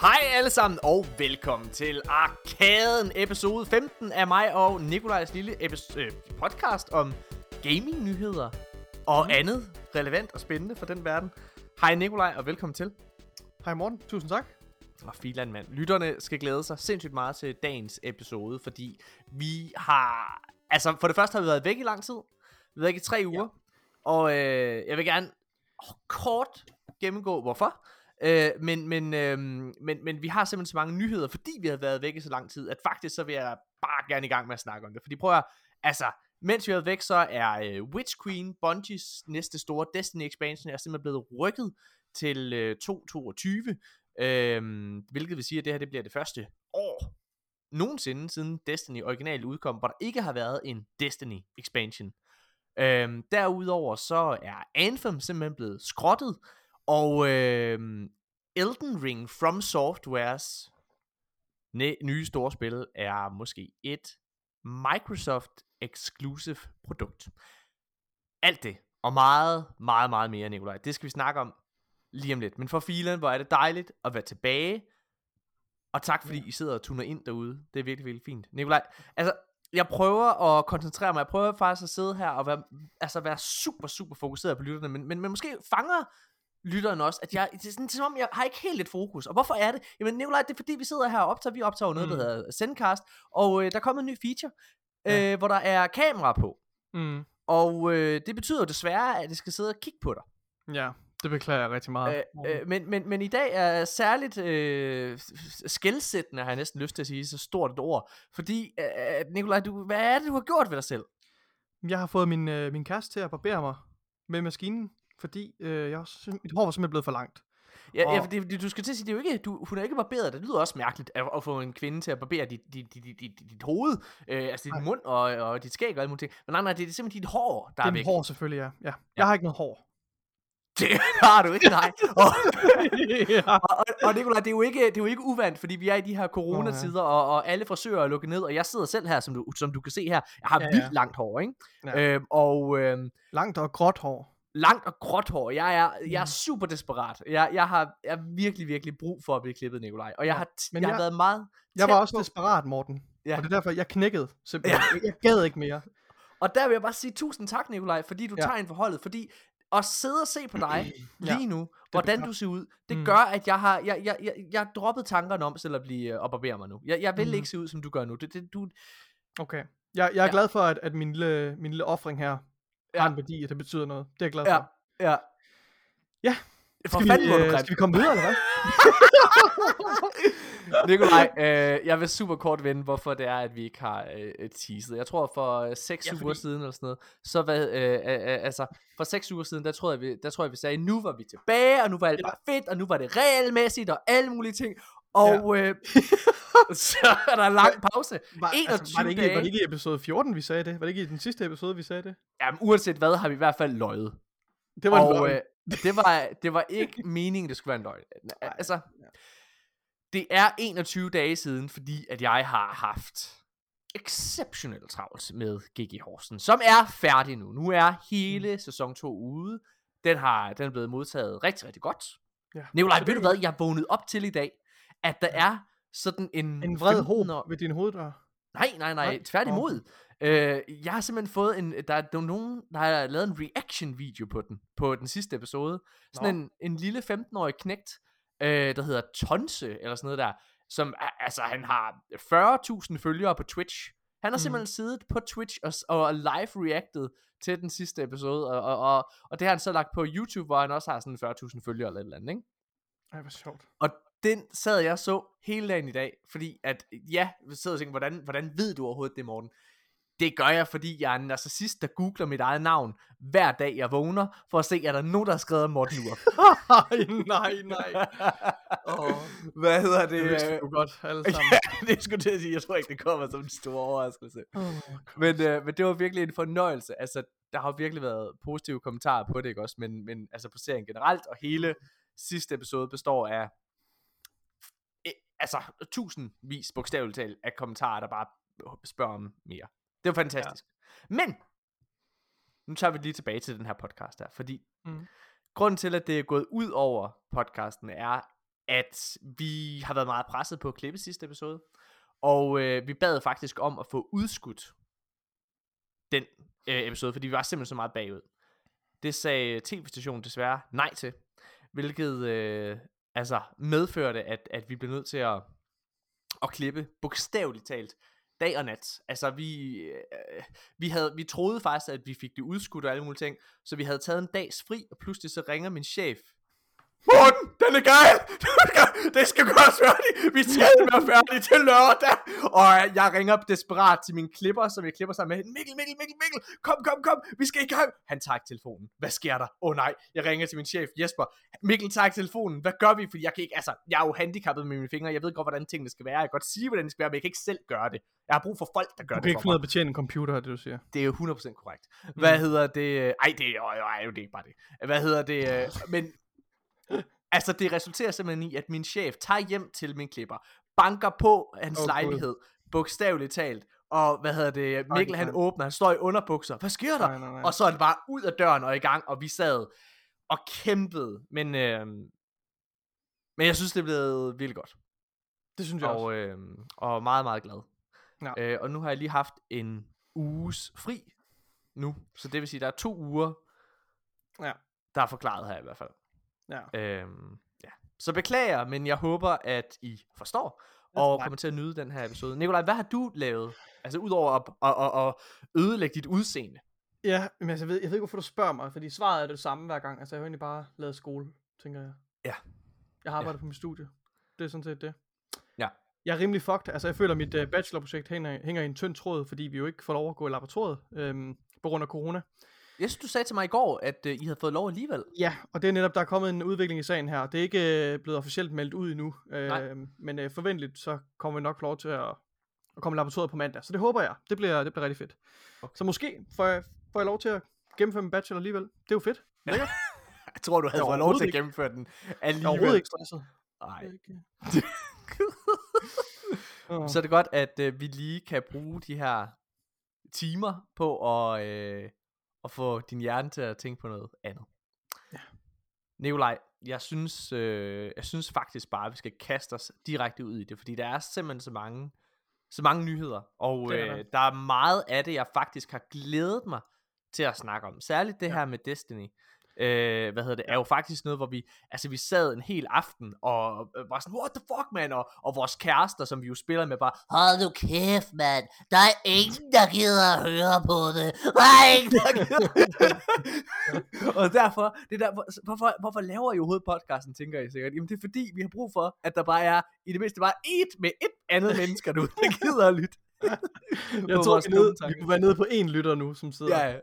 Hej alle sammen, og velkommen til Arkaden, episode 15 af mig og Nikolajs lille podcast om gaming-nyheder og andet relevant og spændende for den verden. Hej Nikolaj, og velkommen til. Hej Morten, tusind tak. Og filan mand. Lytterne skal glæde sig sindssygt meget til dagens episode, fordi vi har... Altså, for det første har vi været væk i lang tid. Vi har været væk i 3 uger. Og jeg vil gerne kort gennemgå, hvorfor. Men vi har simpelthen så mange nyheder, fordi vi har været væk i så lang tid, at faktisk så vil jeg bare gerne i gang med at snakke om det. Fordi prøv at, altså, mens vi har været væk, så er Witch Queen, Bungies næste store Destiny expansion, er simpelthen blevet rykket til 2022. Hvilket vil sige, at det her det bliver det første år nogensinde siden Destiny originalt udkom, hvor der ikke har været en Destiny expansion. Derudover så er Anthem simpelthen blevet skrottet, og Elden Ring From Softwares nye store spil er måske et Microsoft exclusive produkt. Alt det og meget, meget, meget mere, Nikolaj, det skal vi snakke om lige om lidt. Men for filen, hvor er det dejligt at være tilbage. Og tak fordi I sidder og tuner ind derude. Det er virkelig, virkelig fint. Nikolaj, altså jeg prøver at koncentrere mig. Jeg prøver faktisk at sidde her og være super, super fokuseret på lytterne. Men måske fanger lytteren også, at det er sådan, som om jeg har ikke helt et fokus. Og hvorfor er det? Jamen Nikolaj, det er fordi vi sidder her og optager. Vi optager noget, der hedder Zencast. Og der er kommet en ny feature, hvor der er kamera på. Og det betyder jo desværre, at det skal sidde og kigge på dig. Ja, det beklager jeg rigtig meget. Men i dag er særligt skelsættende, har jeg næsten lyst til at sige, så stort et ord. Fordi, Nikolaj, hvad er det, du har gjort ved dig selv? Jeg har fået min kæreste til at barbere mig med maskinen, fordi mit hår var simpelthen blevet for langt. Ja, fordi du skal til at sige, det er jo ikke, hun er ikke barberet. Det lyder også mærkeligt at få en kvinde til at barbere dit hoved, altså dit mund og dit skæg og alle mulige ting. Men nej, det er simpelthen dit hår, der er væk. Det er mit hår selvfølgelig, ja. Jeg har ikke noget hår. Det har du ikke, nej. Og Nikolaj, det er jo ikke uvandt, fordi vi er i de her coronatider, og alle frisører er lukket ned, og jeg sidder selv her, som du kan se her. Jeg har vildt langt hår, ikke? Ja. Langt og gråt hår. Langt og gråt hår. Jeg er super desperat. Jeg har virkelig, virkelig brug for at blive klippet, Nikolaj. Og jeg har været meget... Jeg var også desperat, Morten. Ja. Og det er derfor, jeg knækkede simpelthen. Ja. Jeg gad ikke mere. Og der vil jeg bare sige tusind tak, Nikolaj, fordi du tager en forholdet, fordi at sidde og se på dig lige nu, hvordan du ser ud, det gør, at jeg har droppet tankerne om selv at blive og barbere mig nu. Jeg vil ikke se ud, som du gør nu. Okay. Jeg er glad for, at min lille offring her har en værdi, at det betyder noget. Det er jeg glad for. Ja. Skal vi komme videre, eller hvad? Nikolaj, jeg vil super kort vende, hvorfor det er, at vi ikke har teaset. Jeg tror for 6 uger siden eller sådan noget, så for 6 uger siden, der tror jeg vi sagde, nu var vi tilbage, og nu var alt bare fedt, og nu var det regelmæssigt, og alle mulige ting. Og så er der en lang pause. Var det ikke i episode 14, vi sagde det? Var det ikke i den sidste episode, vi sagde det? Jamen, uanset hvad, har vi i hvert fald løjet. Det var en løgn. Det var ikke meningen, det skulle være en løgn. Altså, det er 21 dage siden, fordi at jeg har haft exceptionelt travlt med GG Horsen, som er færdig nu. Nu er hele sæson 2 ude. Den er blevet modtaget rigtig, rigtig godt. Ja. Nikolaj, ved du hvad, jeg vågnede op til i dag, at der er sådan en vred håb ved din hoveddør. Nej, tværtimod. Jeg har simpelthen fået der er nogen, der har lavet en reaction video på den sidste episode. Sådan en lille 15-årig knægt, der hedder Tonse, eller sådan noget der, som, altså han har 40.000 følgere på Twitch. Han har simpelthen siddet på Twitch og live reacted til den sidste episode, og det har han så lagt på YouTube, hvor han også har sådan 40.000 følgere eller et eller andet, ikke? Ej, hvor sjovt. Og den sad jeg så hele dagen i dag, fordi at, jeg sidder og tænker, hvordan ved du overhovedet det, Morten? Det gør jeg, fordi jeg er en narcissist, der googler mit eget navn hver dag jeg vågner, for at se, er der nogen, der har skrevet Morten Urup. Nej. Hvad hedder det? Det vidste du godt, alle sammen. Ja, det skulle jeg sige. Jeg tror ikke, det kommer som en stor overraskelse. Men det var virkelig en fornøjelse. Altså, der har virkelig været positive kommentarer på det, ikke også? Men altså på serien generelt, og hele sidste episode består af tusindvis bogstaveligt talt af kommentarer, der bare spørger om mere. Det var fantastisk. Ja. Men nu tager vi lige tilbage til den her podcast her, fordi grunden til, at det er gået ud over podcasten, er, at vi har været meget presset på at klippe sidste episode, og vi bad faktisk om at få udskudt den episode, fordi vi var simpelthen så meget bagud. Det sagde tv-stationen desværre nej til, hvilket medførte, at vi blev nødt til at klippe bogstaveligt talt dag og nat. Altså vi troede faktisk, at vi fik det udskudt og alle mulige ting, så vi havde taget en dags fri, og pludselig så ringer min chef. Morten, den er gal! Det skal gøres færdigt! Vi skal være færdige til lørdag! Og jeg ringer desperat til min klipper, som jeg klipper sammen med. Mikkel, kom, vi skal i gang! Han tager ikke telefonen. Hvad sker der? Nej, jeg ringer til min chef, Jesper. Mikkel tager ikke telefonen. Hvad gør vi? Fordi jeg kan ikke, jeg er jo handicappet med mine fingre. Jeg ved godt, hvordan tingene skal være. Jeg kan godt sige, hvordan det skal være, men jeg kan ikke selv gøre det. Jeg har brug for folk, der gør det for mig. Du kan ikke finde ud af at betjene en computer, det du siger. Det er jo 100% korrekt. Hvad hedder det? Det er ikke bare det. Hvad hedder det? Men altså det resulterer simpelthen i, at min chef tager hjem til min klipper, banker på hans lejlighed, bogstaveligt talt, og Mikkel han åbner, han står i underbukser, hvad sker der? Nej. Og så er det bare ud af døren og i gang, og vi sad og kæmpede, men jeg synes det er blevet virkelig godt. Det synes jeg også. Og meget, meget glad. Ja. Og nu har jeg lige haft en uges fri nu, så det vil sige, der er 2 uger, der er forklaret her i hvert fald. Ja. Så beklager, men jeg håber, at I forstår og kommer til at nyde den her episode. Nikolaj, hvad har du lavet? Altså udover at ødelægge dit udseende. Ja, men jeg ved ikke, hvorfor du spørger mig, fordi svaret er det samme hver gang. Altså jeg har egentlig bare lavet skole, tænker jeg. Ja. Jeg har arbejdet på mit studie. Det er sådan set det. Ja. Jeg er rimelig fucked. Altså jeg føler, at mit bachelorprojekt hænger i en tynd tråd, fordi vi jo ikke får lov at gå i laboratoriet på grund af corona. Jeg synes, du sagde til mig i går, at I havde fået lov alligevel. Ja, og det er netop, der er kommet en udvikling i sagen her. Det er ikke blevet officielt meldt ud endnu, men forventeligt så kommer vi nok lov til at komme i laboratoriet på mandag. Så det håber jeg. Det bliver rigtig fedt. Okay. Så måske får jeg lov til at gennemføre min bachelor alligevel. Det er jo fedt. Jeg tror, du havde fået lov til at gennemføre den alligevel. Jeg er overhovedet ikke stresset. Nej. Så er det godt, at vi lige kan bruge de her timer på at få din hjerne til at tænke på noget andet. Ja. Nikolaj, jeg synes faktisk bare, at vi skal kaste os direkte ud i det, fordi der er simpelthen så mange nyheder, og der er meget af det, jeg faktisk har glædet mig til at snakke om. Særligt det her med Destiny. Er jo faktisk noget, hvor vi sad en hel aften og var sådan, what the fuck, man, og vores kærester, som vi jo spiller med, bare, hold nu kæft, man, der er ingen, der gider at høre på det, der er ingen, der gider. Og derfor, hvorfor laver I overhovedet podcasten, tænker I sikkert? Jamen det er fordi, vi har brug for, at der bare er, i det mindste bare et andet mennesker nu, der gider at lytte. Jeg tror, vi kunne være nede på 1 lytter nu, som sidder. Ja.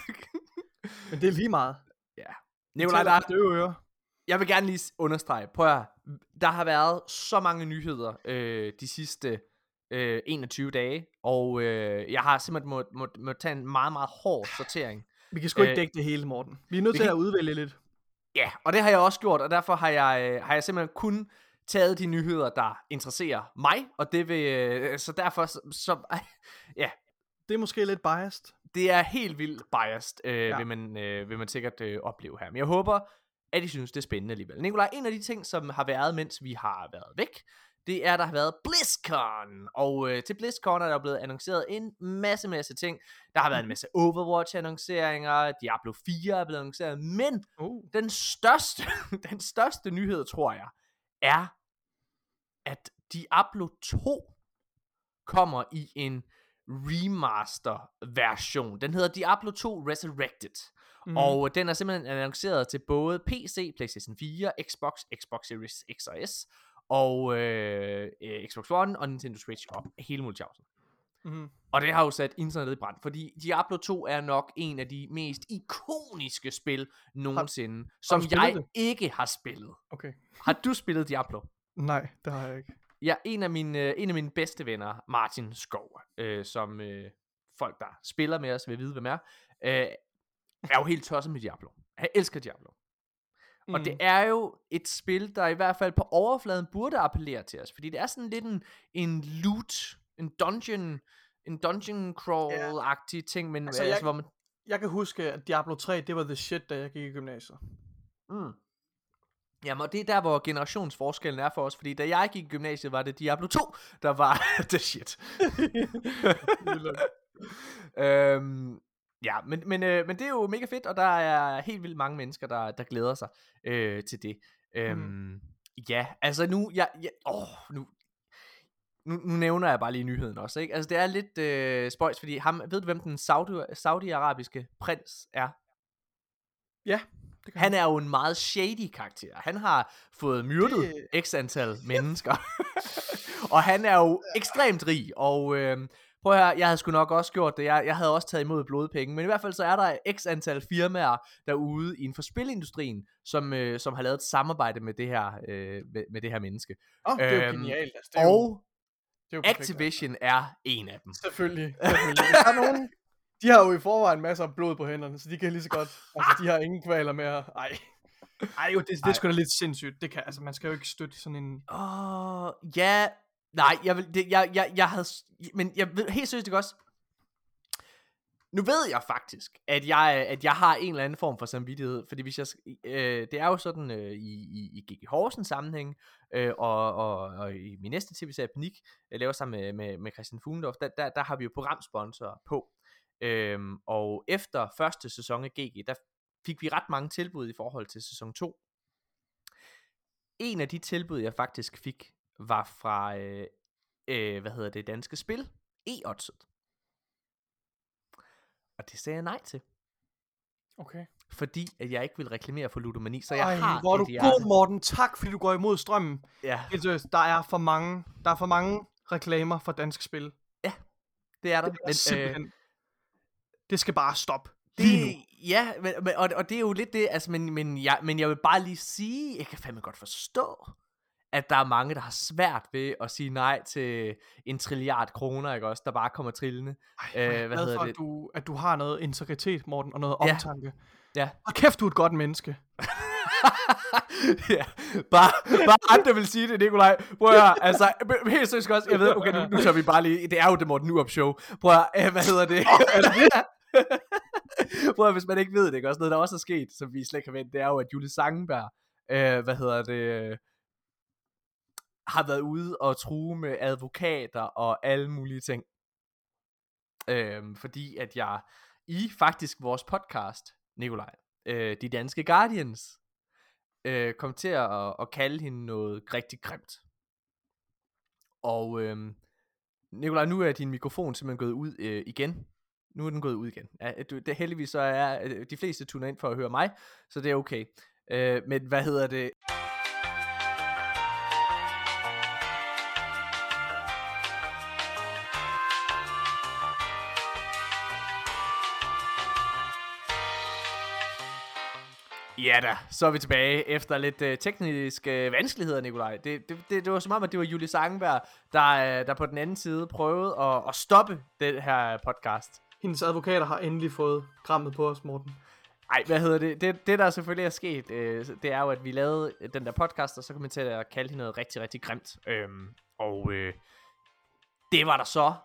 Men det er lige meget. Ja. Nikolaj, jeg vil gerne lige understrege, der har været så mange nyheder de sidste 21 dage, og jeg har simpelthen må tage en meget, meget hård sortering. Vi kan sgu ikke dække det hele, Morten. Vi er nødt til at udvælge lidt. Ja, og det har jeg også gjort, og derfor har jeg simpelthen kun taget de nyheder, der interesserer mig, og det vil, så derfor, ja. Det er måske lidt biased. Det er helt vildt biased, vil man sikkert opleve her. Men jeg håber, at I synes, det er spændende alligevel. Nikolaj, en af de ting, som har været, mens vi har været væk, det er, der har været BlizzCon. Og til BlizzCon er der blevet annonceret en masse ting. Der har været en masse Overwatch-annonceringer, Diablo 4 er blevet annonceret, men den største nyhed, tror jeg, er, at Diablo 2 kommer i en remaster version. Den hedder Diablo 2 Resurrected. Og den er simpelthen annonceret til både PC, PlayStation 4, Xbox Series X og S, og Xbox One og Nintendo Switch og hele multijavsen. Og det har jo sat internettet i brand, fordi Diablo 2 er nok en af de mest ikoniske spil nogensinde, som jeg ikke har spillet. Okay. Har du spillet Diablo? Nej, det har jeg ikke. Ja, en af mine bedste venner, Martin Skov, som folk, der spiller med os, vil vide, hvem er jo helt tosset med Diablo. Jeg elsker Diablo. Og det er jo et spil, der i hvert fald på overfladen burde appellere til os, fordi det er sådan lidt en loot, en dungeon crawl-agtig ting, men altså, hvor man... Jeg kan huske, at Diablo 3, det var the shit, da jeg gik i gymnasiet. Jamen, og det er der, hvor generationsforskellen er for os, fordi da jeg gik i gymnasiet, var det Diablo 2, der var the shit. Ja, men det er jo mega fedt, og der er helt vildt mange mennesker, der glæder sig til det. Ja, altså nu nævner jeg bare lige nyheden også, ikke? Altså det er lidt spøjs, fordi ved du hvem den saudi-arabiske prins er? Ja. Han er jo en meget shady karakter. Han har fået myrdet x antal mennesker. Og han er jo ekstremt rig. Og prøv at høre, jeg havde sgu nok også gjort det. Jeg havde også taget imod blodpenge. Men i hvert fald så er der x antal firmaer derude inden for spilindustrien, som har lavet et samarbejde med det her, med det her menneske. Det er jo genialt. Altså, det er jo Activision er en af dem. Selvfølgelig. Der er nogen... De har jo i forvejen masser af blod på hænderne, så de kan lige så godt, altså de har ingen kvaler mere. Ej jo, det er sgu da lidt sindssygt. Det kan, altså man skal jo ikke støtte sådan en... Ja, nej, jeg havde, men jeg ved helt seriøst ikke også. Nu ved jeg faktisk, at jeg har en eller anden form for samvittighed, fordi hvis det er jo sådan i GG Horsens sammenhæng, og i min næste tv-serie Panik, jeg laver sammen med Christian Fuglendorf, der har vi jo programsponsorer på. Og efter første sæson af GG, der fik vi ret mange tilbud i forhold til sæson 2. En af de tilbud jeg faktisk fik var fra Danske Spil, E-Oddset. Og det sagde jeg nej til. Okay. Fordi at jeg ikke vil reklamere for ludomani, så hvor er du god, Morten. Tak fordi du går imod strømmen. Ja. Helt seriøst, der er for mange reklamer for Danske Spil. Ja, det er der. Det er simpelthen... Det skal bare stoppe. Ja, og det er jo lidt det, altså, men jeg vil bare lige sige, jeg kan fandme godt forstå, at der er mange, der har svært ved at sige nej til 1 trilliard kroner, ikke også, der bare kommer trillende. At du har noget integritet, Morten, og noget omtanke. Ja. Og kæft, du er et godt menneske. Ja, bare andre vil sige det, Nikolaj. Prøv at høre, altså, helt seriøst også, jeg ved, okay, nu tager vi bare lige, det er jo det Morten Nyrup show. Prøv at høre, prøv at, hvis man ikke ved det, ikke også, noget der også er sket, som vi slet ikke har vendt, det er jo, at Julie Sangenberg, har været ude og true med advokater og alle mulige ting. Fordi at jeg i faktisk vores podcast, Nikolaj, De Danske Guardians, kom til at kalde hende noget rigtig grimt. Og Nikolaj, nu er din mikrofon simpelthen gået ud igen. Nu er den gået ud igen. Det heldigvis så er de fleste tuner ind for at høre mig, så det er okay. Men hvad hedder det? Ja da, så er vi tilbage efter lidt tekniske vanskeligheder, Nikolaj. Det var som om, at det var Julie Sangenberg, der på den anden side prøvede at stoppe den her podcast. Hendes advokater har endelig fået grammet på os, Morten. Ej, hvad hedder det? Det der selvfølgelig er sket, det er jo, at vi lavede den der podcast, og så kom vi til at kalde hende noget rigtig, rigtig grimt. Det var der så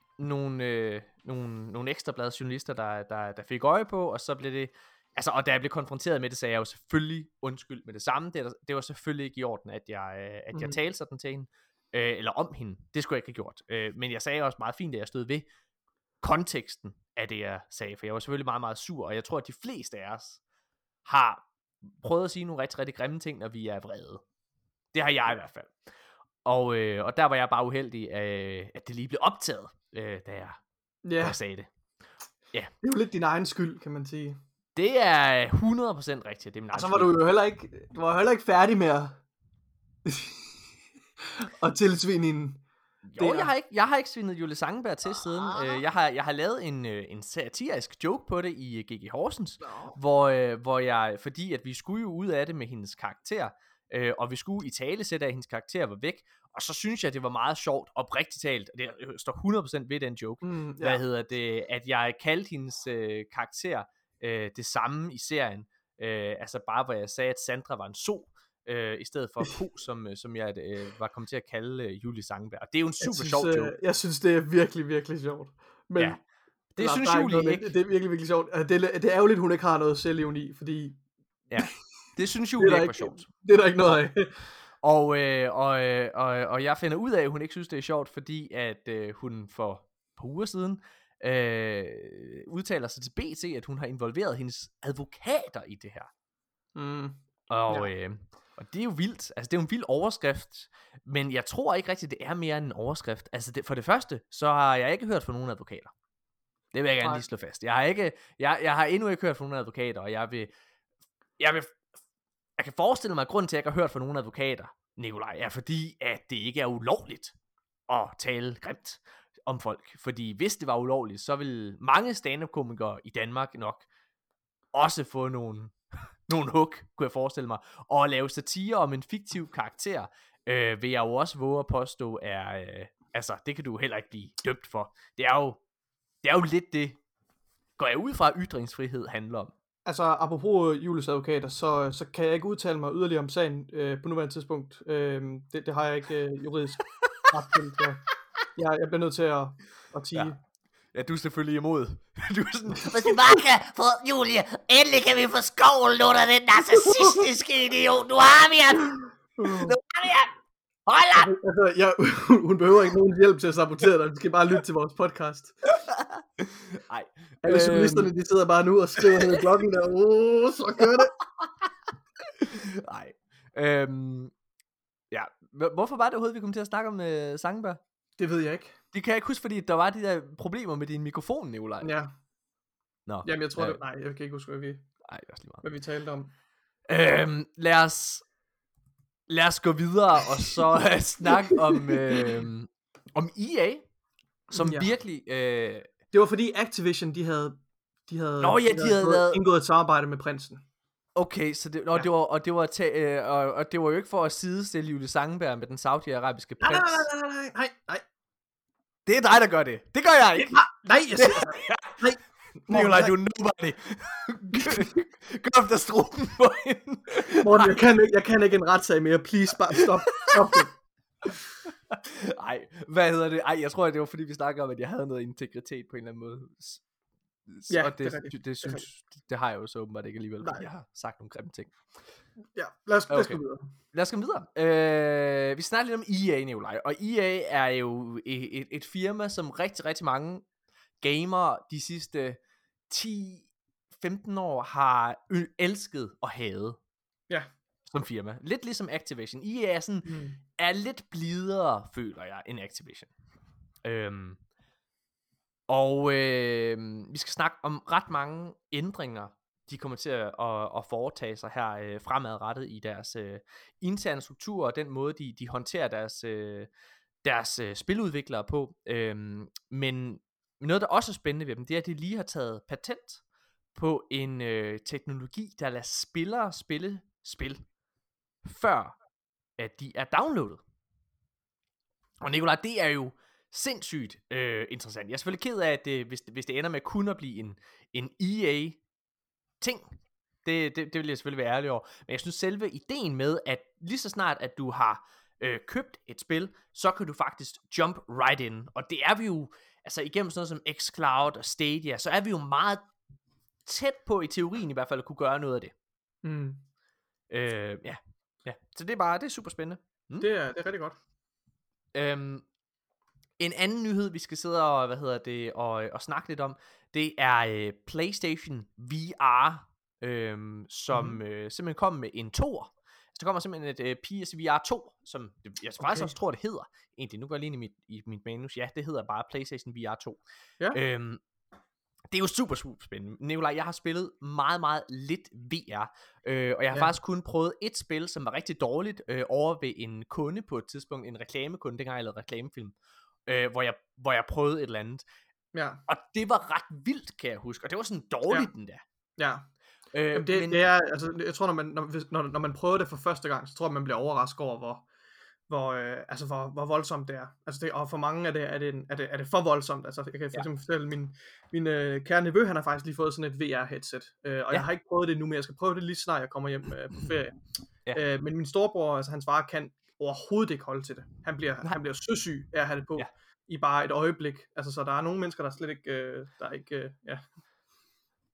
nogle ekstrablads journalister, der fik øje på, og så blev det... Altså, og da jeg blev konfronteret med det, sagde jeg jo selvfølgelig undskyld med det samme. Det var selvfølgelig ikke i orden, at jeg talte sådan til hende, eller om hende. Det skulle jeg ikke have gjort. Men jeg sagde også meget fint, at jeg stod ved konteksten af det, jeg sagde. For jeg var selvfølgelig meget, meget sur, og jeg tror, at de fleste af os har prøvet at sige nogle rigtig, rigtig grimme ting, når vi er vrede. Det har jeg i hvert fald. Og der var jeg bare uheldig, at det lige blev optaget, da jeg sagde det. Ja. Det er jo lidt din egen skyld, kan man sige. Det er 100% rigtigt. Og så var du jo heller ikke færdig med at tilsvinde en... Jo, jeg har ikke svinet Julie Sangenberg til siden. Jeg har lavet en satirisk joke på det i GG Horsens, hvor jeg, fordi at vi skulle jo ud af det med hendes karakter, og vi skulle i tale sætte af, at hendes karakter var væk, og så synes jeg, det var meget sjovt, oprigtigt talt, og det står 100% ved den joke, at jeg kaldte hendes karakter det samme i serien, altså bare hvor jeg sagde, at Sandra var en so, i stedet for ko, som jeg var kommet til at kalde Julie Sangenberg. Og det er jo en super sjov joke. Jeg synes, det er virkelig, virkelig sjovt. Men ja, det synes Julie ikke. Det er virkelig, virkelig sjovt. Det er jo lidt, hun ikke har noget selvevn i, fordi... Ja. Det synes Julie ikke var sjovt. Det er der ikke noget af. Og jeg finder ud af, at hun ikke synes, det er sjovt, fordi at hun for et par uger siden udtaler sig til BT, at hun har involveret hendes advokater i det her. Og det er jo vildt. Altså, det er jo en vild overskrift. Men jeg tror ikke rigtigt, det er mere end en overskrift. Altså, for det første, så har jeg ikke hørt fra nogen advokater. Det vil jeg gerne lige slå fast. Jeg har endnu ikke hørt fra nogen advokater, og jeg kan forestille mig, at grunden til, at jeg ikke har hørt fra nogen advokater, Nikolaj, er fordi, at det ikke er ulovligt at tale grimt om folk. Fordi hvis det var ulovligt, så ville mange stand-up-komikere i Danmark nok også få nogle hug, kunne jeg forestille mig. Og at lave satire om en fiktiv karakter, vil jeg jo også våge at påstå, altså, det kan du heller ikke blive dømt for. Det er jo lidt det, går jeg ud fra, at ytringsfrihed handler om. Altså, apropos Julies advokater, så kan jeg ikke udtale mig yderligere om sagen på nuværende tidspunkt. Det har jeg ikke juridisk ret til. Jeg bliver nødt til at tige. Ja, du er selvfølgelig imod. Du er sådan, hvis vi bare kan få Julie, endelig kan vi få skovlen under den narcissistiske idiot. Nu har vi ham. Hold op! Altså, hun behøver ikke nogen hjælp til at sabotere dig. Du skal bare lytte til vores podcast. Nej. Alle journalisterne, de sidder bare nu og skriver ned i bloggen der. Så gør det. Nej. Ja. Hvorfor var det overhovedet, vi kom til at snakke om Sangenberg? Det ved jeg ikke. Det kan jeg ikke huske, fordi der var de der problemer med din mikrofon, Nikolaj. Ja. Nå. Jamen, jeg tror det. Nej, jeg kan ikke huske, hvad vi talte om. Lad os gå videre og så snakke om EA, som virkelig... Det var fordi Activision, de havde indgået et samarbejde med prinsen. Okay, så det, det var jo ikke for at sidestille Julie Sangenberg med den saudiarabiske prins. Nej. Det er dig, der gør det. Det gør jeg ikke. Nej, jeg siger nej. Nikolaj, du er nobody. Gør efter struben på hende. Morten, jeg kan ikke en retssag mere. Please, bare stop det. Ej, hvad hedder det? Ej, jeg tror, det var fordi, vi snakker om, at jeg havde noget integritet på en eller anden måde. Ja, og det har jeg jo så åbenbart ikke alligevel, fordi jeg har sagt nogle grimme ting. Ja, lad os gå videre. Lad os gå videre. Vi snakker lidt om EA, Nikolaj. Og EA er jo et firma, som rigtig, rigtig mange gamere de sidste 10-15 år har elsket og hadet. Ja. Som firma. Lidt ligesom Activision. EA er sådan, er lidt blidere, føler jeg, end Activision. Vi skal snakke om ret mange ændringer, de kommer til at foretage sig her fremadrettet i deres interne struktur, og den måde, de håndterer deres spiludviklere på. Men noget, der også er spændende ved dem, det er, at de lige har taget patent på en teknologi, der lader spillere spille spil, før at de er downloadet. Og Nikolaj, det er jo sindssygt interessant. Jeg er selvfølgelig ked af, at hvis det ender med kun at blive en EA-ting, det vil jeg selvfølgelig være ærlig over. Men jeg synes selve ideen med, at lige så snart, at du har købt et spil, så kan du faktisk jump right in. Og det er vi jo, altså igennem sådan noget som xCloud og Stadia, så er vi jo meget tæt på, i teorien i hvert fald, at kunne gøre noget af det. Ja. Så det er super spændende. Det er rigtig godt. En anden nyhed, vi skal sidde og snakke lidt om, det er PlayStation VR, som simpelthen kom med en 2'er. Så der kommer simpelthen et PSVR 2, som jeg faktisk også tror, det hedder. Egentlig, nu går jeg lige ind i mit manus. Ja, det hedder bare PlayStation VR 2. Ja. Det er jo super, super spændende. Nikolaj, jeg har spillet meget, meget lidt VR, og jeg har faktisk kun prøvet et spil, som var rigtig dårligt, over ved en kunde på et tidspunkt, en reklamekunde, dengang jeg lavede reklamefilm, hvor jeg prøvede et eller andet. Ja. Og det var ret vildt, kan jeg huske, og det var sådan dårligt, den der. Ja. Det er, altså, jeg tror, når man prøver det for første gang, så tror jeg, man bliver overrasket over, hvor voldsomt det er. Altså og for mange er det for voldsomt. Altså, jeg kan for eksempel fortælle, min kære nevø, han har faktisk lige fået sådan et VR-headset. Og jeg har ikke prøvet det nu, men jeg skal prøve det lige snart jeg kommer hjem på ferie. Ja. Men min storebror, altså hans far, kan overhovedet ikke holde til det. Han bliver søsyg af at have det på i bare et øjeblik. Altså, så der er nogle mennesker, der slet ikke,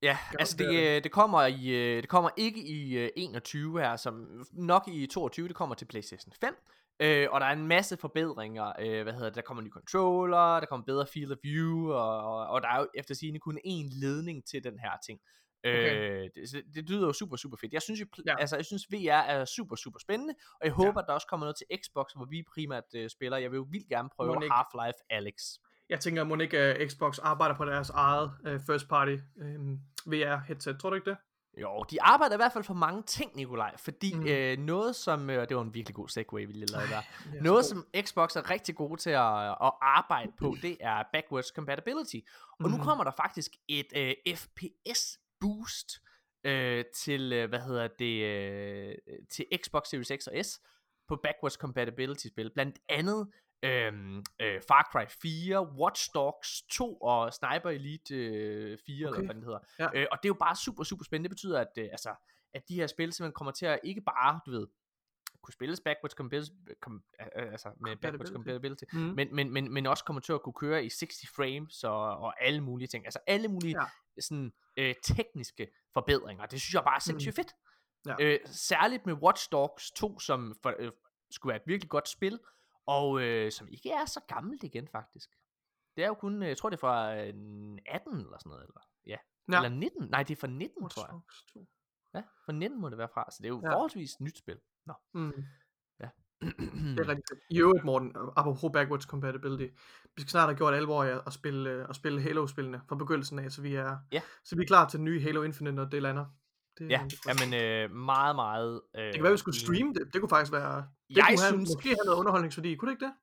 Ja, altså det kommer ikke i 21 her, som nok i 22, det kommer til PlayStation 5. Og der er en masse forbedringer, der kommer nye controller, der kommer bedre field of view, og der er jo efter sigende kun én ledning til den her ting. Okay. Det lyder jo super, super fedt. Jeg synes jo, Ja. jeg synes VR er super, super spændende, og jeg håber, at der også kommer noget til Xbox, hvor vi primært spiller. Jeg vil jo vildt gerne prøve Half-Life Alyx. Jeg tænker, må ikke Xbox arbejder på deres eget first party VR-headset, tror du ikke det? Jo, de arbejder i hvert fald for mange ting, Nikolaj, fordi noget som, det var en virkelig god segue, vi lige lavede der, noget som Xbox er rigtig gode til at arbejde på, det er backwards compatibility, og nu kommer der faktisk et FPS boost til, til Xbox Series X og S på backwards compatibility spil, blandt andet Far Cry 4, Watch Dogs 2 og Sniper Elite 4, eller hvad den hedder. Ja. Og det er jo bare super, super spændende. Det betyder, at de her spil simpelthen kommer til at ikke bare, kunne spilles backwards compatibility, men også kommer til at kunne køre i 60 frames og alle mulige ting. Altså alle mulige sådan, tekniske forbedringer. Det synes jeg bare er sindssygt fedt. Ja. Særligt med Watch Dogs 2, som skulle være et virkelig godt spil, og som ikke er så gammelt igen faktisk. Det er jo kun, jeg tror det er fra 18 eller sådan noget, eller 19, nej det er fra 19 tror jeg. Ja, fra 19 må det være fra, så det er jo forholdsvis nyt spil. Nå. Ja. Det er rigtig fedt. I øvrigt, Morten, apropos backwards compatibility, vi skal snart have gjort alvor af at spille Halo-spillene fra begyndelsen af, så vi er klar til den nye Halo Infinite, og det lander. Meget, meget... det kan være, vi skulle streame det. Det kunne faktisk være... Måske have noget underholdningsværdi. Kunne det ikke det?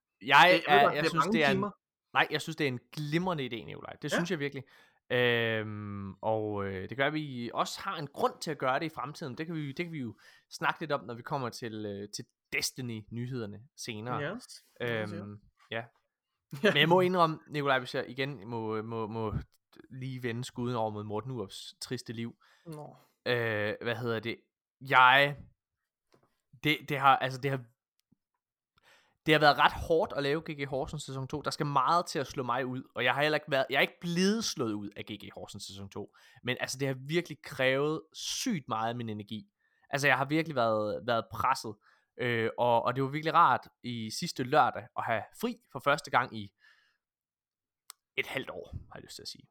Jeg synes, det er en glimrende idé, Nikolaj. Det synes jeg virkelig. Og det kan være, at vi også har en grund til at gøre det i fremtiden. Det kan vi jo snakke lidt om, når vi kommer til Destiny-nyhederne senere. Yes. Ja. Men jeg må indrømme, Nikolaj, hvis jeg igen må lige vende skuden over mod Morten Urups triste liv. Det har været ret hårdt at lave GG Horsens sæson 2. Der skal meget til at slå mig ud, og jeg er ikke blevet slået ud af GG Horsens sæson 2. Men altså, det har virkelig krævet sygt meget af min energi. Altså, jeg har virkelig været presset. Og det var virkelig rart i sidste lørdag at have fri for første gang i et halvt år, har jeg lyst til at sige.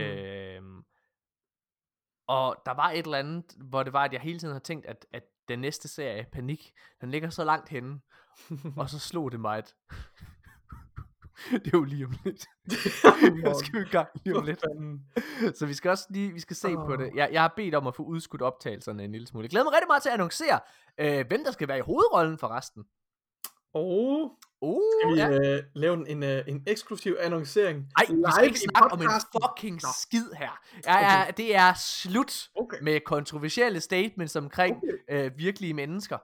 Og der var et eller andet, hvor det var, at jeg hele tiden har tænkt, at den næste serie, Panik, den ligger så langt henne. Og så slog det mig, at det er jo lige om lidt. Jeg skal jo i gang lige om lidt. Så vi skal også lige se på det. Jeg har bedt om at få udskudt optagelserne en lille smule. Jeg glæder mig rigtig meget til at annoncere, hvem der skal være i hovedrollen for resten. Skal vi lave en eksklusiv annoncering? Nej, vi skal ikke snakke om en fucking skid her. Det er slut med kontroversielle statements omkring virkelige mennesker.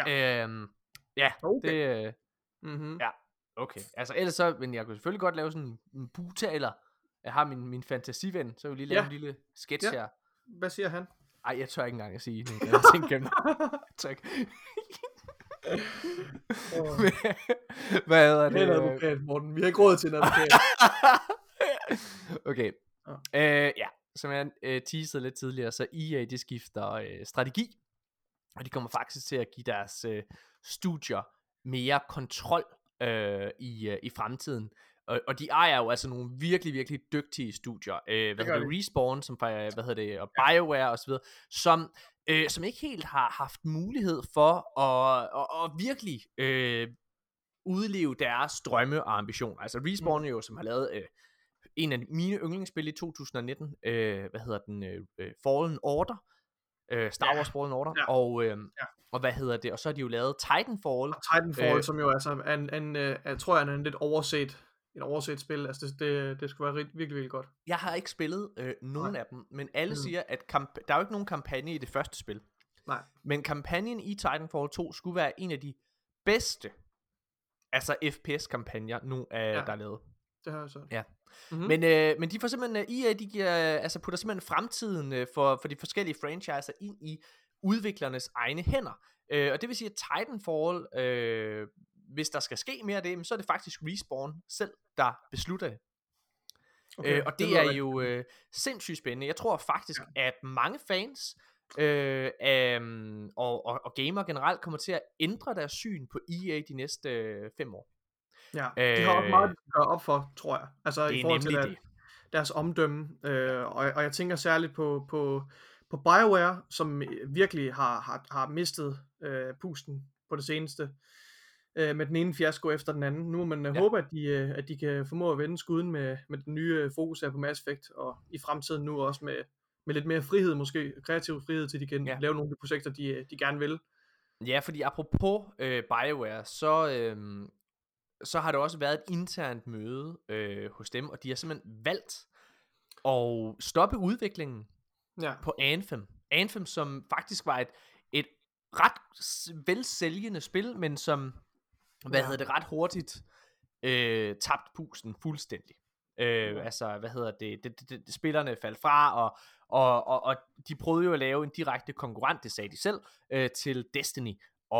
Okay. Altså ellers så, men jeg kunne selvfølgelig godt lave sådan en butaler. Jeg har min fantasiven, så vil jeg lige lave en lille sketch her. Hvad siger han? Ej, jeg tør ikke engang at sige det. Jeg tænker gennem. Hvad hedder det? En advokat, Morten. Vi har ikke råd til en advokat. Okay. Som jeg teasede lidt tidligere, så EA, de skifter strategi. Og de kommer faktisk til at give deres studier mere kontrol i fremtiden. Og de ejer jo altså nogle virkelig, virkelig dygtige studier. Respawn, som og BioWare osv., som ikke helt har haft mulighed for at virkelig udleve deres drømme og ambitioner. Altså Respawn jo, som har lavet en af mine yndlingsspil i 2019, Fallen Order, Star Wars Fallen Order, og og så har de jo lavet Titanfall. Og Titanfall, som jo altså tror jeg er en lidt overset spil. Altså det skulle være virkelig, virkelig godt. Jeg har ikke spillet nogen af dem, men alle siger, at der er jo ikke nogen kampagne i det første spil. Nej. Men kampagnen i Titanfall 2 skulle være en af de bedste FPS-kampagner nu, der er lavet. Det har jeg så. Ja. Men de får simpelthen EA, de putter simpelthen fremtiden for de forskellige franchiser ind i udviklernes egne hænder. Og det vil sige, at Titanfall, hvis der skal ske mere af det, så er det faktisk Respawn selv, der beslutter det. Okay, Og det det lyder er rigtig jo spændende. sindssygt spændende. Jeg tror faktisk, Ja. at mange fans og gamer generelt kommer til at ændre deres syn på EA de næste 5 år. Ja, de har også meget, de skal gøre op for, tror jeg. Altså i Det er forhold til nemlig det. deres omdømme. Og jeg tænker særligt på BioWare, som virkelig har mistet pusten på det seneste. Med den ene fiasko efter den anden. Nu må man håbe, at de kan formå at vende skuden med den nye fokus her på Mass Effect, og i fremtiden nu også med lidt mere frihed, måske kreativ frihed, til de kan lave nogle af de projekter, de gerne vil. Ja, fordi apropos BioWare, så har der også været et internt møde hos dem, og de har simpelthen valgt at stoppe udviklingen på Anthem. Anthem, som faktisk var et ret velsælgende spil, men som ret hurtigt tabt pusten fuldstændig. Altså, spillerne faldt fra, og de prøvede jo at lave en direkte konkurrent, det sagde de selv, til Destiny.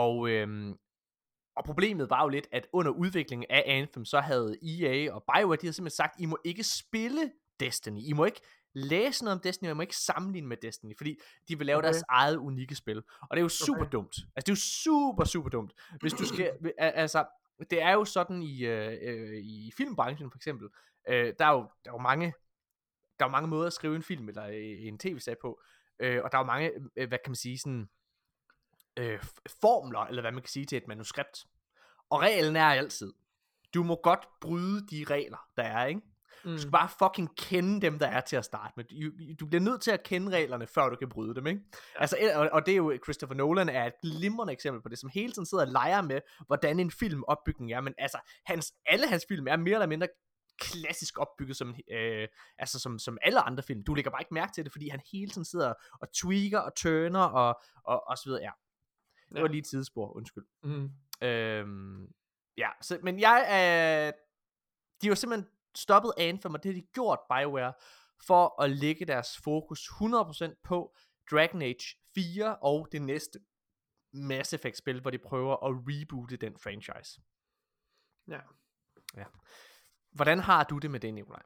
Og problemet var jo lidt, at under udviklingen af Anthem, så havde EA og BioWare, de havde simpelthen sagt, I må ikke spille Destiny, I må ikke læse noget om Destiny, og I må ikke sammenligne med Destiny, fordi de vil lave deres eget unikke spil. Og det er jo super dumt. Altså, det er jo super, super dumt. Hvis du skal, altså, det er jo sådan i filmbranchen for eksempel, der er jo mange måder at skrive en film eller en tv-serie på, og der er jo mange, hvad kan man sige, sådan formler, eller hvad man kan sige til et manuskript. Og reglen er altid, du må godt bryde de regler, der er, ikke? Du skal bare fucking kende dem, der er til at starte med. Du bliver nødt til at kende reglerne, før du kan bryde dem, ikke? Ja. Altså, og det er jo, Christopher Nolan er et glimrende eksempel på det, som hele tiden sidder og leger med, hvordan en film opbygning er, men altså, alle hans film er mere eller mindre klassisk opbygget som alle andre film. Du lægger bare ikke mærke til det, fordi han hele tiden sidder og tweaker og turner og så videre. Ja. Det var lige et tidsspor, undskyld. Men de har simpelthen stoppet Anthem, og det har de gjort, BioWare, for at lægge deres fokus 100% på Dragon Age 4 og det næste Mass Effect spil, hvor de prøver at reboote den franchise. Ja. Hvordan har du det med det, Nikolaj?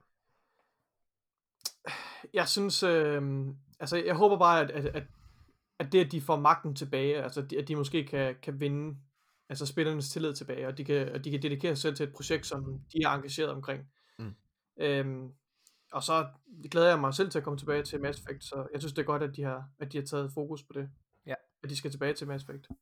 Jeg synes, jeg håber bare, at det, at de får magten tilbage, altså at de måske kan vinde altså spillernes tillid tilbage, og de kan dedikere sig selv til et projekt, som de er engageret omkring. Og så glæder jeg mig selv til at komme tilbage til Mass Effect, så jeg synes det er godt, at de har taget fokus på det. Ja. At de skal tilbage til Mass Effect.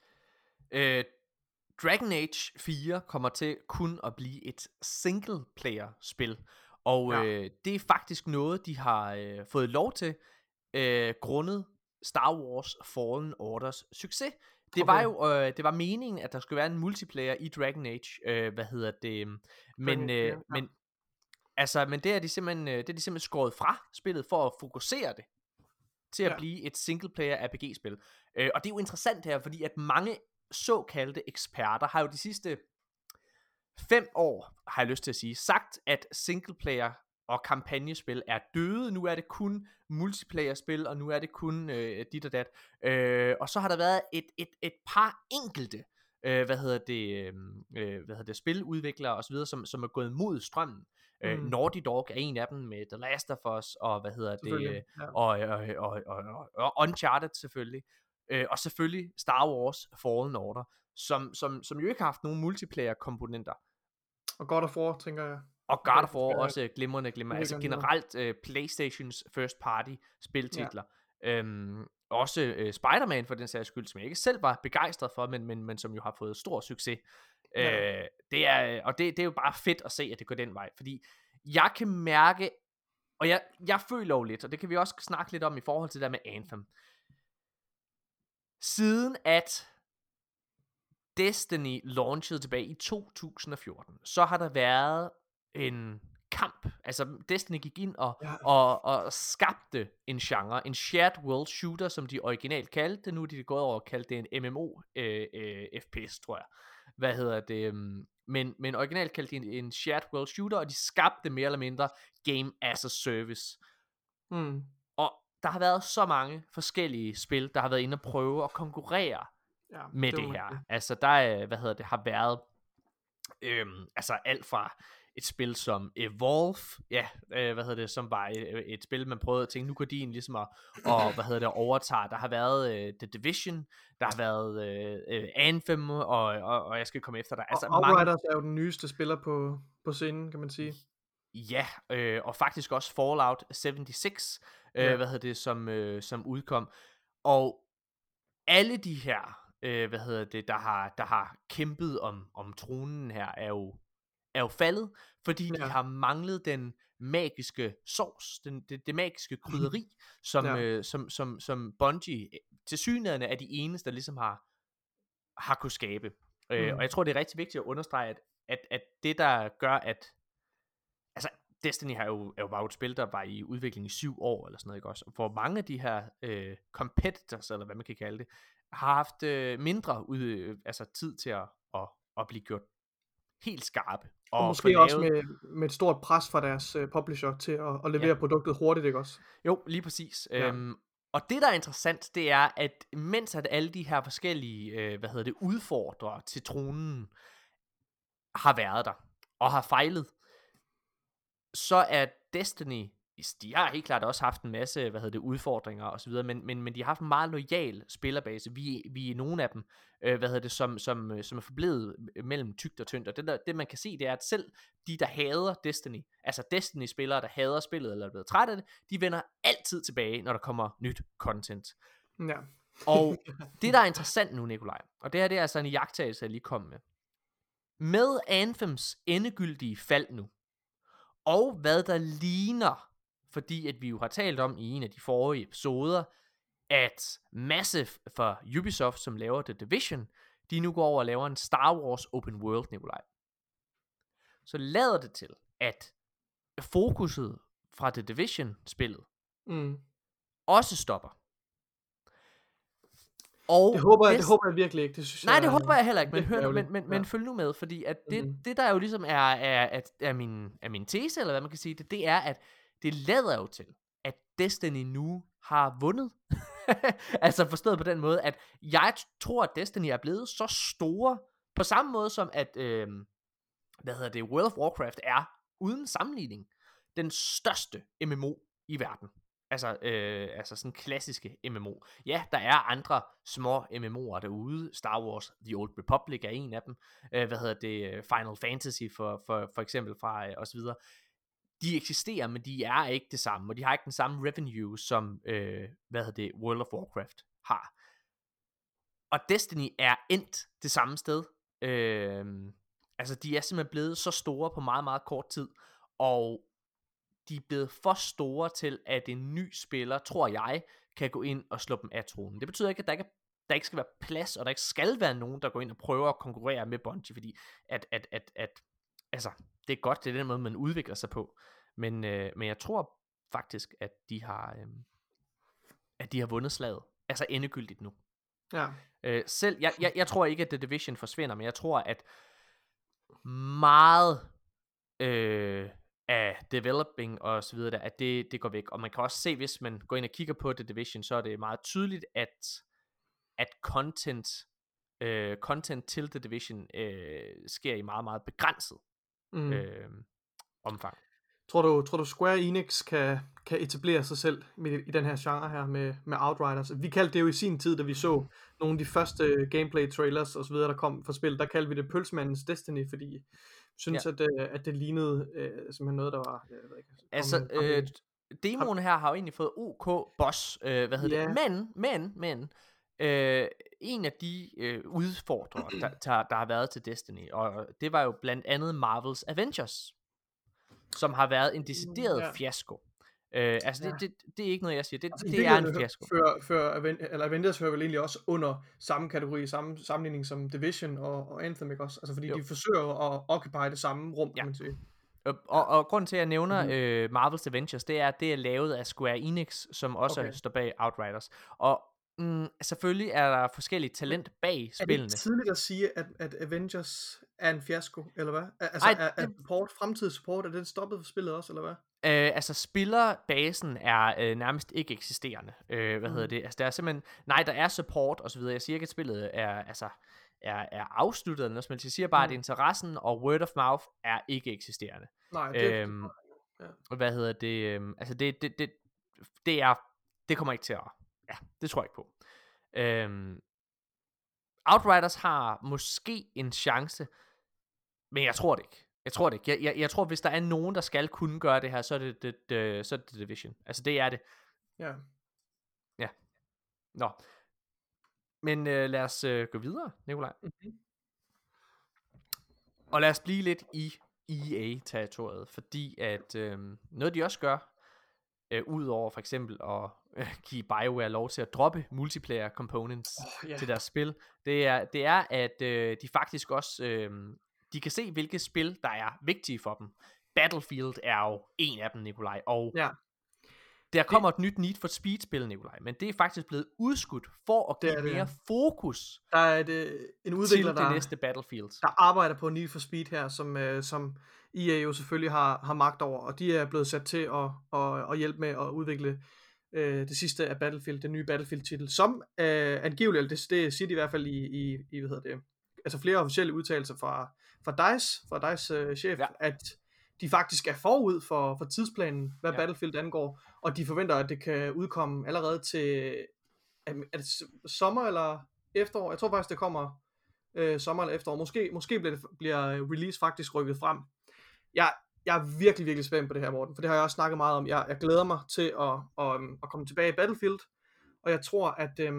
Dragon Age 4 kommer til kun at blive et single player spil, og det er faktisk noget de har fået lov til grundet Star Wars Fallen Orders succes. Det var jo det var meningen, at der skulle være en multiplayer i Dragon Age, men det er de simpelthen skåret fra spillet for at fokusere det til at blive et single player RPG spil. Og det er jo interessant her, fordi at mange såkaldte eksperter har jo de sidste 5 år, har jeg lyst til at sige, sagt, at single player og kampagnespil er døde. Nu er det kun multiplayer-spil, og nu er det kun dit og dat. Og så har der været et par enkelte spiludviklere og så videre, som er gået mod strømmen. Naughty Dog er en af dem med The Last of Us og og Uncharted selvfølgelig. Og selvfølgelig Star Wars Fallen Order, som jo ikke har haft nogen multiplayer komponenter. Og God of War, tænker jeg. Og God of War også glimrende. Altså generelt PlayStations first party spiltitler. Også Spider-Man for den sags skyld, som jeg ikke selv var begejstret for, men som jo har fået stor succes. Det er jo bare fedt at se, at det går den vej, fordi jeg kan mærke, og jeg føler jo lidt, og det kan vi også snakke lidt om i forhold til det der med Anthem. Siden at Destiny launchede tilbage i 2014, så har der været en kamp. Altså Destiny gik ind og skabte en genre, en shared world shooter, som de originalt kaldte det. Nu er de gået over og kaldt det en MMO FPS, tror jeg. Men originalt kaldte de en shared world shooter, og de skabte mere eller mindre game as a service. Og der har været så mange forskellige spil, der har været inde og prøve at konkurrere med det her. Altså der har været alt fra et spil som Evolve, som var et spil, man prøvede at tænke, nu går de ind ligesom at overtage. Der har været The Division, der har været Anthem, og jeg skal komme efter dig. Altså, Outriders er jo den nyeste spiller på scenen, kan man sige. Ja, og faktisk også Fallout 76, som udkom. Og alle de her, der har kæmpet om tronen her, er jo faldet, fordi de har manglet den magiske sauce, det magiske krydderi, som Bungie tilsyneladende er de eneste, der ligesom har kunne skabe. Og jeg tror, det er rigtig vigtigt at understrege, at det, der gør, at altså, Destiny er jo bare et spil, der var i udvikling i 7 år, eller sådan noget, ikke også? Hvor mange af de her competitors, eller hvad man kan kalde det, har haft mindre tid til at blive gjort helt skarpe. Og måske også med et stort pres fra deres publisher til at levere produktet hurtigt, ikke også? Jo, lige præcis. Ja. Og det, der er interessant, det er, at mens at alle de her forskellige, udfordrere til tronen har været der, og har fejlet, så er Destiny, de har helt klart også haft en masse, udfordringer og så videre, men de har haft en meget loyal spillerbase. Vi er nogle af dem, som er forblevet mellem tykt og tyndt. Og det man kan se, det er, at selv de, der hader Destiny, altså Destiny-spillere, der hader spillet eller er blevet træt af det, de vender altid tilbage, når der kommer nyt content. Ja. Og det, der er interessant nu, Nikolaj, og det her, det er altså en iagttagelse, jeg lige kom med Anthems endegyldige fald nu, og hvad der ligner, fordi at vi jo har talt om i en af de forrige episoder, at Massive for Ubisoft, som laver The Division, de nu går over og laver en Star Wars Open World, Nikolaj. Så lader det til, at fokuset fra The Division-spillet også stopper. Og det håber jeg virkelig ikke. Det synes det håber jeg heller ikke, men følg nu med, fordi at det der jo ligesom er min tese, eller hvad man kan sige, det er, at det lader jo til, at Destiny nu har vundet. Altså forstået på den måde, at jeg tror, at Destiny er blevet så store, på samme måde som at, World of Warcraft er, uden sammenligning, den største MMO i verden. Altså sådan klassiske MMO. Ja, der er andre små MMO'er derude. Star Wars The Old Republic er en af dem. Final Fantasy for eksempel fra og så videre. De eksisterer, men de er ikke det samme, og de har ikke den samme revenue som World of Warcraft har. Og Destiny er endt det samme sted. De er simpelthen blevet så store på meget, meget kort tid, og de er blevet for store til, at en ny spiller, tror jeg, kan gå ind og slå dem af tronen. Det betyder ikke, at der ikke skal være plads, og der ikke skal være nogen, der går ind og prøver at konkurrere med Bungie, fordi det er godt, det er den måde, man udvikler sig på. Men jeg tror faktisk, at de har vundet slaget. Altså endegyldigt nu. Ja. Selv, jeg tror ikke, at The Division forsvinder, men jeg tror, at meget af developing og så videre, at det går væk. Og man kan også se, hvis man går ind og kigger på The Division, så er det meget tydeligt, at content til The Division sker i meget, meget begrænset omfang. Tror du Square Enix kan etablere sig selv i den her genre her med Outriders? Vi kaldte det jo i sin tid, da vi så nogle af de første gameplay trailers og så videre, der kom fra spil, der kaldte vi det Pølsemandens Destiny, fordi jeg synes, at det lignede simpelthen noget, der var... Jeg ved ikke, demoen her har jo egentlig fået OK boss, men en af de udfordrere, der har været til Destiny, og det var jo blandt andet Marvel's Avengers, som har været en decideret fiasko. Det er ikke noget, jeg siger. Det er en fiasko. Avengers hører vel egentlig også under samme kategori, samme sammenligning som Division og Anthem, ikke også? Altså fordi de forsøger at occupy det samme rum, kan man sige. Og grunden til, at jeg nævner Marvel's Avengers, det er, at det er lavet af Square Enix, som også står bag Outriders. Og selvfølgelig er der forskellige talent bag spillene. Er det tidligt at sige, at Avengers er en fiasko, eller hvad? Fremtidig support, er det stoppet for spillet også, eller hvad? Spillerbasen er nærmest ikke eksisterende. Der er simpelthen, der er support og så videre. Jeg siger ikke, at spillet er, er afsluttet, eller noget, men jeg siger bare, at interessen og word of mouth er ikke eksisterende. Nej, det Hvad hedder det? Altså det kommer ikke til at, ja, det tror jeg ikke på. Outriders har måske en chance, men jeg tror det ikke. Jeg tror, hvis der er nogen, der skal kunne gøre det her, så er det Division. Altså, det er det. Ja. Ja. Nå. Men lad os gå videre, Nikolaj. Mm-hmm. Og lad os blive lidt i EA-territoriet, fordi at noget de også gør, udover for eksempel at give BioWare lov til at droppe multiplayer components til deres spil, det er at de faktisk også de kan se, hvilke spil der er vigtige for dem. Battlefield er jo en af dem, Nikolaj, og der kommer et nyt Need for Speed-spil, Nikolaj, men det er faktisk blevet udskudt for at give mere fokus. Der er en udvikler, til det næste Battlefield, der arbejder på Need for Speed her, som EA jo selvfølgelig har magt over, og de er blevet sat til at hjælpe med at udvikle det sidste af Battlefield, den nye Battlefield-titel, som angiveligt, det siger de i hvert fald i hvad hedder det, altså flere officielle udtalelser fra DICE chef, at de faktisk er forud for tidsplanen, hvad Battlefield angår, og de forventer, at det kan udkomme allerede til er det sommer eller efterår. Jeg tror faktisk, det kommer sommer eller efterår. Måske bliver release faktisk rykket frem. Jeg er virkelig, virkelig spændt på det her, Morten, for det har jeg også snakket meget om. Jeg glæder mig til at komme tilbage i Battlefield, og jeg tror,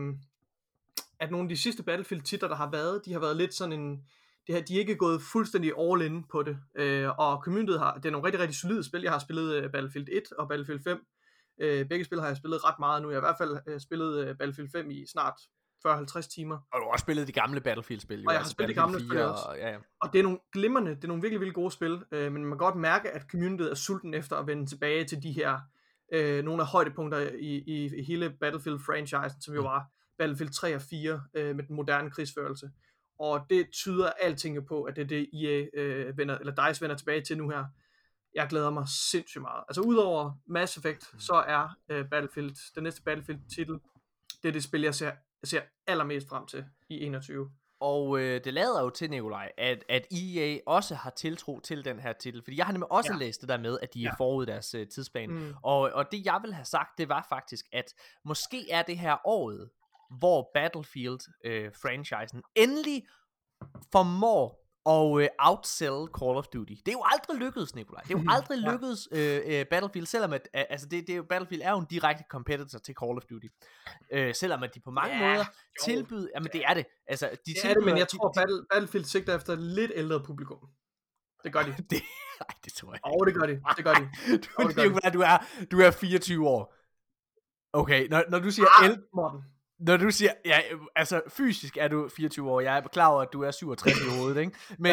at nogle af de sidste Battlefield-titler, der har været, de har været lidt sådan en... de er ikke gået fuldstændig all in på det, og communityet det er nogle rigtig, rigtig solide spil. Jeg har spillet Battlefield 1 og Battlefield 5. Begge spil har jeg spillet ret meget nu. Jeg har i hvert fald spillet Battlefield 5 i snart 40-50 timer. Og du har også spillet de gamle Battlefield-spil. Og jeg har spillet de gamle spil også. Og det er nogle glimrende, det er nogle virkelig, virkelig gode spil, men man kan godt mærke, at communityet er sulten efter at vende tilbage til de her, nogle af højdepunkter i hele Battlefield-franchisen, som jo var Battlefield 3 og 4 med den moderne krigsførelse. Og det tyder alting på, at det er det EA DICE vender tilbage til nu her. Jeg glæder mig sindssygt meget. Altså udover Mass Effect, så er Battlefield, den næste Battlefield-titel, det er det spil, jeg ser allermest frem til i 21. Og det lader jo til, Nikolaj, at EA også har tiltro til den her titel. Fordi jeg har nemlig også læst det der med, at de er forud deres tidsplan. Og det jeg vil have sagt, det var faktisk, at måske er det her året, hvor Battlefield-franchisen endelig formår at outsell Call of Duty. Det er jo aldrig lykkedes, Nikolaj. Det er jo aldrig lykkedes Battlefield, selvom at, altså Battlefield er jo en direkte competitor til Call of Duty. Selvom at de på mange måder tilbyder, jamen det er det. Altså, de det er det, men jeg tror, Battlefield sigter efter et lidt ældre publikum. Det gør de. Nej, det tror jeg ikke. Det gør de. Det gør de. Du er 24 år. Okay, når du siger Morten. Når du siger, ja, altså fysisk er du 24 år, jeg er klar over, at du er 67 i hovedet, ikke? Men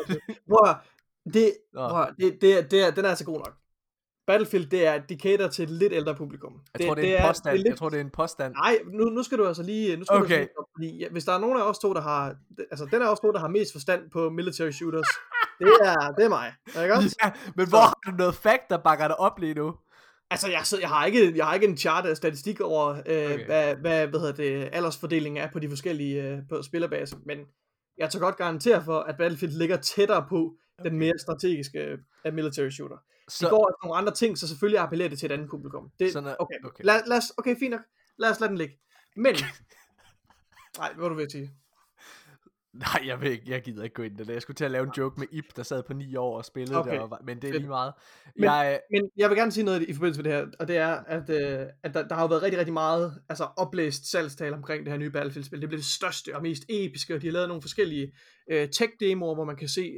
den er altså god nok. Battlefield, det er dedicated til et lidt ældre publikum. Jeg tror, det er en påstand. Jeg tror, det er en påstand. Nej, nu skal du altså lige... fordi hvis der er nogen af os to, der har... Altså, den af os to, der har mest forstand på military shooters, det er mig. Ikke også? Ja, men hvor har du noget fact, der bakker dig op lige nu? Altså, jeg har ikke en chart af statistik over, hvad aldersfordelingen er på de forskellige på spillerbase, men jeg tør godt garantere for, at Battlefield ligger tættere på den mere strategiske military shooter. De går efter nogle andre ting, så selvfølgelig appellerer det til et andet publikum. Okay, fint nok. Lad os lade den ligge. Men, nej, hvad du vil sige? Nej, jeg gider ikke gå ind i det. Jeg skulle til at lave en joke med Ip, der sad på 9 år og spillede det, men det er lige meget. Men jeg vil gerne sige noget i forbindelse med det her, og det er, at der har jo været rigtig, rigtig meget oplæst salgstale omkring det her nye Battlefield-spil. Det bliver det største og mest episke, og de har lavet nogle forskellige tech-demoer, hvor man kan se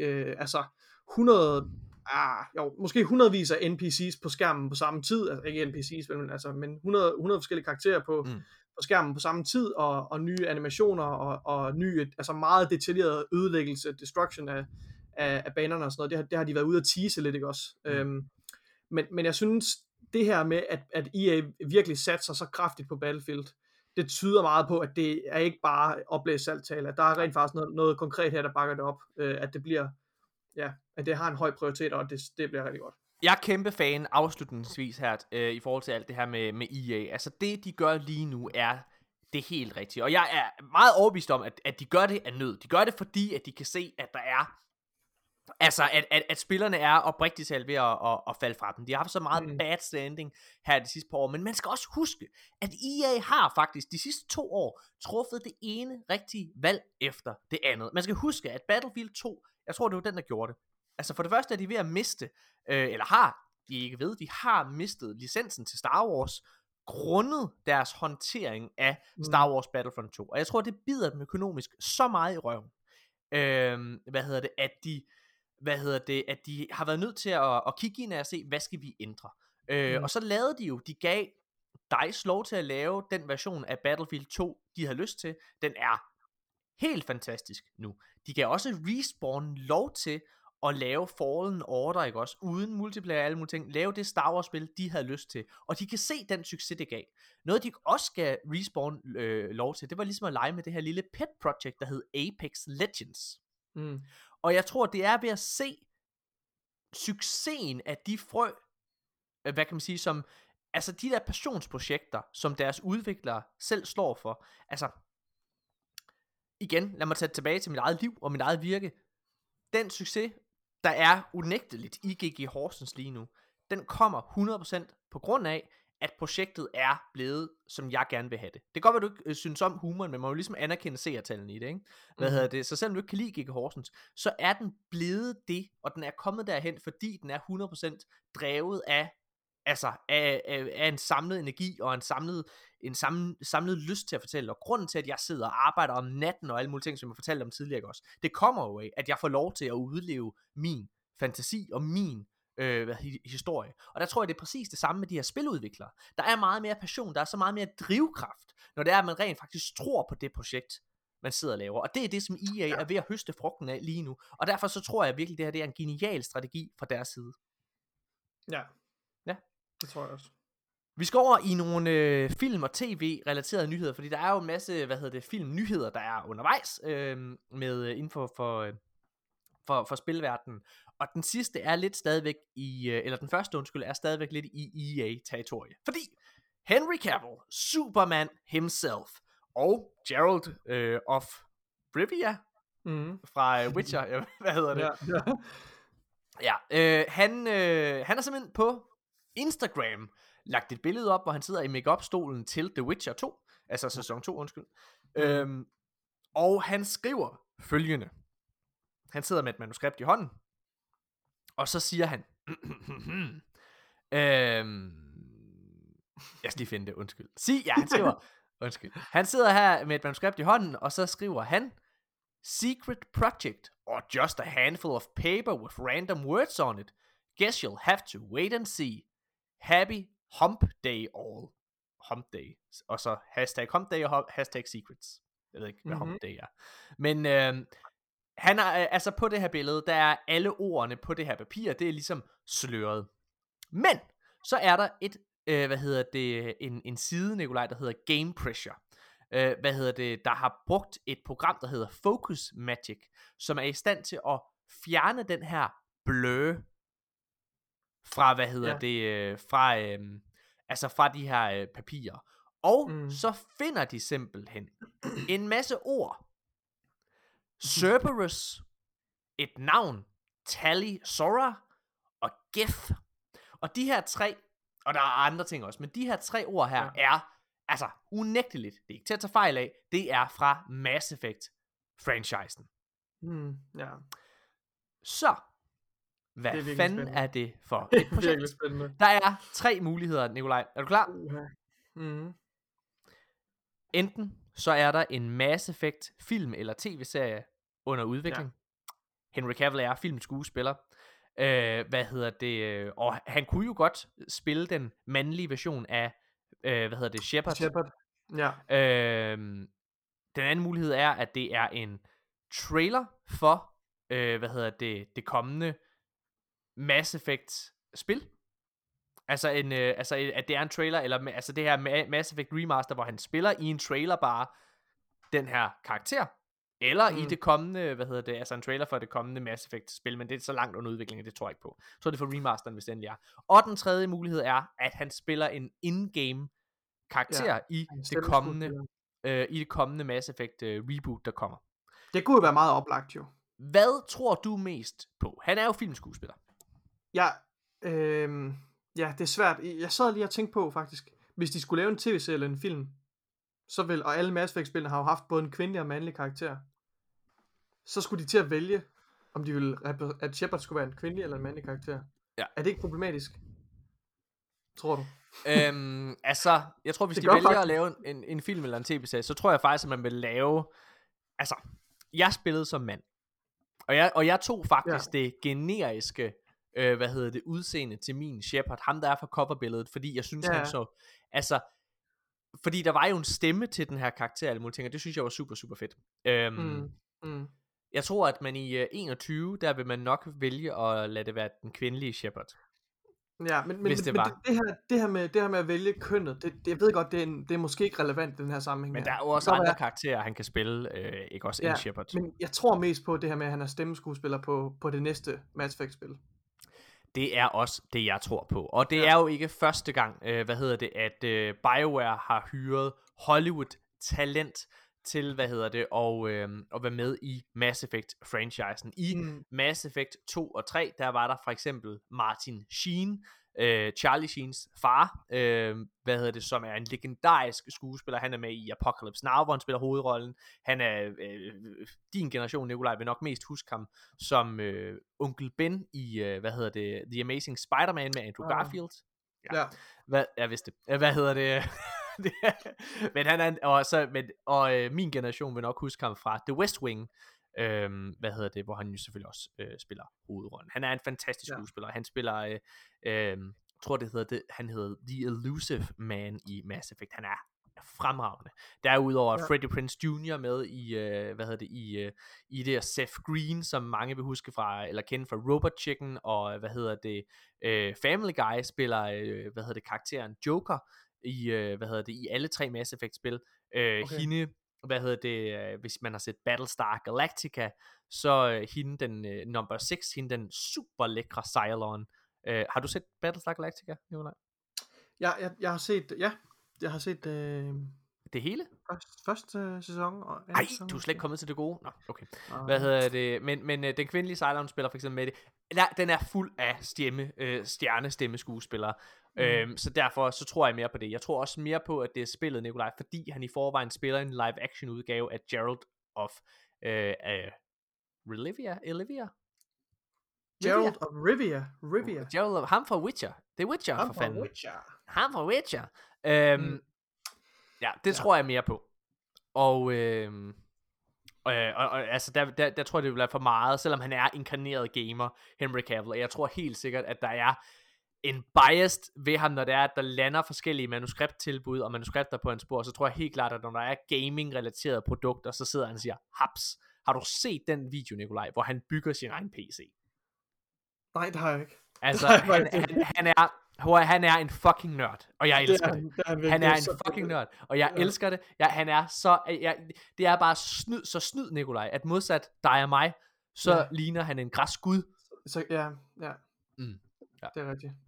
100 hundredvis af NPC's på skærmen på samme tid, altså ikke NPC's, men 100 forskellige karakterer på skærmen på samme tid, og nye animationer, og nye, altså meget detaljeret ødelæggelse, destruction af banerne og sådan noget, det har de været ude at tease lidt, ikke også? Men jeg synes, det her med, at EA virkelig satser så kraftigt på Battlefield, det tyder meget på, at det er ikke bare oplæst salgtale, at der er rent faktisk noget konkret her, der bakker det op, at det bliver, at det har en høj prioritet, og det bliver rigtig godt. Jeg er kæmpe fan afslutningsvis her i forhold til alt det her med EA. Altså det de gør lige nu er Det er helt rigtigt. Og jeg er meget overbevist om, at de gør det af nød. De gør det, fordi at de kan se, at der er... Altså, at spillerne er oprigtigt talt ved at falde fra dem. De har haft så meget bad standing her de sidste par år. Men man skal også huske, at EA har faktisk de sidste 2 år truffet det ene rigtige valg efter det andet. Man skal huske, at Battlefield 2, jeg tror, det var den, der gjorde det. Altså, for det første er de ved at miste, eller har, de ikke ved, de har mistet licensen til Star Wars, grundet deres håndtering af Star Wars Battlefront 2. Og jeg tror, det bider dem økonomisk så meget i røven. At de har været nødt til at kigge ind og se, hvad skal vi ændre. Og så lavede de gav DICE lov til at lave den version af Battlefield 2, de havde lyst til. Den er helt fantastisk nu. De gav også Respawn lov til at lave Fallen Order, ikke også, uden multiplayer og alle mulige ting, lave det Star Wars spil, de havde lyst til, og de kan se den succes, det gav. Noget, de også gav Respawn lov til, det var ligesom at lege med det her lille pet project, der hed Apex Legends. Og jeg tror, det er ved at se succesen af de frø, hvad kan man sige, som, altså de der passionsprojekter, som deres udviklere selv slår for. Altså, igen, lad mig tage tilbage til mit eget liv og mit eget virke. Den succes, der er unægteligt i GG Horsens lige nu, den kommer 100% på grund af, at projektet er blevet, som jeg gerne vil have det. Det kan godt være, du ikke synes om humoren, men man må jo ligesom anerkende seertallene i det, ikke? Så selvom du ikke kan lide GG Horsens, så er den blevet det, og den er kommet derhen, fordi den er 100% drevet af, altså af en samlet energi, og en samlet lyst til at fortælle, og grunden til, at jeg sidder og arbejder om natten, og alle mulige ting, som jeg fortalte om tidligere også, det kommer jo af, at jeg får lov til at udleve min fantasi, og min historie. Og der tror jeg, det er præcis det samme med de her spiludviklere. Der er meget mere passion, der er så meget mere drivkraft, når det er, at man rent faktisk tror på det projekt, man sidder og laver. Og det er det, som EA er ved at høste frugten af lige nu. Og derfor så tror jeg virkelig, det er en genial strategi fra deres side. Ja, det tror jeg også. Vi skal over i nogle film- og tv-relaterede nyheder, fordi der er jo en masse, film-nyheder, der er undervejs med inden for spilverdenen. Og den sidste er lidt stadigvæk den første er stadigvæk lidt i EA-territorie. Fordi Henry Cavill, Superman himself, og Geralt of Rivia fra Witcher, hvad hedder det? Han er simpelthen på Instagram lagt et billede op, hvor han sidder i make-up-stolen til The Witcher 2, altså sæson 2, undskyld. Og han skriver følgende. Han sidder med et manuskript i hånden, og så siger han, jeg skal lige finde det, undskyld. Han skriver, undskyld. Han sidder her med et manuskript i hånden, og så skriver han, secret project, or just a handful of paper with random words on it. Guess you'll have to wait and see. Happy Hump Day all. Hump Day. Og så hashtag Hump Day og hashtag secrets. Jeg ved ikke, hvad Hump Day er. Men han er altså på det her billede, der er alle ordene på det her papir, det er ligesom sløret. Men så er der en side, Nikolaj, der hedder Game Pressure. Der har brugt et program, der hedder Focus Magic, som er i stand til at fjerne den her blø fra, fra de her papirer. Og så finder de simpelthen en masse ord. Cerberus, et navn, Tali Sora og Geth. Og de her 3, og der er andre ting også, men de her 3 ord her er altså unægteligt, det er ikke til at tage fejl af, det er fra Mass Effect franchisen. Så hvad fanden spændende. Er det for et projekt? Der er 3 muligheder, Nikolaj. Er du klar? Enten så er der en Mass Effect film eller tv-serie under udvikling. Henry Cavill er filmskuespiller. Og han kunne jo godt spille den mandlige version af Shepard. Den anden mulighed er, at det er en trailer for det kommende Mass Effect spil. Altså at det er en trailer, eller altså det her Mass Effect Remaster, hvor han spiller i en trailer bare den her karakter, eller i det kommende, altså en trailer for det kommende Mass Effect spil, men det er så langt under udviklingen, det tror jeg ikke på. Så er det for remasteren, hvis det endelig er. Og den tredje mulighed er, at han spiller en in-game karakter i det kommende i det kommende Mass Effect reboot, der kommer. Det kunne jo være meget oplagt, jo. Hvad tror du mest på? Han er jo filmskuespiller. Ja, ja, det er svært. Jeg sad lige og tænkte på, faktisk, hvis de skulle lave en tv-serie eller en film, så vil, og alle Mass Effect-spillene har jo haft både en kvindelig og mandlig karakter, så skulle de til at vælge, om de ville, at Shepard skulle være en kvindelig eller en mandlig karakter. Ja. Er det ikke problematisk? Tror du? Altså, jeg tror, hvis de vælger at lave en film eller en tv-serie, så tror jeg faktisk, at man vil lave... Altså, jeg spillede som mand. Og jeg tog faktisk det generiske, udseende til min Shepard, ham der er fra coverbilledet, fordi jeg synes, han så... Altså, fordi der var jo en stemme til den her karakter, alle mulige ting, og det synes jeg var super, super fedt. Jeg tror, at man i 21, der vil man nok vælge at lade det være den kvindelige Shepard. Ja, men det her med at vælge kønnet, jeg ved godt, det er måske ikke relevant i den her sammenhæng. Men der er jo også andre karakterer, han kan spille, ikke også en Shepard. Men jeg tror mest på det her med, at han er stemmeskuespiller på det næste Mass Effect-spil. Det er også det, jeg tror på. Og det er jo ikke første gang, at BioWare har hyret Hollywood-talent til, at være med i Mass Effect-franchisen. I Mass Effect 2 og 3, der var der for eksempel Martin Sheen, Charlie Sheens far, som er en legendarisk skuespiller. Han er med i Apocalypse Now, hvor han spiller hovedrollen. Han er din generation, Nikolaj, vil nok mest huske ham som onkel Ben i The Amazing Spider-Man med Andrew Garfield. Jeg vidste det. Men han er min generation vil nok huske ham fra The West Wing, hvor han jo selvfølgelig også spiller hovedrollen. Han er en fantastisk skuespiller. Han spiller han hedder The Elusive Man i Mass Effect. Han er fremragende. Derudover Freddie Prinze Jr. med i i det, Seth Green, som mange vil huske fra eller kende fra Robot Chicken, og Family Guy spiller karakteren Joker i i alle 3 Mass Effect spil. Hende, hvis man har set Battlestar Galactica, så hende den number 6, hende den super lækre Cylon. Har du set Battlestar Galactica, Nikolaj? Jeg har set det hele? Første sæson. Nej, du er slet ikke kommet til det gode. Nå, okay. Men den kvindelige Cylon spiller for eksempel med det. Den er fuld af stjernestemmeskuespillere. Så derfor så tror jeg mere på det. Jeg tror også mere på, at det er spillet, Nikolaj, fordi han i forvejen spiller en live action udgave af Gerald of Rivia. Gerald of Rivia. Gerald of, ham fra Witcher. Det er Witcher, for fanden. Ham fra Witcher. Ja, det tror jeg mere på. Og altså der tror jeg det vil være for meget, selvom han er inkarneret gamer, Henry Cavill. Og jeg tror helt sikkert, at der er en bias ved ham, når det er, at der lander forskellige manuskripttilbud og manuskripter på hans spor. Så tror jeg helt klart, at når der er gaming-relaterede produkter, så sidder han og siger, haps, har du set den video, Nikolaj, hvor han bygger sin egen PC? Nej, det har jeg ikke. Altså, han er en fucking nørd, og jeg elsker det. Han er en fucking nørd, og jeg elsker det. Han er så... det er bare snyd, Nikolaj, at modsat dig og mig, så ligner han en græsgud. Så ja. Det er rigtigt.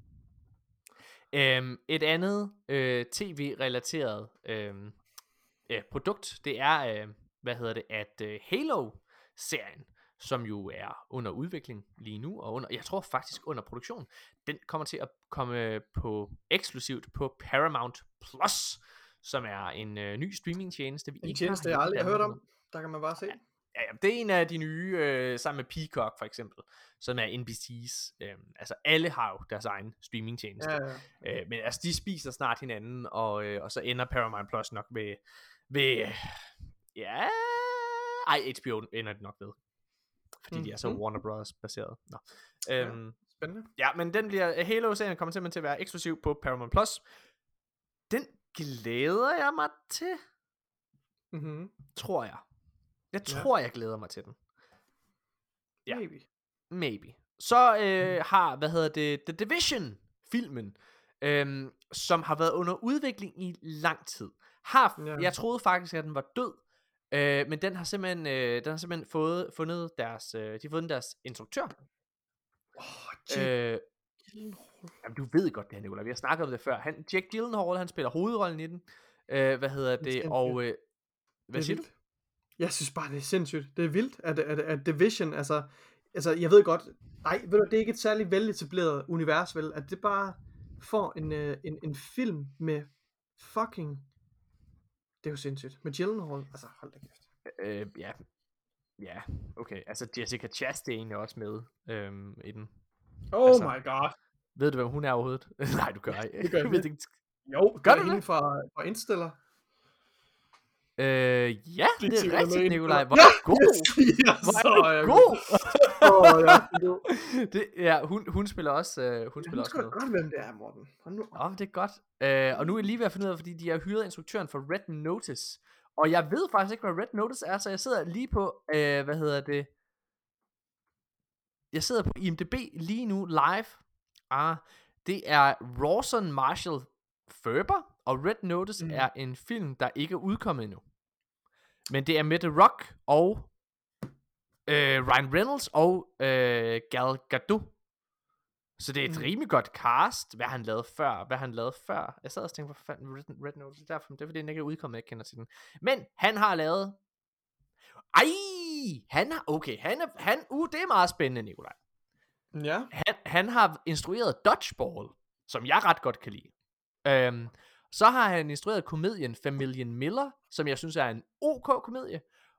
Et andet tv-relateret produkt, det er, Halo-serien, som jo er under udvikling lige nu, og jeg tror faktisk under produktion. Den kommer til at komme eksklusivt på Paramount Plus, som er en ny streamingtjeneste. En tjeneste, jeg aldrig har hørt om. Der kan man bare se. Ja, det er en af de nye, sammen med Peacock for eksempel, som er NBC's. Altså alle har jo deres egen streamingtjeneste. Men altså de spiser snart hinanden, og så ender Paramount Plus nok ved HBO ender det nok ved. Fordi de er så Warner Bros. Baseret. Spændende. Ja, men Halo-serien kommer simpelthen til at være eksklusiv på Paramount Plus. Den glæder jeg mig til. Tror jeg. Jeg tror, jeg glæder mig til den. Ja. Maybe. Så har, The Division-filmen, som har været under udvikling i lang tid. Jeg troede faktisk, at den var død. Men den har simpelthen fundet deres instruktør. Jamen, du ved godt det her, Nicolai. Vi har snakket om det før. Jake Gyllenhaal, han spiller hovedrollen i den. Hvad siger du? Jeg synes bare, det er sindssygt. Det er vildt, at Division, altså, jeg ved godt, ved du, det er ikke et særligt veletableret univers, vel? At det bare får en film med fucking, det er jo sindssygt, med Gyllenhaal, altså hold da kæft. Ja, okay. Altså, Jessica Chastain er også med i den. My god. Ved du, hvem hun er overhovedet? Nej, du gør ikke. Det gør jeg ikke. Jo, gør det er du hende fra Indstiller. Ja, det er rigtigt, Nikolaj. Hvor er god. Hvor er god. Ja, hun spiller også hun spiller også med. Godt, hvem det er, Morten. Det er godt. Og nu er jeg lige ved at finde ud af, fordi de har hyret instruktøren for Red Notice. Og jeg ved faktisk ikke, hvad Red Notice er, så jeg sidder lige på, jeg sidder på IMDb lige nu live. Det er Rawson Marshall Ferber, og Red Notice er en film, der ikke er udkommet endnu. Men det er med The Rock og Ryan Reynolds og Gal Gadot. Så det er et rimelig godt cast. Hvad han lavede før. Jeg sad og tænkte, hvor fanden Red Notice er derfor. Det er fordi, den ikke er udkommet, jeg kender til den. Men han har lavet... det er meget spændende, Nikolaj. Ja. Han har instrueret Dodgeball, som jeg ret godt kan lide. Så har han instrueret komedien Familien Miller, som jeg synes er en OK komedie.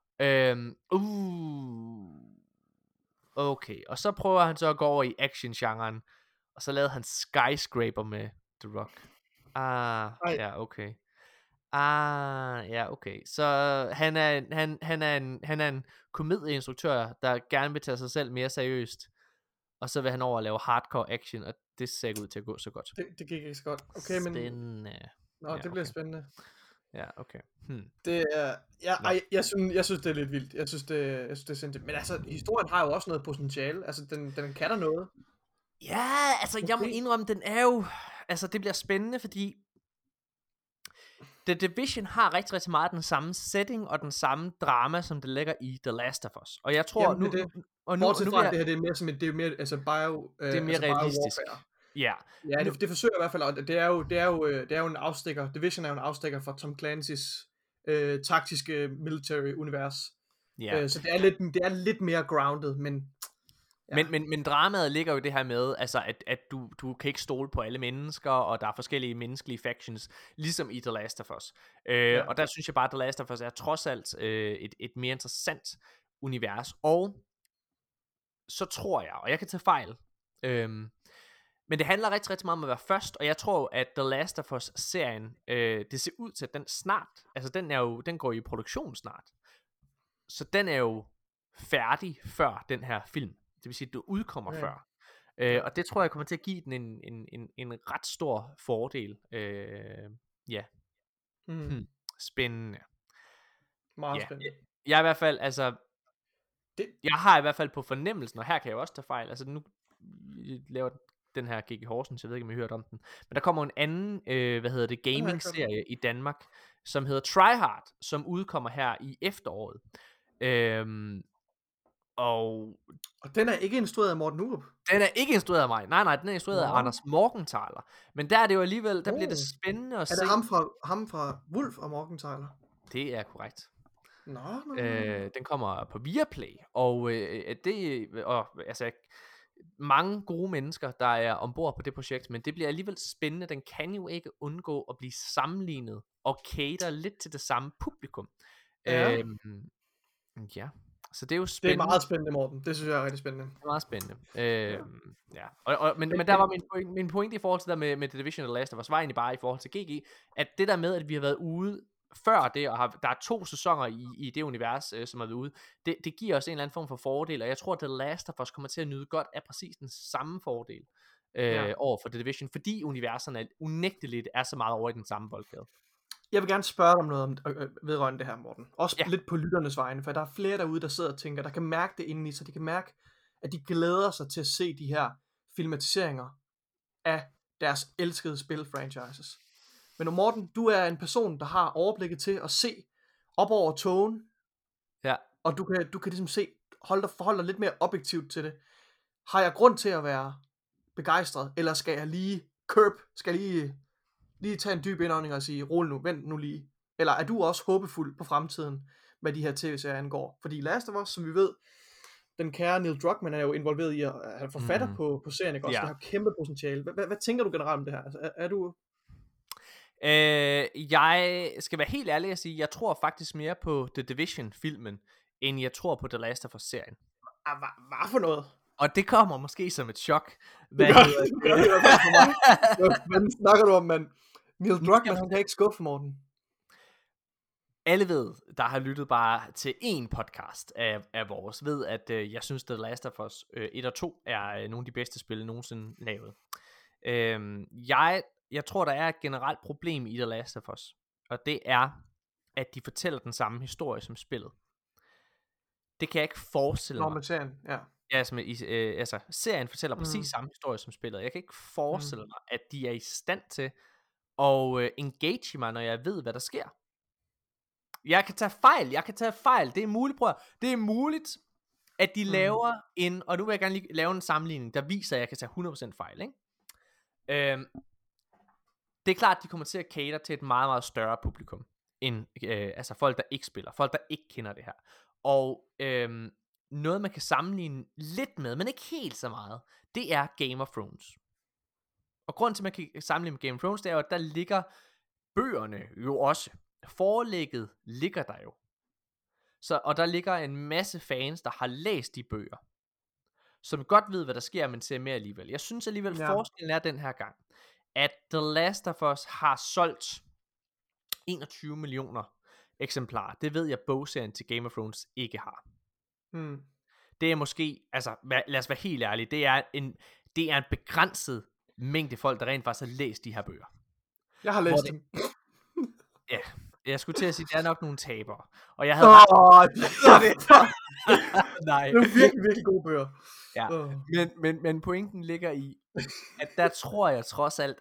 Okay, og så prøver han så at gå over i action-genren, og så lavede han Skyscraper med The Rock. Ja, okay. Ja, okay. Så han er en komedieinstruktør, der gerne vil tage sig selv mere seriøst, og så vil han over at lave hardcore action, og det ser ikke ud til at gå så godt. Det gik ikke så godt. Okay, men... Spændende. Det bliver spændende. Ja, okay. Det er... Jeg synes, det er lidt vildt. Jeg synes, det er sindssygt. Men altså, historien har jo også noget potentiale. Altså, den kan der noget. Ja, altså, jeg må indrømme, den er jo... Altså, det bliver spændende, fordi... The Division har rigtig, rigtig meget den samme setting og den samme drama, som det ligger i The Last of Us. Og jeg tror nu... Bortset fra, det her det er mere som det er mere, altså bio... det er mere realistisk. Ja, det forsøger i hvert fald, og det er jo en afstikker. Division er jo en afstikker fra Tom Clancy's taktiske military univers. Så det er lidt mere grounded, men... Ja. Men dramaet ligger jo det her med, altså at du kan ikke stole på alle mennesker, og der er forskellige menneskelige factions, ligesom i The Last of Us. Og der synes jeg bare, at The Last of Us er trods alt et mere interessant univers. Og så tror jeg, og jeg kan tage fejl, men det handler rigtig, rigtig meget om at være først, og jeg tror, at The Last of Us-serien, det ser ud til, at den snart, altså den går i produktion snart. Så den er jo færdig før den her film. Det vil sige, at du udkommer før. Og det tror jeg kommer til at give den en ret stor fordel. Spændende. Meget spændende. Jeg er i hvert fald, altså... Jeg har i hvert fald på fornemmelsen, og her kan jeg også tage fejl. Altså nu laver den her G.G. Horsens, jeg ved ikke, om I har hørt om den. Men der kommer en anden, gaming-serie i Danmark, som hedder Tryhard, som udkommer her i efteråret. Og den er ikke instrueret af Morten Urup. Den er ikke instrueret af mig. Nej, den er instrueret af Anders Morgenthaler. Men der er det jo alligevel, der bliver det spændende at se. Er det ham fra Wolf og Morgenthaler? Det er korrekt. Nå. Den kommer på Viaplay, og altså mange gode mennesker, der er ombord på det projekt, men det bliver alligevel spændende. Den kan jo ikke undgå at blive sammenlignet og cater lidt til det samme publikum. Ja. Så det er jo spændende. Det er meget spændende, Morten. Det synes jeg er rigtig spændende. Det er meget spændende. Men der var min pointe i forhold til der med The Division og The Last of Us, var egentlig bare i forhold til GG, at det der med, at vi har været ude før det, og der er 2 sæsoner i det univers, som har været ude, det giver os en eller anden form for fordel, og jeg tror, at The Last of Us kommer til at nyde godt af præcis den samme fordel over for The Division, fordi universerne unægteligt er så meget over i den samme boldgade. Jeg vil gerne spørge dig om noget vedrørende det her, Morten. Også lidt på lytternes vegne, for der er flere derude, der sidder og tænker, der kan mærke det indeni, så de kan mærke, at de glæder sig til at se de her filmatiseringer af deres elskede spil-franchises. Men Morten, du er en person, der har overblikket til at se op over togen, og du kan ligesom se, forholde dig lidt mere objektivt til det. Har jeg grund til at være begejstret, eller skal jeg lige tage en dyb indånding og sige, rolig nu, vent nu lige? Eller er du også håbefuld på fremtiden, hvad de her tv-serier angår? Fordi Last of Us, som vi ved, den kære Neil Druckmann er jo involveret i at have forfatter på serien, ikke? Også det har kæmpe potentiale. Hvad tænker du generelt om det her? Altså, er du... Jeg skal være helt ærlig at sige, jeg tror faktisk mere på The Division-filmen, end jeg tror på The Last of Us-serien. Hvad for noget? Og det kommer måske som et chok. Hvad snakker du om, mand? Neil Druckmann, han kan ikke skuffe, Morten. Alle ved, der har lyttet bare til én podcast af vores, ved at jeg synes, The Last of Us 1 og 2 er nogle af de bedste spil nogensinde lavet. Jeg tror, der er et generelt problem i The Last of Us, og det er, at de fortæller den samme historie som spillet. Det kan jeg ikke forestille mig. Med serien, ja. Altså, serien fortæller præcis samme historie som spillet. Jeg kan ikke forestille mig, at de er i stand til at engage mig, når jeg ved, hvad der sker. Jeg kan tage fejl, det er muligt, bror. Det er muligt, at de laver og nu vil jeg gerne lige lave en sammenligning, der viser, at jeg kan tage 100% fejl, ikke? Det er klart, at de kommer til at cater til et meget, meget større publikum, end altså folk, der ikke spiller, folk, der ikke kender det her. Og noget, man kan sammenligne lidt med, men ikke helt så meget, det er Game of Thrones. Og grunden til, at man kan sammenligne med Game of Thrones, det er jo, at der ligger bøgerne jo også. Forlægget ligger der jo. Og der ligger en masse fans, der har læst de bøger, som godt ved, hvad der sker, men ser mere alligevel. Jeg synes alligevel, forskellen er den her gang, at The Last of Us har solgt 21 millioner eksemplarer. Det ved jeg, bogserien til Game of Thrones ikke har. Det er måske, altså lad os være helt ærlige, det er en begrænset mængde folk, der rent faktisk har læst de her bøger. Jeg har læst dem. Ja, jeg skulle til at sige, at der er nok nogle tabere. Og jeg havde nej. Det er virkelig, virkelig gode bøger. Ja, men pointen ligger i, at der tror jeg trods alt,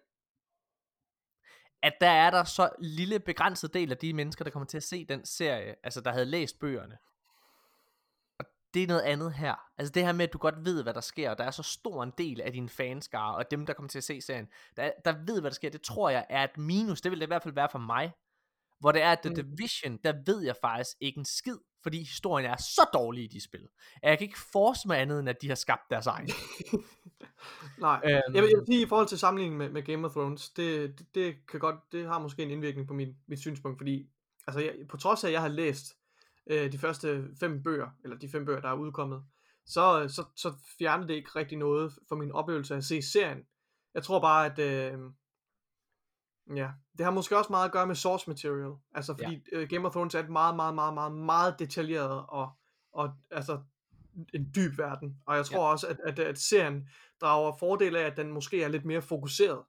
at der er der så lille begrænset del af de mennesker, der kommer til at se den serie, altså der havde læst bøgerne. Og det er noget andet her. Altså det her med, at du godt ved, hvad der sker, og der er så stor en del af dine fanskare, og dem, der kommer til at se serien, der ved, hvad der sker, det tror jeg er et minus. Det vil det i hvert fald være for mig. Hvor det er, at The Division, der ved jeg faktisk ikke en skid, fordi historien er så dårlig i de spil. Jeg kan ikke forestille mig andet, end at de har skabt deres egen. Nej, jeg vil sige, i forhold til sammenligningen med Game of Thrones, det kan godt, det har måske en indvirkning på mit synspunkt, fordi altså på trods af, at jeg har læst de første 5 bøger, eller de 5 bøger, der er udkommet, så fjerner det ikke rigtig noget for min oplevelse af at se serien. Jeg tror bare, at det har måske også meget at gøre med source material, altså fordi Game of Thrones er et meget, meget, meget, meget, meget detaljeret og altså en dyb verden, og jeg tror også, at serien drager fordel af, at den måske er lidt mere fokuseret.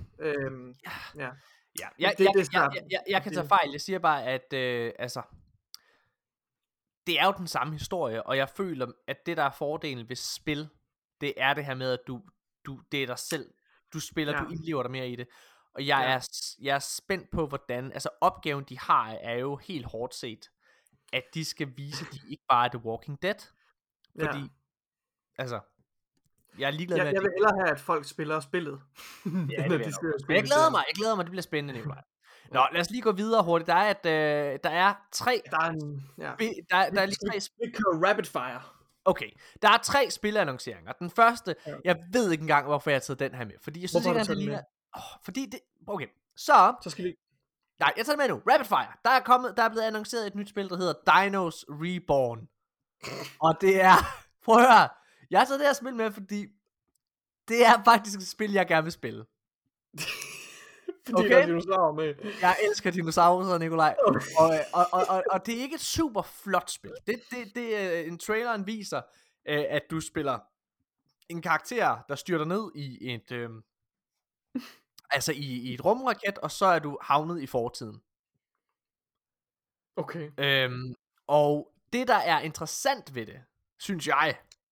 Jeg kan tage fejl. Jeg siger bare, at altså det er jo den samme historie, og jeg føler, at det der er fordelen ved spil, det er det her med, at du det er dig selv, du spiller, du indlever dig mere i det. Og jeg er spændt på, hvordan, altså opgaven de har, er jo helt hårdt set, at de skal vise, at de ikke bare er The Walking Dead. Fordi, altså, jeg er ligeglad med, jeg vil hellere have, at folk spiller spillet. Men jeg glæder mig, det bliver spændende, Nikolaj. Nå, lad os lige gå videre hurtigt. Der er 3 der er lige 3 rapid fire. Okay, der er 3 spilannonceringer. Den første, jeg ved ikke engang, hvorfor jeg har taget den her med, fordi jeg synes ikke, at det ligner fordi det, okay, så skal vi. Nej, jeg tager det med nu. Rapid fire. Der er blevet annonceret et nyt spil, der hedder Dinos Reborn. Og det er, prøv at høre, jeg har taget det her spil med, fordi det er faktisk et spil, jeg gerne vil spille. Fordi der er dinosaurer med. Jeg elsker dinosaurer, Nikolaj. Og det er ikke et super flot spil. En traileren viser, at du spiller en karakter, der styrter ned i et altså i et rumraket, og så er du havnet i fortiden. Okay. Og det der er interessant ved det, synes jeg,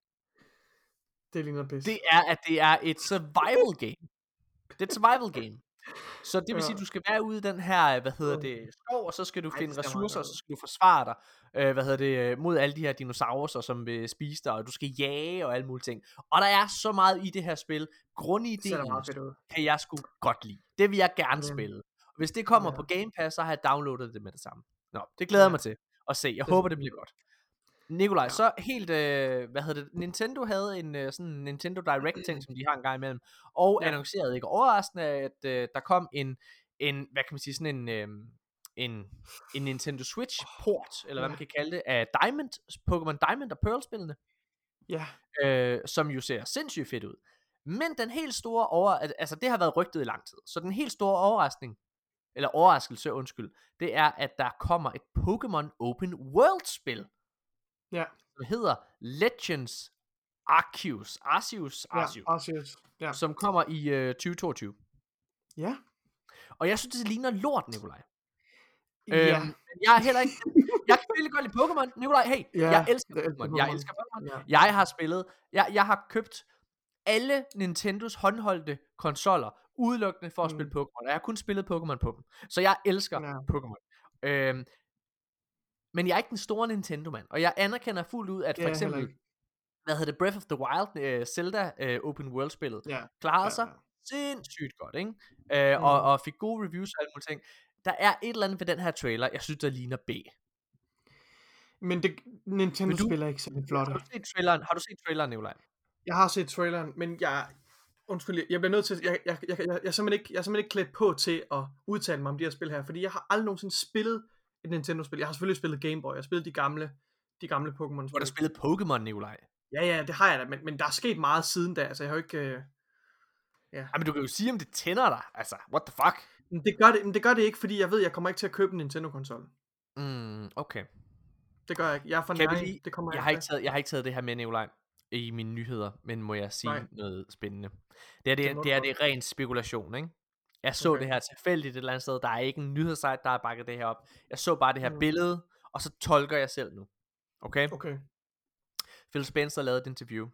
det er, at det er et survival game. Det er et survival game. Så det vil sige, at du skal være ude i den her, skov, og så skal du finde ressourcer, og så skal du forsvare dig, mod alle de her dinosaurer, som vil spise dig, og du skal jage og alle mulige ting. Og der er så meget i det her spil. Grundideen kan jeg sgu godt lide. Det vil jeg gerne spille. Hvis det kommer på Game Pass, så har jeg downloadet det med det samme. Nå, det glæder jeg mig til at se. Jeg håber, det bliver godt. Nikolaj, så helt, Nintendo havde en sådan Nintendo Direct ting, som de har en gang imellem, og annoncerede ikke overraskende, at der kom en, hvad kan man sige, sådan en Nintendo Switch port, eller hvad man kan kalde det, af Pokémon Diamond og Pearl-spillene, som jo ser sindssygt fedt ud. Men den helt store altså det har været rygtet i lang tid, så den helt store overraskelse, det er, at der kommer et Pokémon Open World-spil, som hedder Legends Arceus, som kommer i 2022. Ja. Og jeg synes, det ligner lort, Nikolaj. Jeg er heller ikke... Jeg kan virkelig godt lide Pokémon, Nikolaj. Hey, jeg elsker Pokémon. Jeg elsker Pokémon. Jeg har spillet... Jeg har købt alle Nintendos håndholdte konsoller udelukkende for at spille Pokémon. Og jeg har kun spillet Pokémon på dem. Så jeg elsker Pokémon. Men jeg er ikke den store Nintendo-mand. Og jeg anerkender fuldt ud, at for eksempel... Breath of the Wild, Zelda Open World-spillet, klarede sig sindssygt godt, ikke? Og fik gode reviews og alle mulige ting. Der er et eller andet ved den her trailer, jeg synes, der ligner B. Men Nintendo spiller ikke sådan flot. Har du set traileren, Nikolaj? Jeg har set traileren, men jeg bliver nødt til, jeg er simpelthen ikke klædt på til at udtale mig om de her spil her, fordi jeg har aldrig nogensinde spillet et Nintendo-spil. Jeg har selvfølgelig spillet Game Boy, jeg har spillet de gamle Pokémon-spil. Hvor der spillet Pokémon, Nikolaj? Ja, det har jeg da, men der er sket meget siden da, altså jeg har jo ikke... Men du kan jo sige, om det tænder dig, altså, what the fuck? Men det gør det ikke, fordi jeg ved, jeg kommer ikke til at købe en Nintendo-konsol. Okay. Det gør jeg ikke. Jeg er for det kommer jeg har ikke taget det her med, Nikolaj, i mine nyheder, men må jeg sige noget spændende. Det er ren spekulation, ikke? Jeg så det her tilfældigt et eller andet sted, der er ikke en nyhedssite, der har bakket det her op. Jeg så bare det her billede, og så tolker jeg selv nu. Okay? Phil Spencer lavede et interview.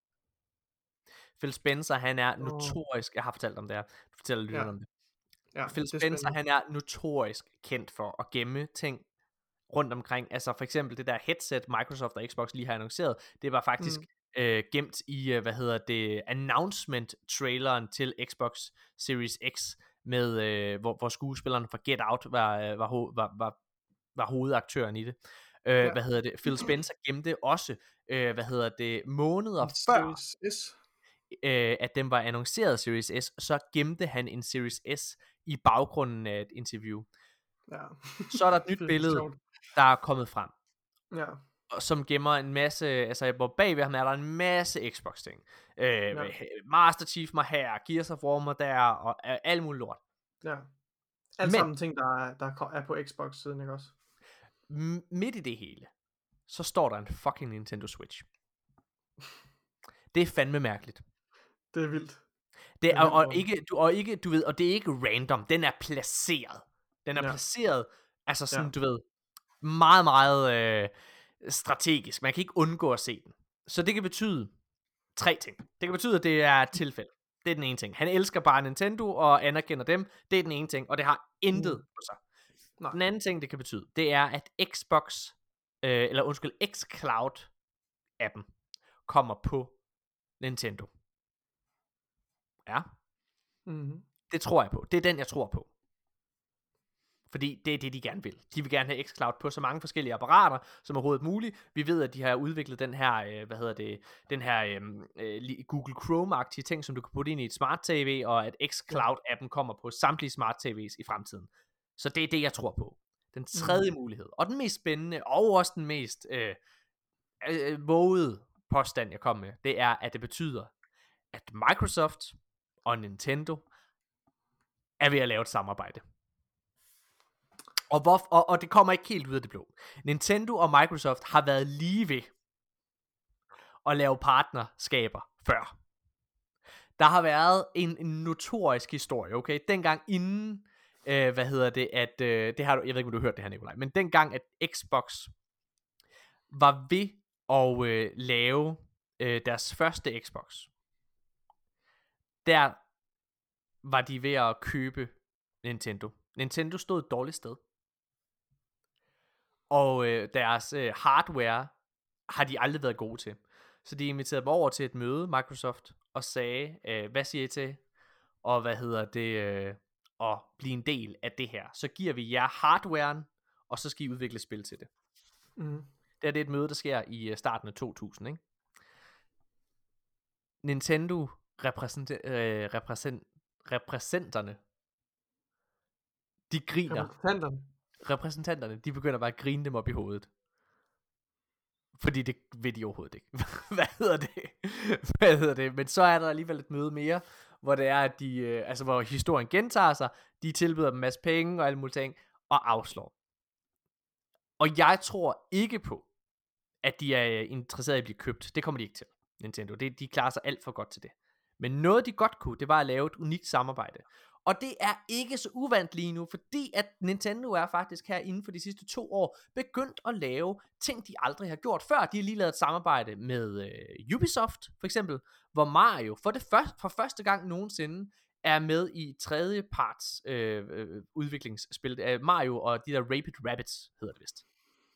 Phil Spencer, han er notorisk, jeg har fortalt om det her, du fortæller lytterne om det. Phil Spencer, han er notorisk kendt for at gemme ting rundt omkring. Altså for eksempel det der headset, Microsoft og Xbox lige har annonceret, det var faktisk gemt i, announcement-traileren til Xbox Series X, med hvor skuespilleren fra Get Out var hovedaktøren i det. Phil Spencer gemte også, måneder før, at den var annonceret Series S, så gemte han en Series S i baggrunden af et interview. Så er der et nyt billede, der er kommet frem, som gemmer en masse, altså hvor bagved ham er der en masse Xbox ting. Master Chief mig her, Gears of War mig der, og alt muligt lort. Alt sammen ting, der er på Xbox siden, ikke også? Midt i det hele, så står der en fucking Nintendo Switch. Det er fandme mærkeligt. Det er vildt. Det er, og ikke, du ved, og det er ikke random, den er placeret. Placeret, altså sådan, du ved, meget, meget strategisk. Man kan ikke undgå at se den. Så det kan betyde 3 ting. Det kan betyde, at det er et tilfælde. Det er den ene ting. Han elsker bare Nintendo og anerkender dem. Det er den ene ting, og det har intet på sig. Den anden ting, det kan betyde, det er, at xCloud-appen kommer på Nintendo. Ja. Det tror jeg på. Det er den, jeg tror på. Fordi det er det, de gerne vil. De vil gerne have xCloud på så mange forskellige apparater som overhovedet muligt. Vi ved, at de har udviklet den her, Google Chrome-agtige ting, som du kan putte ind i et smart TV, og at xCloud-appen kommer på samtlige smart TV's i fremtiden. Så det er det, jeg tror på. Den tredje mulighed, og den mest spændende, og også den mest vågede påstand, jeg kom med, det er, at det betyder, at Microsoft og Nintendo er ved at lave et samarbejde. Og det kommer ikke helt ud af det blå. Nintendo og Microsoft har været lige ved at lave partnerskaber før. Der har været en notorisk historie, okay? Dengang inden, det har du, jeg ved ikke, om du har hørt det her, Nikolaj, men dengang, at Xbox var ved at lave deres første Xbox, der var de ved at købe Nintendo. Nintendo stod et dårligt sted. Og deres hardware har de aldrig været gode til. Så de inviterede dem over til et møde, Microsoft, og sagde, hvad siger I til? Og at blive en del af det her, så giver vi jer hardwaren, og så skal I udvikle spil til det. Det er et møde, der sker i starten af 2000, ikke? Nintendo repræsentanterne, de griner. Repræsentanterne, de begynder bare at grine dem op i hovedet. Fordi det ved de overhovedet ikke. Hvad hedder det? Men så er der alligevel et møde mere, hvor det er, at de, hvor historien gentager sig, de tilbyder dem en masse penge og alle mulige ting, og afslår. Og jeg tror ikke på, at de er interesseret i at blive købt. Det kommer de ikke til, Nintendo. De klarer sig alt for godt til det. Men noget de godt kunne, det var at lave et unikt samarbejde. Og det er ikke så uvant lige nu, fordi at Nintendo er faktisk her inden for de sidste 2 år begyndt at lave ting, de aldrig har gjort før. De har lige lavet et samarbejde med Ubisoft, for eksempel, hvor Mario for første gang nogensinde er med i tredjeparts udviklingsspil. Mario og de der Rapid Rabbids, hedder det vist.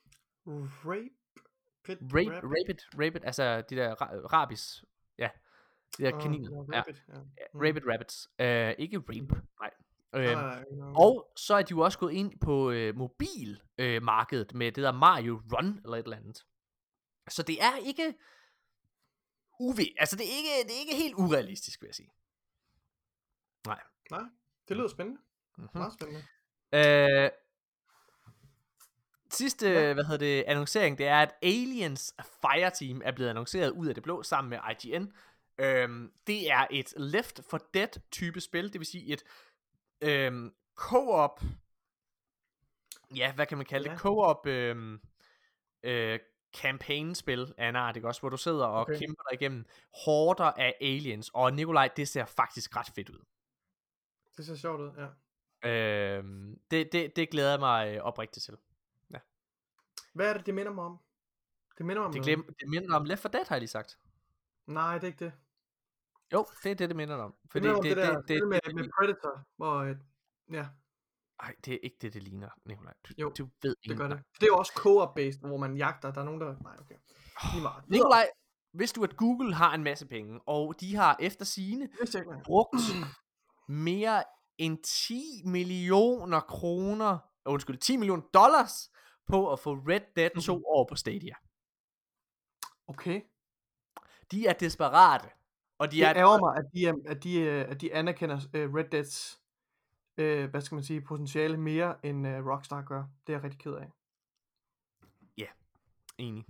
Rapid, altså de der rabis. Ja, de der kaniner. Rapid Rabbids. Ikke rape, nej. Og så er de jo også gået ind på mobilmarkedet med det der Mario Run eller et eller andet. Så det er ikke det er ikke helt urealistisk, vil jeg sige. Nej, det lyder spændende. Meget spændende. Sidste, annoncering, det er, at Aliens Fireteam er blevet annonceret ud af det blå sammen med IGN. Det er et Left 4 Dead type spil, det vil sige et co-op, ja, hvad kan man kalde det? Co-op campaign-spil af en art, ikke også? Hvor du sidder og kæmper dig igennem horder af aliens, og Nikolaj, det ser faktisk ret fedt ud. Det ser sjovt ud, ja. Det glæder jeg mig oprigtigt til. Ja. Hvad er det minder mig om? Det minder mig om Left 4 Dead, har jeg lige sagt. Nej, det er ikke det. Jo, det er det minder om. Fordi det med Predator, hvor ja. Nej, det er ikke det ligner, Nikolaj. Du ved ikke. Det gør det. Det er jo også co-op-based, hvor man jagter. Der er nogen, der... Nej, okay. Nikolaj, vidste du, at Google har en masse penge, og de har efter sigende brugt mere end 10 millioner kroner, 10 millioner dollars på at få Red Dead 2 over på Stadia. Okay. De er desperate. Og de det ærger mig, at de anerkender Red Deads hvad skal man sige, potentiale mere end Rockstar gør. Det er jeg rigtig ked af. Ja, enig.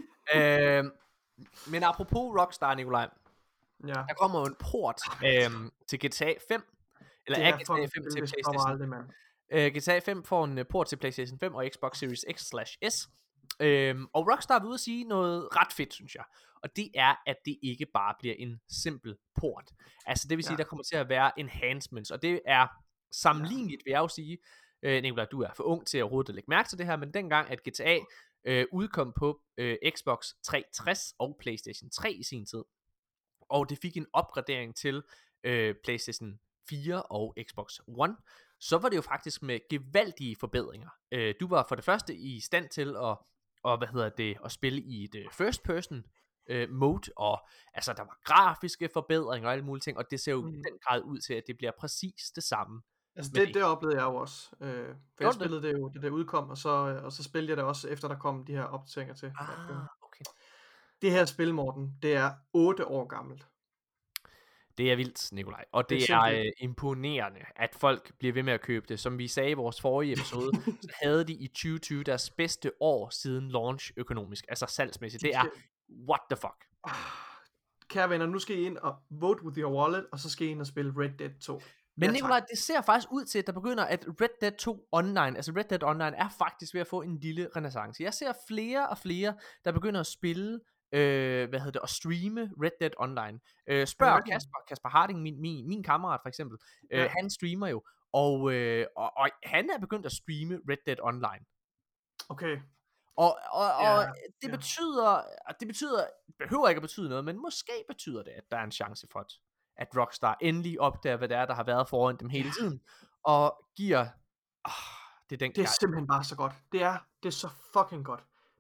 Men apropos Rockstar, Nikolaj. Ja. Der kommer jo en port til GTA 5. Eller er GTA 5 til PlayStation. GTA 5 får en port til PlayStation 5 og Xbox Series X/S. Og Rockstar vil ud at sige noget ret fedt, synes jeg. Og det er, at det ikke bare bliver en simpel port. Altså det vil sige, der kommer til at være enhancements. Og det er sammenligneligt, vil jeg jo sige. Nikolaj, du er for ung til overhovedet at lægge mærke til det her, men dengang at GTA udkom på Xbox 360 og PlayStation 3 i sin tid, og det fik en opgradering til PlayStation 4 og Xbox One, så var det jo faktisk med gevaldige forbedringer. Du var for det første i stand til at spille i et first person mode, og altså der var grafiske forbedringer og alle mulige ting, og det ser jo i den grad ud til, at det bliver præcis det samme. Altså det oplevede jeg jo også. For jeg spillede det jo, det udkom, og så spillede jeg det også, efter der kom de her opdateringer til. Okay. Det her spil, Morten, det er 8 år gammelt. Det er vildt, Nikolaj. Og det er imponerende, at folk bliver ved med at købe det. Som vi sagde i vores forrige episode, så havde de i 2020 deres bedste år siden launch økonomisk. Altså salgsmæssigt. Det er what the fuck. Kære venner, nu skal I ind og vote with your wallet, og så skal I ind og spille Red Dead 2. Men Nikolaj, det ser faktisk ud til, at der begynder, at Red Dead 2 Online, altså Red Dead Online, er faktisk ved at få en lille renaissance. Jeg ser flere og flere, der begynder at spille, og streame Red Dead Online. Spørg Kasper Harding, min kammerat for eksempel, han streamer jo, og han er begyndt at streame Red Dead Online. Okay. Og det betyder, behøver ikke at betyde noget, men måske betyder det, at der er en chance for, at Rockstar endelig opdager, hvad det er, der har været foran dem hele tiden, og giver... det er simpelthen bare så godt. Det er så fucking godt.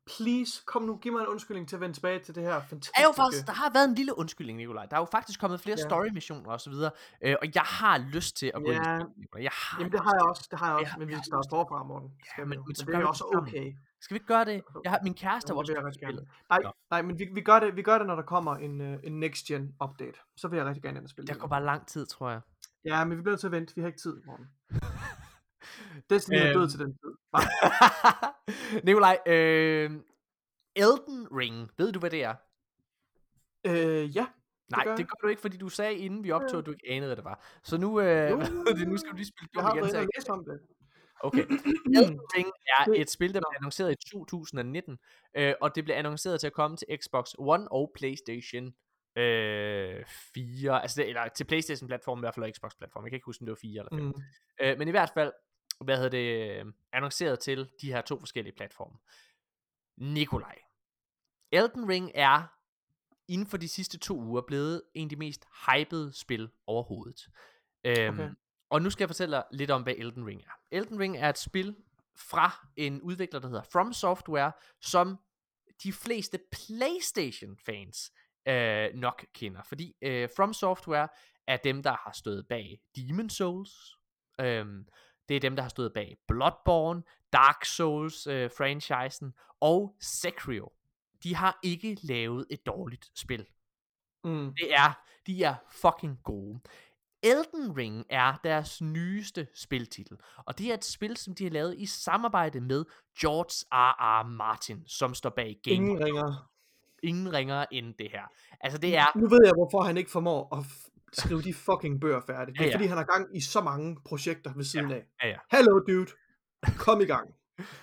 please, kom nu, giv mig en undskyldning til at vende tilbage til det her fantastiske... Er jo faktisk, der har været en lille undskyldning, Nikolaj. Der er jo faktisk kommet flere Ja. story-missioner og så videre. Og jeg har lyst til at gå ind i Ja. spillet, Nikolaj. Jamen, det har jeg også, Ja, men vi jeg skal har starte forfra, Morten. Ja, men så det gør er vi også det sammen. okay. Skal vi ikke gøre det? Min kæreste har Jamen, også det vil jeg købt rigtig gerne. spillet. Nej, men vi gør det, når der kommer en next gen update. Så vil jeg rigtig gerne ind og spille Der det. går bare lang tid, tror jeg. Ja, men vi bliver nødt til at vente. Vi har ikke tid, Morten. Destiny er død til den tid. Nikolaj, Elden Ring, ved du hvad det er? Ja. Nej, gør det jeg. gør du ikke, fordi du sagde inden vi optog, at du ikke anede, hvad det var. Så nu, nu skal du lige spille Jeg dum har igen. været Så inde jeg og læst om det. Okay. Elden Ring er et spil, der blev annonceret i 2019, og det blev annonceret til at komme til Xbox One og PlayStation 4, altså eller til PlayStation-platformen i hvert fald og Xbox-platformen. Jeg kan ikke huske, om det var 4 eller 5. Men i hvert fald, annonceret til de her 2 forskellige platforme. Nikolaj. Elden Ring er inden for de sidste 2 uger blevet en af de mest hypede spil overhovedet. Okay. Og nu skal jeg fortælle dig lidt om, hvad Elden Ring er. Elden Ring er et spil fra en udvikler, der hedder From Software, som de fleste PlayStation-fans nok kender. Fordi From Software er dem, der har stået bag Demon Souls. Det er dem, der har stået bag Bloodborne, Dark Souls franchisen og Sekiro. De har ikke lavet et dårligt spil. De er fucking gode. Elden Ring er deres nyeste spiltitel, og det er et spil, som de har lavet i samarbejde med George R.R. Martin, som står bag Game. Ingen ringer end det her. Altså det er... Nu ved jeg, hvorfor han ikke formår at skrive de fucking bøger færdigt. Det er fordi, han har gang i så mange projekter ved siden af. Ja. Hello, dude. Kom i gang.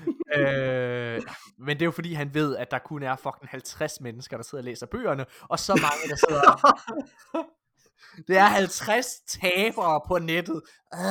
Men det er jo fordi, han ved, at der kun er fucking 50 mennesker, der sidder og læser bøgerne, og så mange, der sidder... Det er 50 tabere på nettet.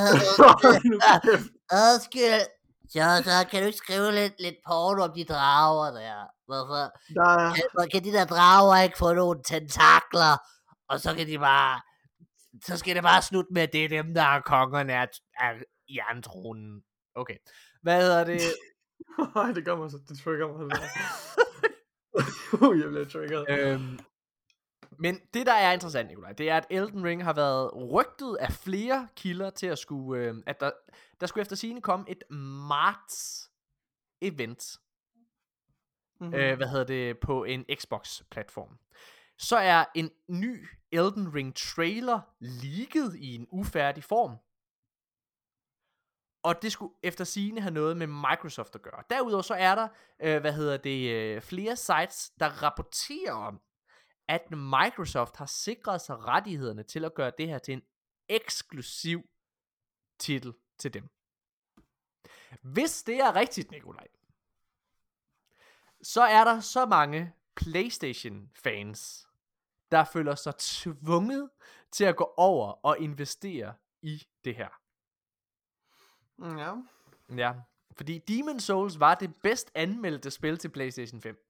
Undskyld. Så kan du ikke skrive lidt porno om de drager der? Hvorfor kan de der drager ikke få nogle tentakler? Og så kan de bare... Så skal det bare slutte med, at det er dem, der er kongerne af jerntronen. Okay. Hvad hedder det? Nej, det gør mig så. Det trigger mig. Jeg bliver triggeret. Men det, der er interessant, Nikolaj, det er, at Elden Ring har været rygtet af flere kilder til at skulle... at der skulle efter sigende komme et marts-event. På en Xbox-platform. Så er en ny Elden Ring trailer leaget i en ufærdig form. Og det skulle efter sigende have noget med Microsoft at gøre. Derudover så er der, flere sites, der rapporterer om, at Microsoft har sikret sig rettighederne til at gøre det her til en eksklusiv titel til dem. Hvis det er rigtigt, Nikolaj, så er der så mange PlayStation-fans, der føler sig tvunget til at gå over og investere i det her. Ja. Ja, fordi Demon Souls var det bedst anmeldte spil til PlayStation 5.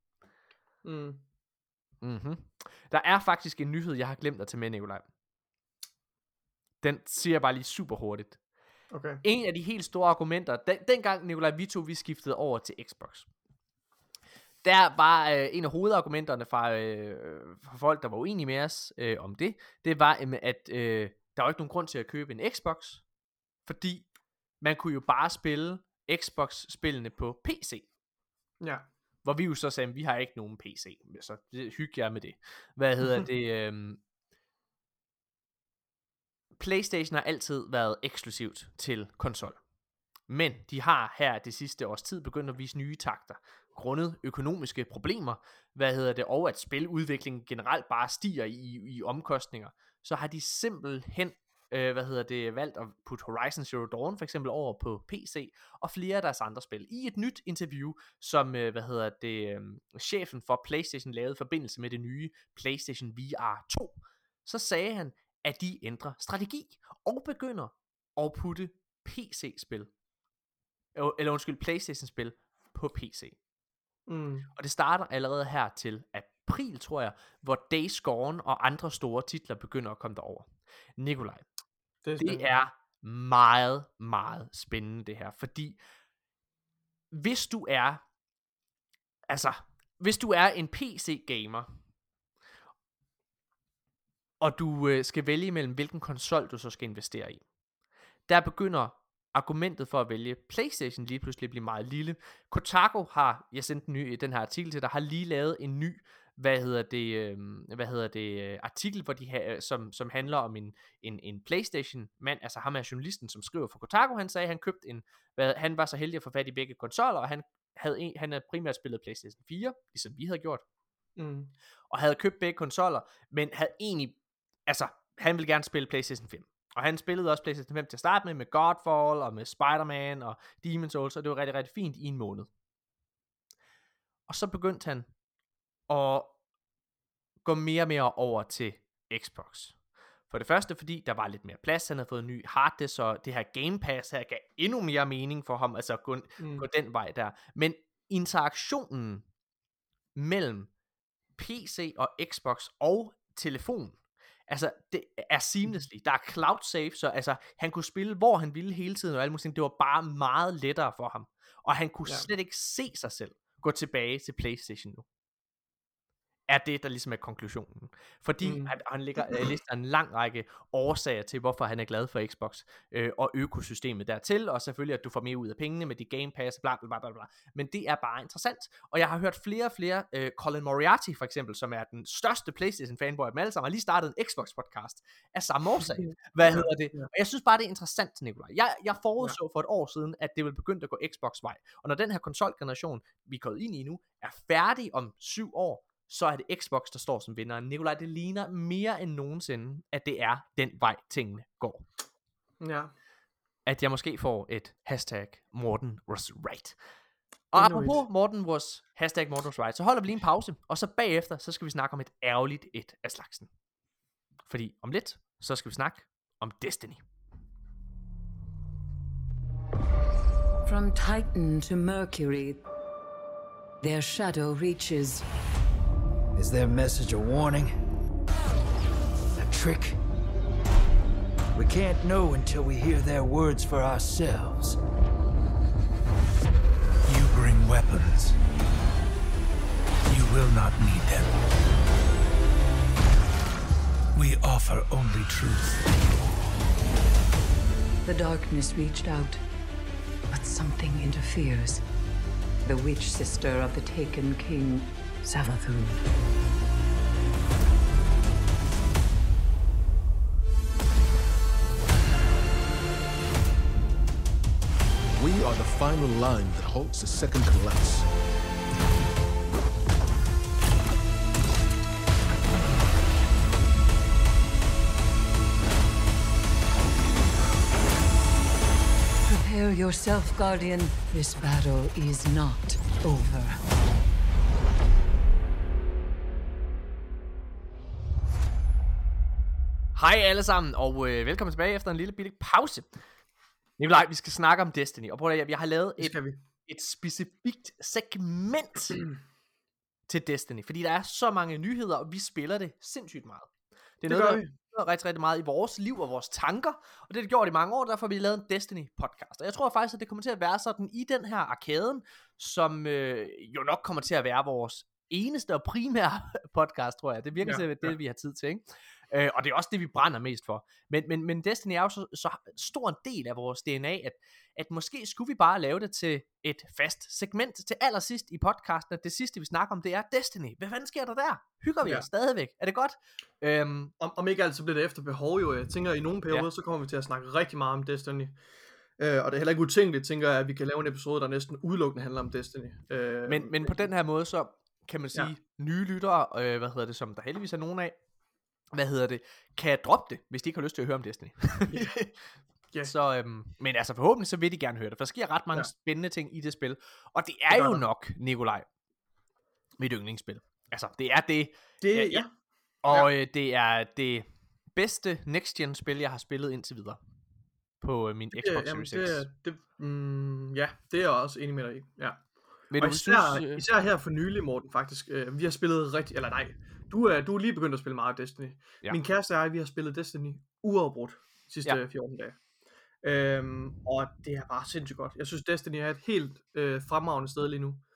Der er faktisk en nyhed, jeg har glemt at tage med, Nikolaj. Den siger jeg bare lige super hurtigt. Okay. En af de helt store argumenter, dengang Nikolaj vi skiftede over til Xbox, der var en af hovedargumenterne fra folk, der var uenige med os om det var, at der var ikke nogen grund til at købe en Xbox, fordi man kunne jo bare spille Xbox-spillene på PC. Ja. Hvor vi jo så sagde, vi har ikke nogen PC, så hygge jer med det. PlayStation har altid været eksklusivt til konsol. Men de har her det sidste års tid begyndt at vise nye takter, grundet økonomiske problemer, og at spiludviklingen generelt bare stiger i omkostninger. Så har de simpelthen valgt at putte Horizon Zero Dawn for eksempel over på PC, og flere af deres andre spil. I et nyt interview, som chefen for PlayStation lavede i forbindelse med det nye PlayStation VR 2, så sagde han, at de ændrer strategi, og begynder at putte PC-spil, PlayStation-spil på PC. Og det starter allerede her til april, tror jeg, hvor Days Gone og andre store titler begynder at komme derover. Nikolaj, det er meget, meget spændende det her, fordi hvis du er altså, hvis du er en PC-gamer, og du skal vælge mellem, hvilken konsol du så skal investere i, der begynder argumentet for at vælge PlayStation lige pludselig at blive meget lille. Kotaku har, jeg sendte den her artikel til dig, har lige lavet en ny, artikel, hvor som handler om en PlayStation mand, altså ham er journalisten, som skriver for Kotaku. Han sagde, at han købte han var så heldig at få fat i begge konsoller, og han havde primært spillet PlayStation 4, ligesom vi havde gjort, og havde købt begge konsoller, men havde egentlig, altså, han ville gerne spille PlayStation 5. Og han spillede også PlayStation 5 til at starte med Godfall og med Spider-Man og Demon's Souls, og det var rigtig, rigtig fint i en måned. Og så begyndte han at gå mere og mere over til Xbox. For det første, fordi der var lidt mere plads, han havde fået en ny harddisk, og det her Game Pass her gav endnu mere mening for ham, altså at gå den vej der. Men interaktionen mellem PC og Xbox og telefon, altså det er seamlessly, der er cloud save, så altså han kunne spille hvor han ville hele tiden og alle mulige ting. Det var bare meget lettere for ham, og han kunne slet ikke se sig selv gå tilbage til PlayStation nu. Er det, der ligesom er konklusionen. Fordi han lister en lang række årsager til, hvorfor han er glad for Xbox og økosystemet dertil, og selvfølgelig, at du får mere ud af pengene med de Game Pass, bla bla bla bla. Men det er bare interessant, og jeg har hørt flere og flere, Colin Moriarty for eksempel, som er den største PlayStation fanboy af dem alle sammen, har lige startet en Xbox podcast af samme årsag. Hvad hedder det? Og jeg synes bare, det er interessant, Nikolaj. Jeg forudså for et år siden, at det ville begynde at gå Xbox-vej, og når den her konsolgeneration, vi er gået ind i nu, er færdig om 7 år, så er det Xbox, der står som vinder. Nikolaj, det ligner mere end nogensinde, at det er den vej, tingene går. Ja. At jeg måske får et hashtag Morten was right. Og apropos Morten was right, så holder vi lige en pause, og så bagefter, så skal vi snakke om et ærgerligt et af slagsen. Fordi om lidt, så skal vi snakke om Destiny. From Titan to Mercury, their shadow reaches. Is their message a warning? A trick? We can't know until we hear their words for ourselves. You bring weapons. You will not need them. We offer only truth. The darkness reached out, but something interferes. The witch sister of the taken king, Savathun. We are the final line that halts the second collapse. Prepare yourself, Guardian. This battle is not over. Hej alle sammen, og velkommen tilbage efter en lille bitte pause. Nikolaj, vi skal snakke om Destiny, og prøv at jeg har lavet et specifikt segment til Destiny, fordi der er så mange nyheder, og vi spiller det sindssygt meget. Det er noget, der er rigtig, rigtig meget i vores liv og vores tanker, og det har det gjort i mange år, derfor har vi lavet en Destiny podcast. Og jeg tror faktisk, at det kommer til at være sådan i den her arkaden, som jo nok kommer til at være vores eneste og primære podcast, tror jeg. Det virker til det, vi har tid til, ikke? Og det er også det, vi brænder mest for. Men Destiny er jo så stor en del af vores DNA, at måske skulle vi bare lave det til et fast segment til allersidst i podcasten, at det sidste, vi snakker om, det er Destiny. Hvad fanden sker der der? Hygger vi os stadigvæk? Er det godt? Om ikke altid bliver det efter behov, jo. Jeg tænker, at i nogle perioder, så kommer vi til at snakke rigtig meget om Destiny. Og det er heller ikke utænkeligt, tænker jeg, at vi kan lave en episode, der næsten udelukkende handler om Destiny. Men på den her måde, så kan man sige, nye lyttere, som der heldigvis er nogen af, kan droppe det, hvis de ikke har lyst til at høre om Destiny. Så, men altså forhåbentlig så vil de gerne høre det, for der sker ret mange spændende ting i det spil, og det er jo nok, Nikolaj, mit yndlingsspil. Altså, det er det. Og det er det bedste next-gen spil, jeg har spillet indtil videre på min Xbox Series X. Det er jeg også enig med dig i. Ja. Og især her for nylig, Morten, faktisk. Vi har spillet du er lige begyndt at spille meget Destiny. Ja. Min kæreste og jeg, vi har spillet Destiny uafbrudt sidste 14 dage. Og det er bare sindssygt godt. Jeg synes, Destiny er et helt fremragende sted lige nu.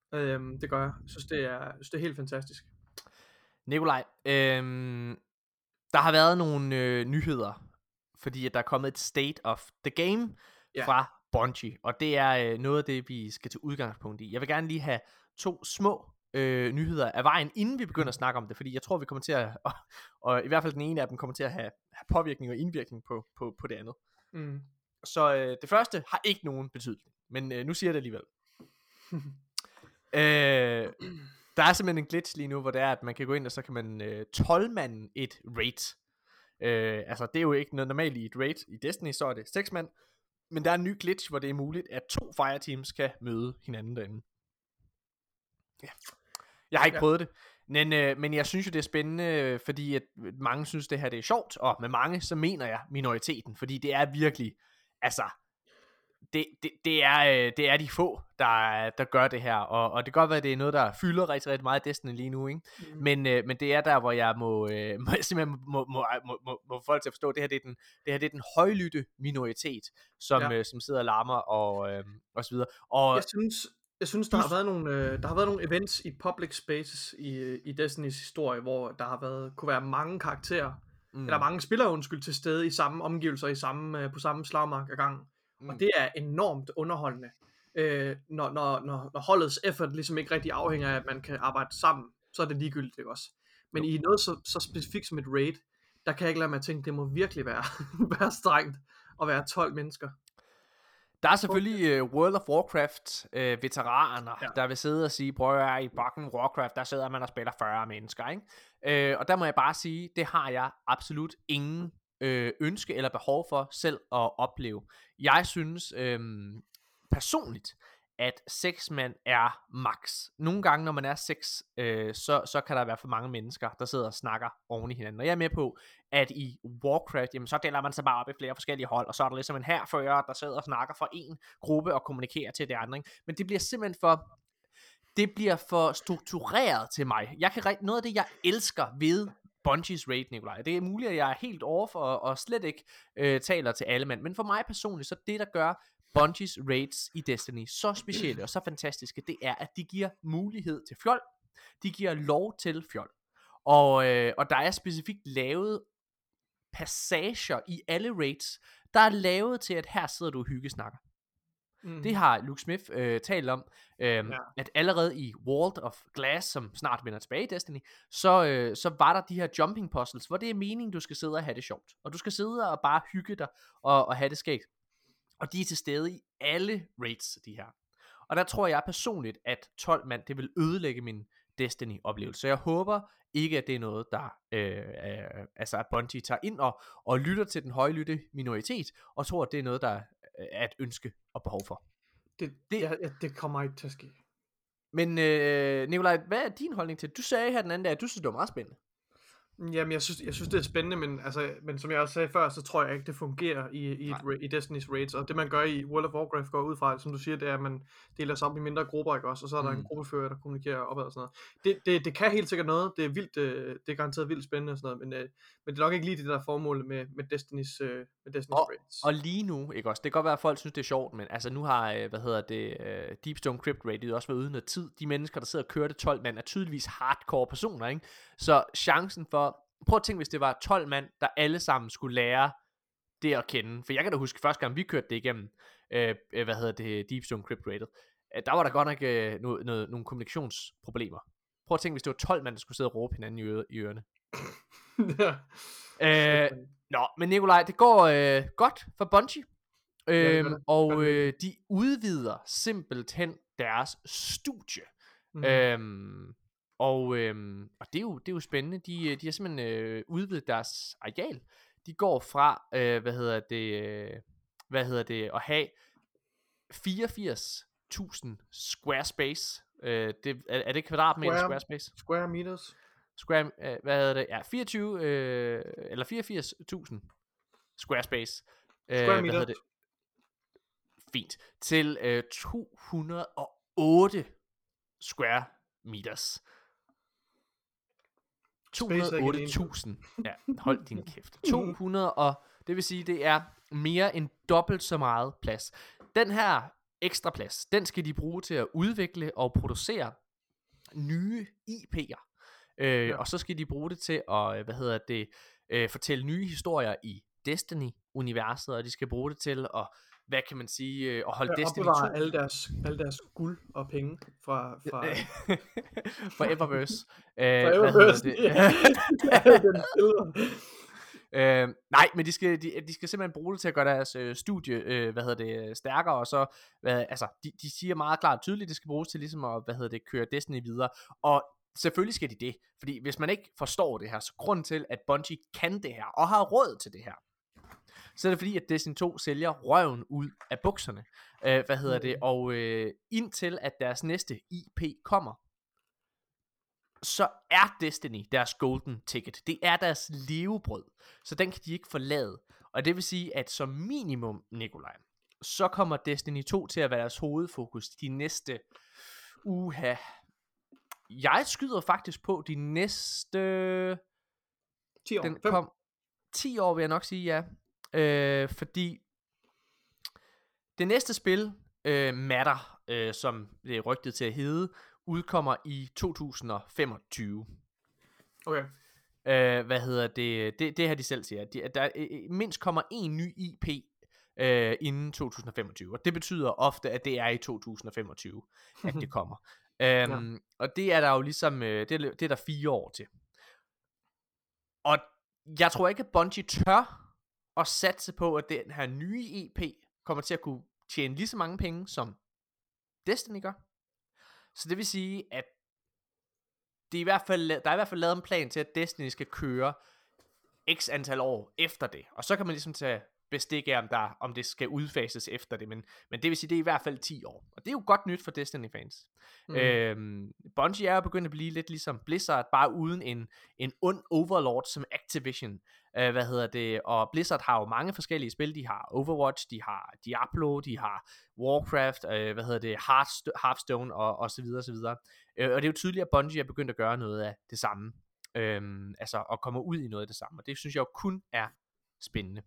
Det gør jeg. Jeg synes, det er helt fantastisk. Nikolaj, der har været nogle nyheder, fordi at der er kommet et State of the Game fra Bungie, og det er noget af det, vi skal til udgangspunkt i. Jeg vil gerne lige have 2 små nyheder af vejen, inden vi begynder at snakke om det, fordi jeg tror, vi kommer til at, og i hvert fald den ene af dem, kommer til at have påvirkning og indvirkning på det andet. Så det første har ikke nogen betydning, men nu siger jeg det alligevel. Der er simpelthen en glitch lige nu, hvor det er, at man kan gå ind, og så kan man 12-mande et raid. Altså det er jo ikke noget normalt i et raid. I Destiny så er det 6 mand, men der er en ny glitch, hvor det er muligt, at 2 fireteams kan møde hinanden derinde. Ja. Jeg har ikke prøvet det, men jeg synes jo det er spændende, fordi at mange synes det her det er sjovt, og med mange så mener jeg minoriteten, fordi det er virkelig, altså det er de få der gør det her, og det kan godt være, at det er noget der fylder rigtig, rigtig meget Destiny lige nu, ikke? Men det er der, hvor jeg må simpelthen må folk til at forstå, det her det er den højlytte minoritet, som sidder og larmer og så videre. Og jeg synes der har været nogle events i public spaces i Destinys historie, hvor der kunne være mange karakterer eller mange spillere til stede i samme omgivelser på samme slagmark ad gangen. Og det er enormt underholdende, når holdets effort ligesom ikke rigtig afhænger af, at man kan arbejde sammen, så er det ligegyldigt, ikke også? Men i noget så specifikt som et raid, der kan jeg ikke lade mig at tænke, det må virkelig være strengt at være 12 mennesker. Der er selvfølgelig World of Warcraft veteraner, der vil sidde og sige, prøv at i bakken Warcraft, der sidder man og spiller 40 mennesker, ikke? Og der må jeg bare sige, det har jeg absolut ingen ønske eller behov for selv at opleve. Jeg synes personligt, at 6 mand er max. Nogle gange, når man er 6, så kan der være for mange mennesker, der sidder og snakker oven i hinanden. Og jeg er med på, at i Warcraft, jamen, så deler man sig bare op i flere forskellige hold, og så er der ligesom en hærfører, der sidder og snakker for en gruppe og kommunikerer til det andre. Men det bliver simpelthen for struktureret til mig. Noget af det, jeg elsker ved Bungies raid, Nikolaj, det er muligt, at jeg er helt off og slet ikke taler til alle mand, men for mig personligt, så det, der gør Bungies raids i Destiny så specielle og så fantastiske, det er, at de giver mulighed til fjol. De giver lov til fjol. Og der er specifikt lavet passager i alle raids, der er lavet til, at her sidder du og hyggesnakker. Det har Luke Smith talt om, at allerede i World of Glass, som snart vender tilbage i Destiny, så var der de her jumping puzzles, hvor det er meningen, du skal sidde og have det sjovt. Og du skal sidde og bare hygge dig og have det skægt. Og de er til stede i alle raids, de her. Og der tror jeg personligt, at 12 mand, det vil ødelægge min Destiny-oplevelse. Så jeg håber ikke, at det er noget, der at Bungie tager ind og lytter til den højlytte minoritet, og tror, at det er noget, der er et ønske og behov for. Det kommer ikke til at ske. Men Nikolaj, hvad er din holdning til det? Du sagde her den anden dag, at du synes, det var meget spændende. Jamen, jeg synes det er spændende, men som jeg også sagde før, så tror jeg ikke, det fungerer i Destiny's raids. Og det man gør i World of Warcraft går ud fra, som du siger, det er, at man deler sig op i mindre grupper, ikke også? Og så er der en gruppefører, der kommunikerer opad og sådan noget. Det kan helt sikkert noget. Det er vildt, det er garanteret vildt spændende og sådan noget, men det er nok ikke lige det, der er formålet med Destiny's raids. Og lige nu, ikke også? Det kan godt være, at folk synes, det er sjovt, men altså nu har, Deepstone Crypt raid også været ude noget tid. De mennesker, der sidder og kører det 12 mand, er tydeligvis hardcore personer, ikke? Så chancen for, prøv at tænke, hvis det var 12 mand, der alle sammen skulle lære det at kende. For jeg kan da huske, første gang vi kørte det igennem, Deepstone Crypt raid, der var der godt nok nogle kommunikationsproblemer. Prøv at tænke, hvis det var 12 mand, der skulle sidde og råbe hinanden i ørerne. Men Nikolaj, det går godt for Bungie. De udvider simpelthen deres studie. Og det er jo spændende. De har simpelthen udvidet deres areal. De går fra at have 84.000 square space. Er det kvadratmeter square space? Square meters. Ja, 24 eller 84.000 square space. Square meter. Fint. Til 208 square meters. 208.000. Ja, hold din kæft. 200, og det vil sige, det er mere end dobbelt så meget plads. Den her ekstra plads, den skal de bruge til at udvikle og producere nye IP'er. Og så skal de bruge det til at, fortælle nye historier i Destiny-universet, og de skal bruge det til at, hvad kan man sige, at holde Destiny 2. alle deres guld og penge fra for Eververse. Nej, men de skal simpelthen bruge det til at gøre deres studie, stærkere, og så, de siger meget klart og tydeligt, det skal bruges til ligesom at, køre Destiny videre, og selvfølgelig skal de det, fordi hvis man ikke forstår det her, så grunden til, at Bungie kan det her, og har råd til det her, så er det fordi, at Destiny 2 sælger røven ud af bukserne, og indtil at deres næste IP kommer, så er Destiny deres golden ticket. Det er deres levebrød, så den kan de ikke forlade. Og det vil sige, at som minimum, Nikolaj, så kommer Destiny 2 til at være deres hovedfokus de næste jeg skyder faktisk på de næste 10 år. 10 år vil jeg nok sige, ja. Fordi det næste spil, Matter, som det er rygtet til at hedde, udkommer i 2025. Okay. Det har de selv siger. Der mindst kommer en ny IP inden 2025. Og det betyder ofte, at det er i 2025, at det kommer. Og det er der jo ligesom, det er der 4 år til. Og jeg tror ikke, at Bungie tør at satse på, at den her nye EP kommer til at kunne tjene lige så mange penge, som Destiny gør. Så det vil sige, at der er i hvert fald lavet en plan til, at Destiny skal køre x antal år efter det. Og så kan man ligesom tage bestik af, om det skal udfases efter det. Men det vil sige, det er i hvert fald 10 år. Og det er jo godt nyt for Destiny-fans. Bungie er jo begyndt at blive lidt ligesom Blizzard, bare uden en ond overlord som Activision. Og Blizzard har jo mange forskellige spil. De har Overwatch, de har Diablo, de har Warcraft, Hearthstone og så videre, så videre. Og det er jo tydeligt, at Bungie er begyndt at gøre noget af det samme. Og komme ud i noget af det samme. Og det synes jeg jo kun er spændende.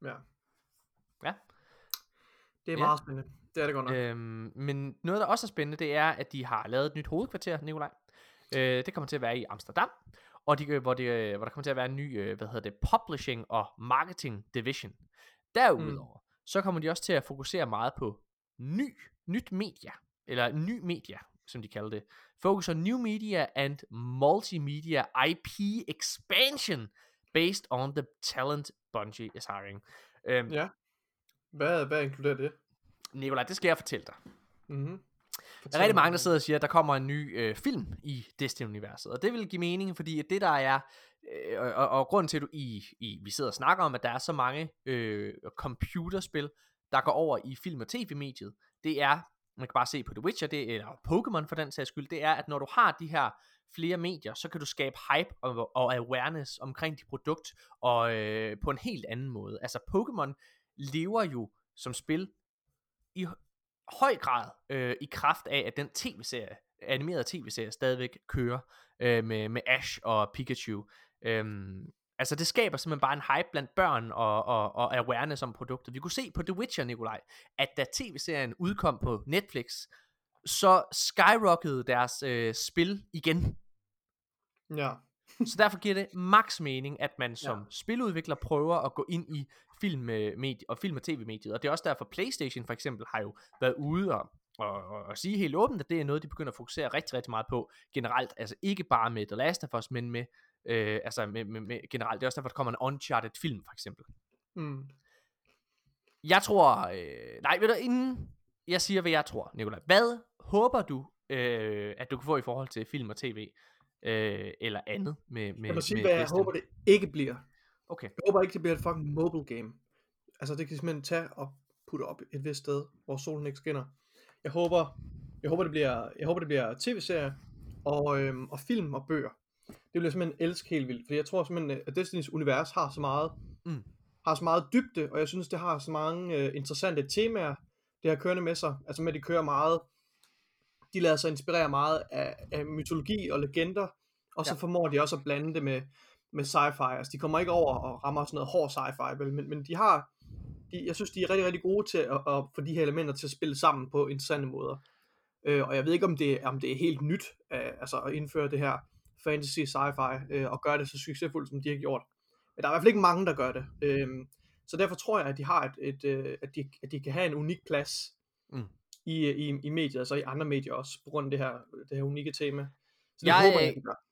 Ja. Det er meget spændende. Det er det godt nok. Men noget, der også er spændende, det er, at de har lavet et nyt hovedkvarter, Nikolaj. Det kommer til at være i Amsterdam. Og hvor der kommer til at være en ny, publishing og marketing division. Derudover, så kommer de også til at fokusere meget på nyt media, eller ny media, som de kalder det. Focus on new media and multimedia IP expansion based on the talent Bungie is hiring. Ja. Hvad inkluderer det? Nikolaj, det skal jeg fortælle dig. Der er rigtig mange, der sidder og siger, at der kommer en ny film i Destiny-universet. Og det vil give mening, fordi at det der er, og grunden til, at vi sidder og snakker om, at der er så mange computerspil, der går over i film- og tv-mediet, det er, man kan bare se på The Witcher, eller Pokémon for den sags skyld, det er, at når du har de her flere medier, så kan du skabe hype og awareness omkring dit produkt, og på en helt anden måde. Altså Pokémon lever jo som spil i høj grad i kraft af, at den animerede tv-serie stadigvæk kører med Ash og Pikachu. Altså det skaber simpelthen bare en hype blandt børn og awareness om produktet. Vi kunne se på The Witcher, Nikolaj, at da tv-serien udkom på Netflix, så skyrockede deres spil igen. Ja. Så derfor giver det max mening, at man som spiludvikler prøver at gå ind i film og tv-mediet. Og det er også derfor PlayStation for eksempel har jo været ude og sige helt åbent, at det er noget, de begynder at fokusere rigtig, rigtig meget på generelt. Altså ikke bare med The Last of Us, men med generelt. Det er også derfor, der kommer en Uncharted film for eksempel. Jeg tror, inden jeg siger, hvad jeg tror, Nikolaj, hvad håber du, at du kan få i forhold til film og tv? Eller andet med jeg må sige, hvad jeg håber det ikke bliver. Okay. Jeg håber ikke det bliver et fucking mobile game. Altså det kan simpelthen tage og putte op et vist sted, hvor solen ikke skinner. Jeg håber det bliver tv-serier og film og bøger. Det vil jeg simpelthen elske helt vildt, fordi jeg tror simpelthen at Destinys univers har så meget dybde, og jeg synes det har så mange interessante temaer det har kørende med sig. Altså med de kører meget, de lader sig inspirere meget af mytologi og legender, og så formår de også at blande det med sci-fi. Altså de kommer ikke over og rammer sådan noget hård sci-fi, men de har jeg synes, de er rigtig, rigtig gode til at få de her elementer til at spille sammen på interessante måder. Og jeg ved ikke, om det er helt nyt, altså at indføre det her fantasy, sci-fi, og gøre det så succesfuldt, som de har gjort. Men der er i hvert fald ikke mange, der gør det. Så derfor tror jeg, at de har at de kan have en unik plads i medier, altså i andre medier også, på grund af det her unikke tema. Så det håber jeg, de gør.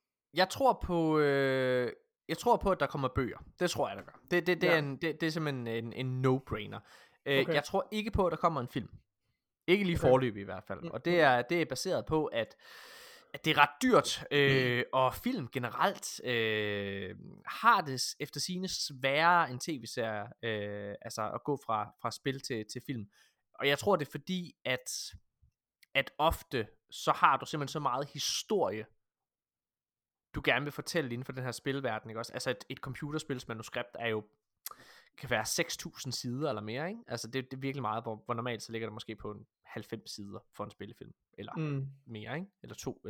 Jeg tror på, at der kommer bøger. Det tror jeg, der gør. Det er simpelthen en no-brainer. Okay. Jeg tror ikke på, at der kommer en film. Ikke lige forløbig i hvert fald. Og det er baseret på, at det er ret dyrt, og film generelt har det efter sigende sværere end tv-serier, altså at gå fra spil til film. Og jeg tror, det er fordi, at ofte så har du simpelthen så meget historie, du gerne vil fortælle inden for den her spilverden, ikke også? Altså et computerspils manuskript er jo, kan være 6.000 sider eller mere, ikke? Altså det er virkelig meget, hvor normalt så ligger der måske på 90 sider for en spillefilm, eller mere, ikke? Eller to,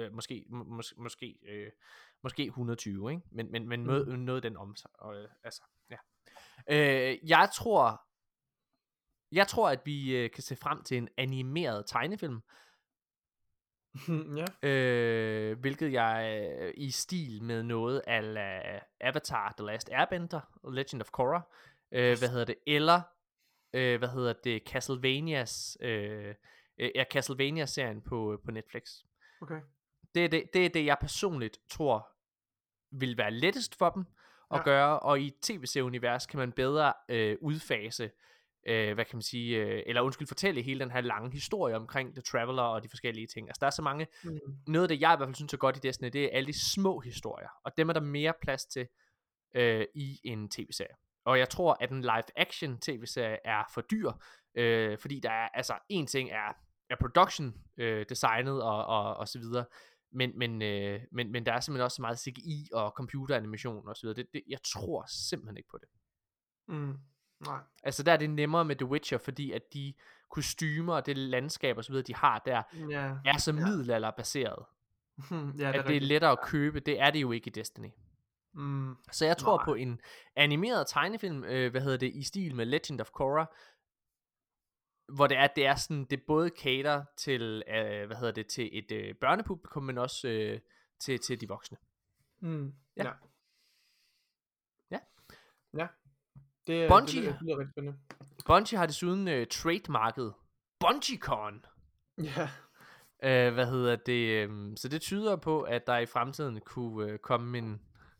måske 120, ikke? Men noget den altså, ja. Jeg tror, at vi kan se frem til en animeret tegnefilm, hvilket jeg i stil med noget a Avatar The Last Airbender, Legend of Korra, eller Castlevanias Castlevania-serien på Netflix. Okay. Det er det jeg personligt tror vil være lettest for dem at gøre, og i et tv-serie-univers kan man bedre udfase hvad kan man sige, fortælle hele den her lange historie omkring The Traveler og de forskellige ting. Altså der er så mange, noget af det jeg i hvert fald synes er godt i Destiny, det er alle de små historier, og dem er der mere plads til i en tv-serie. Og jeg tror, at en live-action tv-serie er for dyr, fordi der er, altså en ting er production designet og så videre, men der er simpelthen også så meget CGI og computeranimation og så videre. Jeg tror simpelthen ikke på det. Nej. Altså der er det nemmere med The Witcher, fordi at de kostymer og det landskab og så videre, de har der, er så middelalderbaseret. At det er lettere at købe. Det er det jo ikke i Destiny. Så jeg tror på en animeret tegnefilm, i stil med Legend of Korra, hvor det er sådan, det både cater til, til et børnepublikum, men også til de voksne. Ja. Bungie, det lyder rigtig spændende. Bungie har desuden trademarket BungieCon. Ja. Så det tyder på, at der i fremtiden kunne komme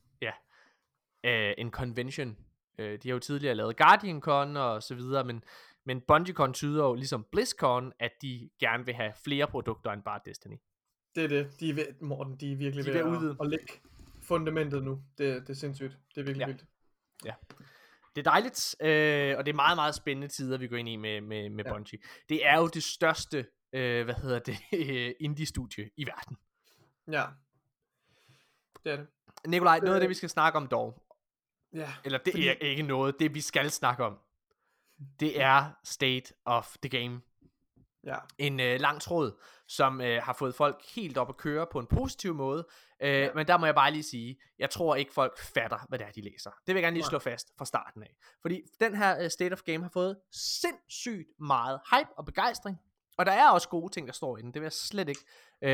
en convention. De har jo tidligere lavet GuardianCon og så videre, men BungieCon tyder jo ligesom BlizzCon, at de gerne vil have flere produkter end bare Destiny. Det er det. De er virkelig ved at lægge fundamentet nu. Det er sindssygt. Det er virkelig vildt. Ja. Det er dejligt, og det er meget, meget spændende tider, vi går ind i med Bungie. Det er jo det største, indie-studie i verden. Ja, det er det. Nikolaj, noget af det, vi skal snakke om dog, eller det fordi... er ikke noget, det vi skal snakke om, det er State of the Game. Ja. En lang tråd, som har fået folk helt op at køre på en positiv måde, men der må jeg bare lige sige, jeg tror ikke folk fatter, hvad det er, de læser. Det vil jeg gerne lige slå fast fra starten af. Fordi den her State of Game har fået sindssygt meget hype og begejstring, og der er også gode ting, der står i den. Det vil jeg slet ikke,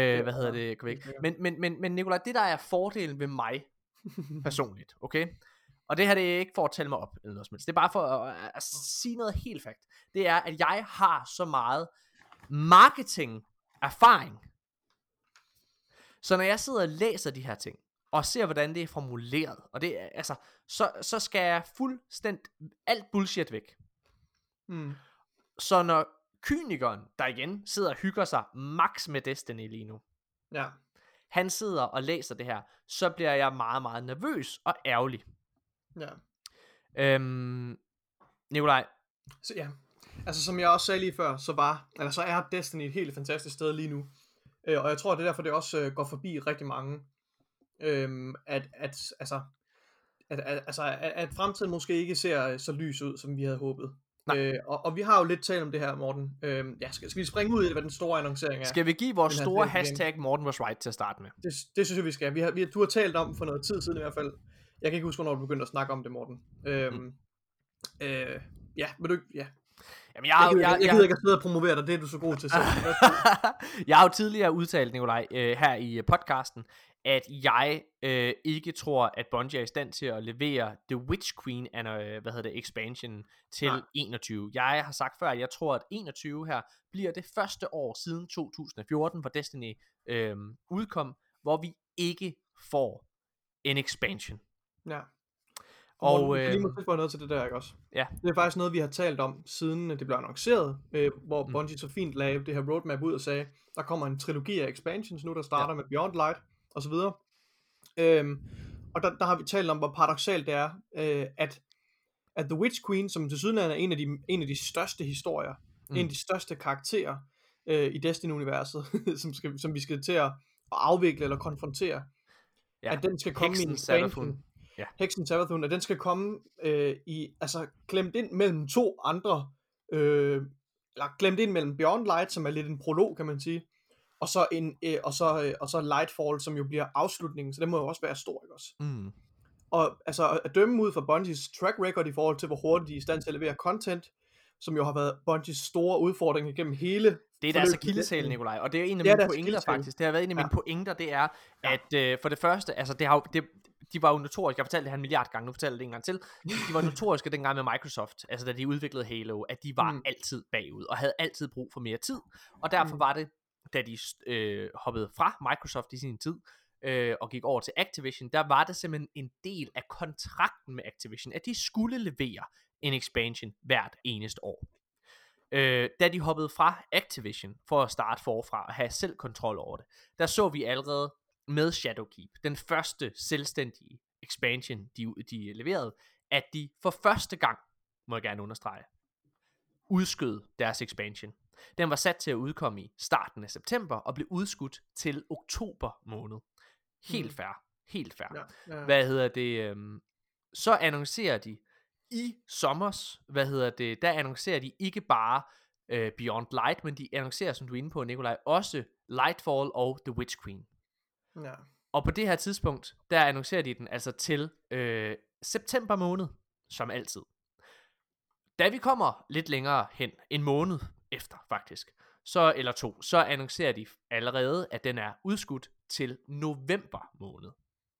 Men Nikolaj, det der er fordelen ved mig personligt, okay? Og det her, det er ikke for at tælle mig op eller noget som helst. Det er bare for at sige noget helt fakt. Det er, at jeg har så meget marketing erfaring. Så når jeg sidder og læser de her ting og ser hvordan det er formuleret, og det er, altså så skal jeg fuldstændig alt bullshit væk. Så når kynikeren, der igen sidder og hygger sig max med Destiny lige nu, han sidder og læser det her, så bliver jeg meget, meget nervøs og ærgerlig. Nikolaj. Så altså som jeg også sagde lige før, så er Destiny et helt fantastisk sted lige nu. Og jeg tror, det er derfor, det også går forbi rigtig mange. At fremtiden måske ikke ser så lys ud, som vi havde håbet. Og vi har jo lidt talt om det her, Morten. Skal vi springe ud i, hvad den store annoncering er? Skal vi give vores store hashtag Morten was right til at starte med? Det synes jeg, vi skal. Du har talt om for noget tid siden i hvert fald. Jeg kan ikke huske, hvornår du begyndte at snakke om det, Morten. Ja, men du... Ja. Jamen, Jeg gider ikke at sidde og promovere dig, det er du så god til selv. Jeg har jo tidligere udtalt, Nikolaj, her i podcasten, at jeg ikke tror, at Bungie er i stand til at levere The Witch Queen expansion til 21. Jeg har sagt før, at jeg tror, at 21 her bliver det første år siden 2014, hvor Destiny udkom, hvor vi ikke får en expansion. Ja. Og lige må tilføje noget til det der, ikke også? Ja. Det er faktisk noget, vi har talt om, siden det blev annonceret, hvor Bungie så fint lagde det her roadmap ud og sagde, der kommer en trilogi af expansions nu, der starter med Beyond Light, og så videre. Og der har vi talt om, hvor paradoksalt det er, at The Witch Queen, som til syden er en af de største historier, en af de største karakterer i Destiny-universet, som vi skal til at afvikle eller konfrontere, at den skal komme i en expansion. Heksen Savathun, at den skal komme klemt ind mellem to andre, eller klemt ind mellem Beyond Light, som er lidt en prolog, kan man sige, og så Lightfall, som jo bliver afslutningen, så det må jo også være stor, ikke også? Og altså at dømme ud fra Bungies track record i forhold til, hvor hurtigt de er i stand til at levere content, som jo har været Bungies store udfordring igennem hele. Det er deres akilleshæl, Nikolaj, og det er en af mine pointer faktisk. Det har været en af mine pointer, det er, at for det første, altså de var jo notoriske, jeg fortalte det her 1 milliard gange, nu fortæller jeg det en gang til, de var notoriske dengang med Microsoft, altså da de udviklede Halo, at de var altid bagud, og havde altid brug for mere tid, og derfor var det, da de hoppede fra Microsoft i sin tid, og gik over til Activision, der var det simpelthen en del af kontrakten med Activision, at de skulle levere en expansion hvert eneste år. Da de hoppede fra Activision for at starte forfra og have selv kontrol over det, der så vi allerede med Shadowkeep, den første selvstændige expansion, de leverede, at de for første gang, må jeg gerne understrege, udskød deres expansion. Den var sat til at udkomme i starten af september og blev udskudt til oktober måned. Helt fair. Ja. Så annoncerer de i sommers, der annoncerer de ikke bare Beyond Light, men de annoncerer, som du er inde på, Nikolaj, også Lightfall og The Witch Queen. Ja. Og på det her tidspunkt, der annoncerer de den altså til september måned, som altid. Da vi kommer lidt længere hen, en måned efter faktisk, eller 2, så annoncerer de allerede, at den er udskudt til november måned.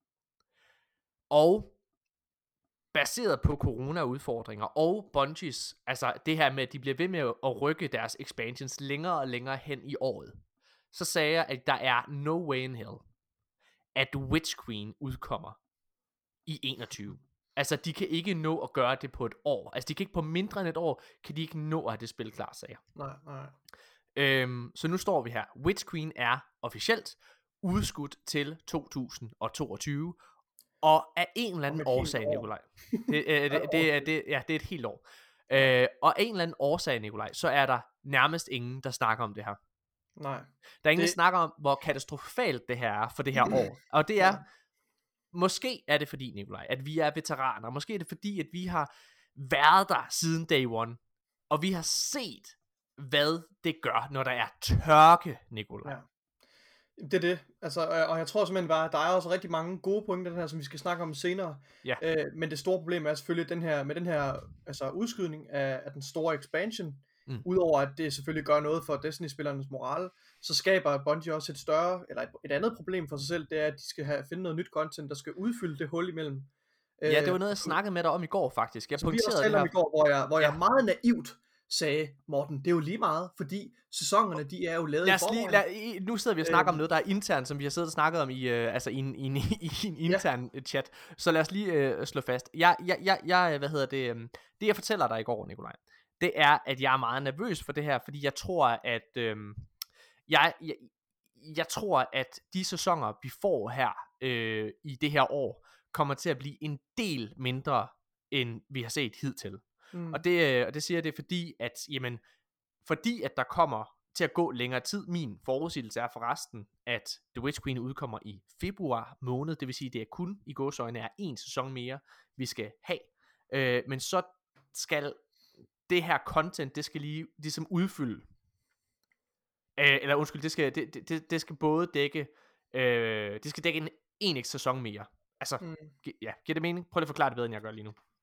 Og baseret på corona-udfordringer og Bungies, altså det her med, at de bliver ved med at rykke deres expansions længere og længere hen i året, så sagde jeg, at der er no way in hell, at Witch Queen udkommer i 21. Altså de kan ikke nå at gøre det på et år. Altså de kan ikke på mindre end et år, kan de ikke nå at have det spil klar, sagde jeg. Nej. Så nu står vi her. Witch Queen er officielt udskudt til 2022, og af en eller anden årsag, Nikolaj. Det er et helt år. Og af en eller anden årsag, Nikolaj, så er der nærmest ingen, der snakker om det her. Nej. Der er ingen, der snakker om, hvor katastrofalt det her er for det her år. Og det er, måske er det fordi, Nikolaj, at vi er veteraner. Måske er det fordi, at vi har været der siden day one. Og vi har set, hvad det gør, når der er tørke, Nikolaj. Ja. Det er det. Altså, og jeg tror simpelthen bare, der er også rigtig mange gode pointer, den her, som vi skal snakke om senere. Ja. Men det store problem er selvfølgelig den her altså, udskydning af den store expansion. Udover at det selvfølgelig gør noget for Destiny-spillernes moral, så skaber Bungie også et andet problem for sig selv, det er, at de skal finde noget nyt content, der skal udfylde det hul imellem. Ja, det var noget, jeg snakkede med dig om i går, faktisk. Jeg pointerede det her. I går, hvor jeg meget naivt sagde, Morten, det er jo lige meget, fordi sæsonerne, de er jo lavet i forvejen. Nu sidder vi og snakker om noget, der er internt, som vi har siddet og snakket om i en intern chat. Så lad os lige slå fast. Det jeg fortæller dig i går, Nikolaj, det er, at jeg er meget nervøs for det her, fordi jeg tror, at jeg tror, at de sæsoner, vi får her i det her år, kommer til at blive en del mindre, end vi har set hidtil. Og det siger jeg, det er fordi, at der kommer til at gå længere tid. Min forudsigelse er forresten, at The Witch Queen udkommer i februar måned, det vil sige, det er kun i gåseøjne er 1 sæson mere, vi skal have. Men så skal det her content, det skal ligesom udfylde, eller undskyld, det skal både dække, det skal dække en ekstra sæson mere. Altså, giver det mening? Prøv lige at forklare det bedre, end jeg gør lige nu.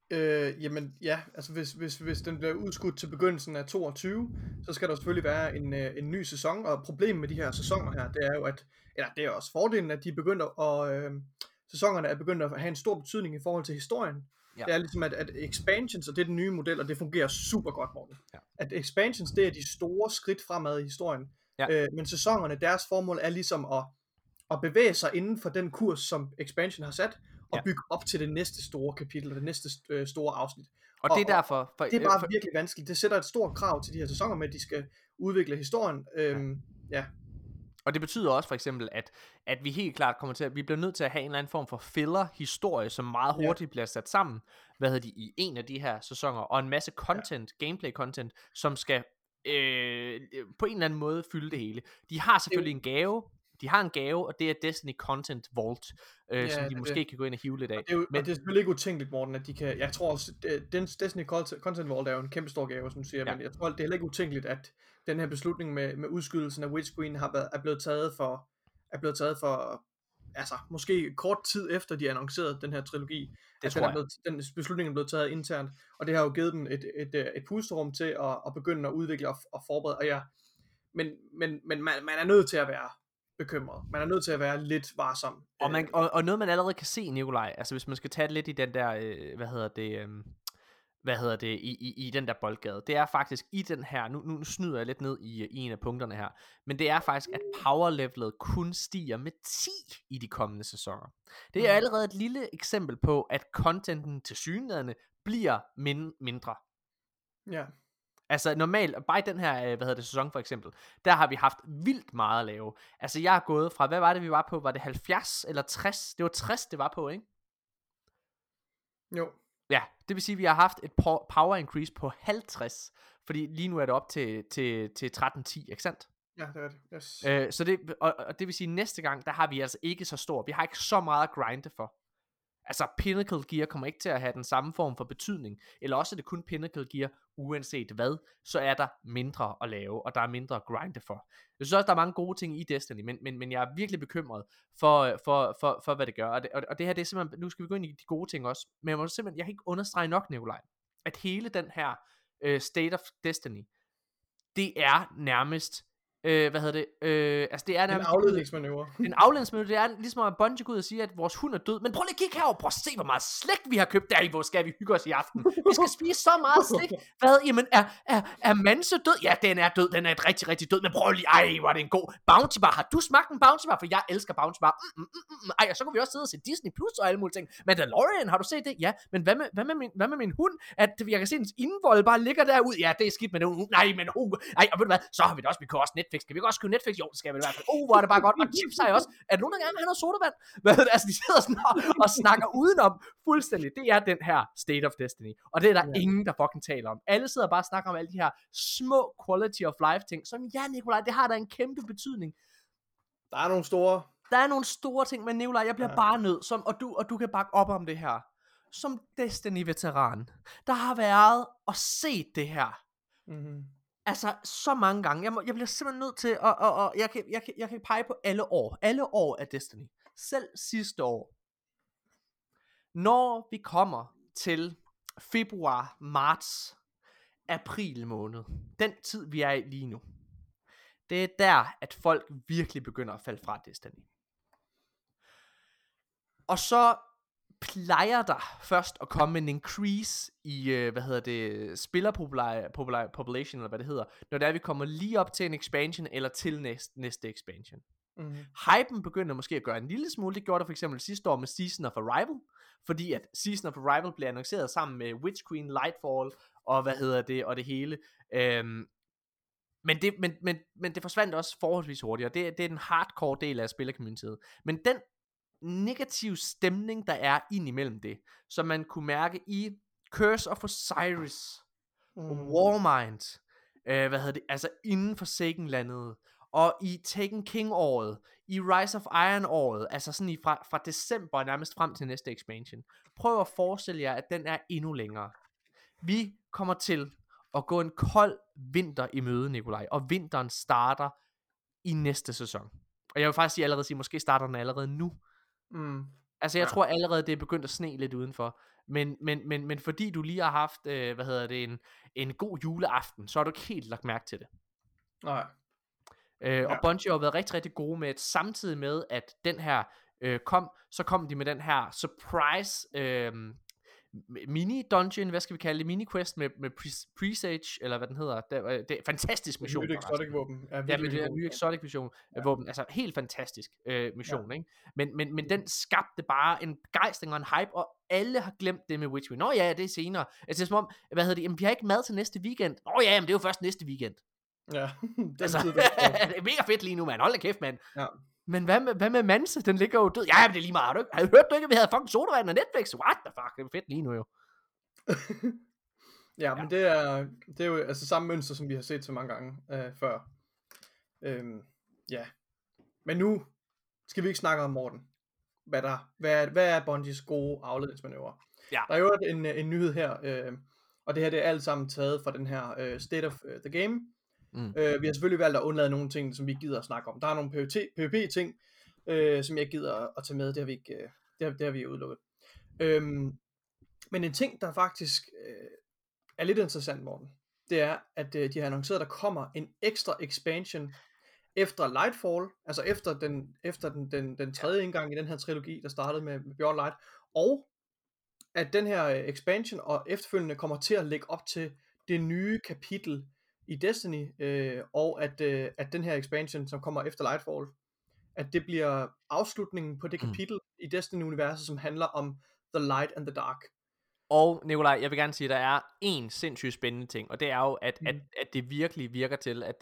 Jamen ja, altså hvis den bliver udskudt til begyndelsen af 22, så skal der selvfølgelig være en ny sæson, og problemet med de her sæsoner her, det er jo det er også fordelen, at de begynder at, sæsonerne er begyndt at have en stor betydning i forhold til historien. Ja. Det er ligesom, at expansions, og det er den nye model, og det fungerer super godt, Morten. Ja. At expansions, det er de store skridt fremad i historien, men sæsonerne, deres formål er ligesom at bevæge sig inden for den kurs, som expansion har sat, og bygge op til det næste store kapitel, og det næste store afsnit. Og det er derfor... det er bare virkelig vanskeligt. Det sætter et stort krav til de her sæsoner med, at de skal udvikle historien. Og det betyder også for eksempel, at vi helt klart kommer til at... Vi bliver nødt til at have en eller anden form for filler-historie, som meget hurtigt bliver sat sammen, i en af de her sæsoner, og en masse content, gameplay-content, som skal på en eller anden måde fylde det hele. De har selvfølgelig en gave... De har en gave, og det er Destiny Content Vault, som de måske kan gå ind og hive lidt af. Men det er selvfølgelig ikke utænkeligt, Morten, at de kan... Jeg tror også, Destiny Content Vault er jo en kæmpe stor gave, som du siger, men jeg tror, det er heller ikke utænkeligt, at den her beslutning med udskydelsen af Witch Queen er blevet taget for altså, måske kort tid efter, de annoncerede den her trilogi. Den beslutning er blevet taget internt, og det har jo givet dem et pusterum til at begynde at udvikle og forberede. Men man er nødt til at være bekymret. Man er nødt til at være lidt varsom. Og noget man allerede kan se, Nikolaj, altså hvis man skal tage det lidt i den der, i den der boldgade, det er faktisk i den her, nu snyder jeg lidt ned i en af punkterne her, men det er faktisk, at power levelet kun stiger med 10 i de kommende sæsoner. Det er allerede et lille eksempel på, at contenten tilsyneladende bliver mindre. Ja. Altså normalt, bare i den her, sæson for eksempel, der har vi haft vildt meget at lave. Altså jeg er gået fra, hvad var det vi var på? Var det 70 eller 60? Det var 60 det var på, ikke? Jo. Ja, det vil sige, at vi har haft et power increase på 50, fordi lige nu er det op til 1310, ikke sandt? Ja, det er det. Yes. Så det, og det vil sige, at næste gang, der har vi altså ikke så stor, vi har ikke så meget at grinde for. Altså Pinnacle Gear kommer ikke til at have den samme form for betydning, eller også er det kun Pinnacle Gear, uanset hvad, så er der mindre at lave, og der er mindre at grinde for. Jeg synes også, der er mange gode ting i Destiny, men jeg er virkelig bekymret for hvad det gør, og det her, det er simpelthen, nu skal vi gå ind i de gode ting også, men jeg kan ikke understrege nok, Nikolaj, at hele den her State of Destiny, det er nærmest altså det er en afledningsmanøvre. En afledningsmanøvre, det er ligesom at Bungie går ud og siger, at vores hund er død. Men prøv lige at kigge herover, prøv at se, hvor meget slik vi har købt. Der, hvor skal vi hygge os i aften? Vi skal spise så meget slik. Hvad? Jamen, er Manse død? Ja, den er død. Den er et rigtig, rigtig død. Men prøv lige, hvor er det en god Bounty Bar. Har du smagt en Bounty Bar? For jeg elsker Bounty Bar. Og så kan vi også sidde og se Disney Plus og alle mulige ting. Mandalorian, har du set det? Ja, men hvad med min hund? At jeg kan se, at indvold bare ligger derude. Ja, det er skidt med det. Nej, og ved du hvad? Så har vi det også. Vi kan også Netflix. Kan vi også skrive Netflix? Jo, det skal vi i hvert fald. Hvor er det bare godt. Og chips har jeg også. Er der nogen, der gerne vil have noget sodavand? Altså, de sidder sådan og snakker udenom fuldstændig. Det er den her State of Destiny. Og det er der ingen, der fucking taler om. Alle sidder bare og snakker om alle de her små quality of life ting, som Nikolaj, det har da en kæmpe betydning. Der er nogle store ting, men Nikolaj, jeg bliver bare nødt, og du kan bakke op om det her. Som Destiny-veteran, der har været og set det her. Altså så mange gange. Jeg bliver simpelthen nødt til og jeg kan pege på alle år af Destiny. Selv sidste år. Når vi kommer til februar, marts, april måned, den tid vi er i lige nu, det er der, at folk virkelig begynder at falde fra Destiny. Og så plejer der først at komme en increase i, spiller population, eller hvad det hedder, når det er, vi kommer lige op til en expansion, eller til næste expansion. Hypen begynder måske at gøre en lille smule. Det gjorde der for eksempel sidste år med Season of Arrival, fordi at Season of Arrival blev annonceret sammen med Witch Queen, Lightfall, og og det hele. Men det forsvandt også forholdsvis hurtigt, og det er den hardcore del af spillercommunityet. Men den negativ stemning, der er ind imellem det, som man kunne mærke i Curse of Osiris, Warmind, altså inden for Forsaken-landet, og i Taken King-året, i Rise of Iron-året, altså sådan fra december nærmest frem til næste expansion. Prøv at forestille jer, at den er endnu længere. Vi kommer til at gå en kold vinter i møde, Nikolaj, og vinteren starter i næste sæson. Og jeg vil faktisk måske starter den allerede nu. Altså jeg tror allerede det er begyndt at sne lidt udenfor. men fordi du lige har haft, en god juleaften, så har du ikke helt lagt mærke til det. Nej. Og Bungie har været rigtig, rigtig gode med, at samtidig med, at den her så kom de med den her surprise mini-dungeon, hvad skal vi kalde det, mini-quest med Presage, eller hvad den hedder, det er fantastisk mission. Med exotic-våben. Ja, med det nye exotic-våben, altså helt fantastisk mission, ikke? Men den skabte bare en begejstring og en hype, og alle har glemt det med Witch Queen. Nå ja, det er senere. Altså det er som om, jamen, vi har ikke mad til næste weekend. Nå ja, men det er jo først næste weekend. Ja, altså, det er mega fedt lige nu, mand. Hold da kæft, mand. Ja. Men hvad med Manse? Den ligger jo død. Ja, men det er lige meget. Har du hørt ikke, at vi havde fucking sodavand og Netflix? What the fuck? Det er fedt lige nu jo. Ja, men det er jo altså samme mønster, som vi har set så mange gange før. Ja. Men nu skal vi ikke snakke om Morten. Hvad er Bungies gode afledningsmanøvre? Ja. Der er jo en nyhed her, og det her det er alt sammen taget fra den her State of the Game. Vi har selvfølgelig valgt at undlade nogle ting, som vi gider at snakke om. Der er nogle PvP-ting, som jeg gider at tage med. Det har vi ikke, det har vi udelukket. Men en ting, der faktisk er lidt interessant, Morten, det er, at de har annonceret, at der kommer en ekstra expansion efter Lightfall, altså efter den tredje indgang i den her trilogi, der startede med Beyond Light, og at den her expansion og efterfølgende kommer til at lægge op til det nye kapitel i Destiny, og at den her expansion, som kommer efter Lightfall, at det bliver afslutningen på det kapitel i Destiny-universet, som handler om The Light and the Dark. Og Nikolaj, jeg vil gerne sige, at der er en sindssygt spændende ting, og det er jo, at det virkelig virker til, at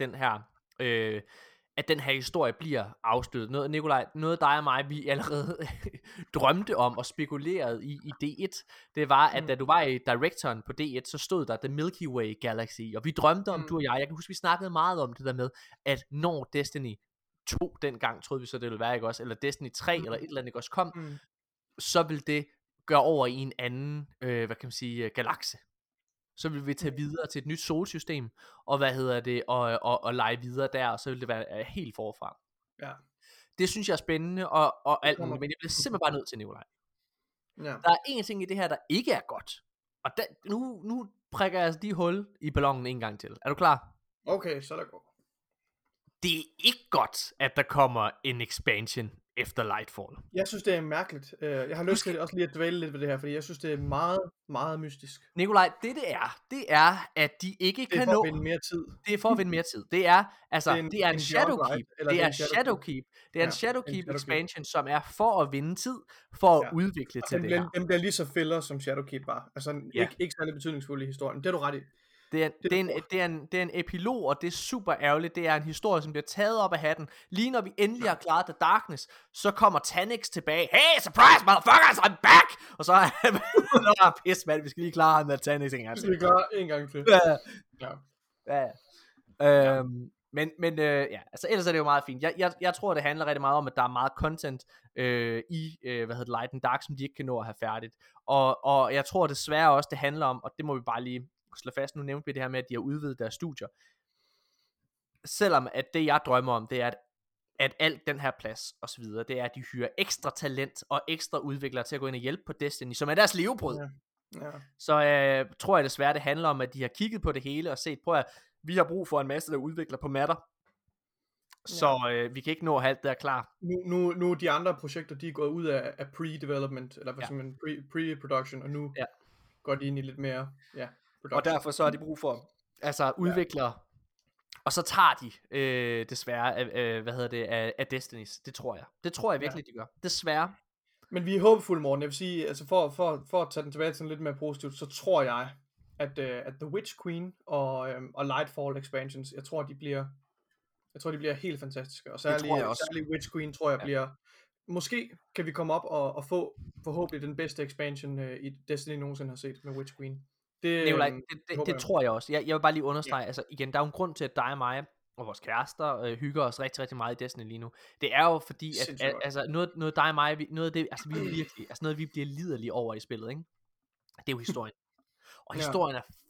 den her historie bliver afsluttet. Noget dig og mig, vi allerede drømte om og spekulerede i D1, det var, at da du var i Directoren på D1, så stod der The Milky Way Galaxy, og vi drømte om, du og jeg kan huske, vi snakkede meget om det der med, at når Destiny 2 dengang, troede vi så det ville være, ikke også, eller Destiny 3, eller et eller andet ikke også kom, så vil det gøre over i en anden, galakse. Så vil vi tage videre til et nyt solsystem, og og lege videre der, og så vil det være helt forfra. Ja. Det synes jeg er spændende, og alt muligt, men jeg bliver simpelthen bare nødt til, Nikolaj. Ja. Der er en ting i det her, der ikke er godt, og nu prikker jeg altså de hul i ballonen en gang til. Er du klar? Okay, så er det godt. Det er ikke godt, at der kommer en expansion efter Lightfall. Jeg synes, det er mærkeligt. Jeg har lyst til også lige at dvæle lidt ved det her, fordi jeg synes, det er meget, meget mystisk. Nikolaj, det er, at de ikke kan nå... Det er for at vinde mere tid. Det er for at vinde mere tid. Det er en Shadowkeep. Det er en Shadowkeep. Det er en Shadowkeep expansion, som er for at vinde tid, for at udvikle til det her. Den bliver lige så filler, som Shadowkeep var. Altså ikke særlig betydningsfuld i historien. Det er du ret i. Det er en epilog, og det er super ærgerligt. Det er en historie, som bliver taget op af hatten. Lige når vi endelig har klaret The Darkness, så kommer Tannix tilbage. Hey, surprise, motherfuckers, I'm back! Og så er pis, mand, vi skal lige klare ham der Tannix en gang til. Vi skal klare en gang til. Altså ellers er det jo meget fint. Jeg tror, det handler rigtig meget om, at der er meget content i Light and Dark, som de ikke kan nå at have færdigt. Og jeg tror desværre også, det handler om, og det må vi bare lige slå fast, nu nævnte vi det her med, at de har udvidet deres studier. Selvom at det jeg drømmer om, det er, at alt den her plads og så videre, det er, at de hyrer ekstra talent og ekstra udviklere til at gå ind og hjælpe på Destiny, som er deres levebrød. Ja. Så tror jeg desværre, det handler om, at de har kigget på det hele og set, prøv at vi har brug for en masse, der udvikler på matter. Så vi kan ikke nå at have alt det der klar. Nu de andre projekter, de er gået ud af pre-development, eller hvad som en pre-production, og nu går de ind i lidt mere, production. Og derfor så har de brug for udviklere, og så tager de desværre af Destinies. Det tror jeg virkelig, de gør. Desværre. Men vi er håbefulde, Morten. Jeg vil sige, altså for at tage den tilbage til lidt mere positivt, så tror jeg, at The Witch Queen og Lightfall expansions, jeg tror de bliver helt fantastiske, og særlig Witch Queen tror jeg bliver, måske kan vi komme op og få forhåbentlig den bedste expansion i Destiny nogensinde har set med Witch Queen. Det tror jeg også. Jeg vil bare lige understrege, altså igen, der er jo en grund til, at dig og mig og vores kærester hygger os rigtig, rigtig meget i Destiny lige nu. Det er jo fordi, at altså, noget dig og mig, noget af det, altså vi er virkelig, altså noget vi bliver liderlige over i spillet, ikke? Det er jo historien. Og historien er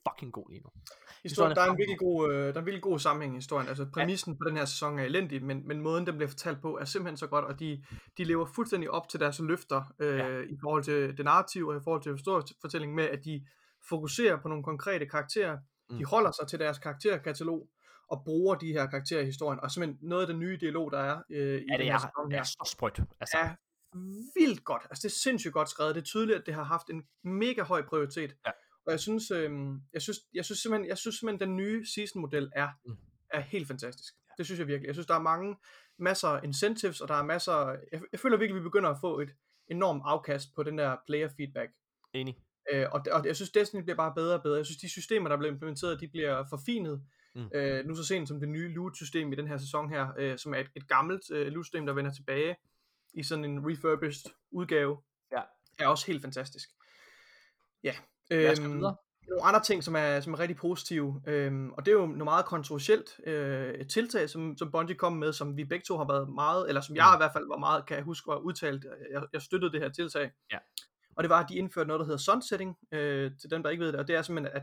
fucking god lige nu. Der er en virkelig god sammenhæng i historien. Altså præmissen på den her sæson er elendig, men måden den bliver fortalt på er simpelthen så godt, og de lever fuldstændig op til deres løfter i forhold til det narrative og i forhold til historiefortællingen med, at de fokuserer på nogle konkrete karakterer. De holder sig til deres karakterkatalog og bruger de her karakterer i historien, og simpelthen noget af den nye dialog, der er i den her sæson her, er så sprødt. Altså. Er vildt godt. Altså det er sindssygt godt skrevet. Det er tydeligt, at det har haft en mega høj prioritet. Ja. Og jeg synes simpelthen den nye season model er helt fantastisk. Det synes jeg virkelig. Jeg synes der er masser af incentives, og der er masser. Jeg føler virkelig, at vi begynder at få et enormt afkast på den der player feedback. Enig. Og jeg synes Destiny bliver bare bedre og bedre. Jeg synes de systemer der bliver implementeret, de bliver forfinet. Nu så sent som det nye loot system i den her sæson her, som er et gammelt loot system der vender tilbage i sådan en refurbished udgave. Ja. Er også helt fantastisk. Ja. Nogle andre ting, som er rigtig positive, og det er jo noget meget kontroversielt et tiltag, som Bungie kom med, som vi begge to har været meget, eller som jeg i hvert fald var meget, kan jeg huske, var udtalt, jeg støttede det her tiltag. Ja. Og det var, at de indførte noget, der hedder sunsetting, til dem, der ikke ved det, og det er simpelthen,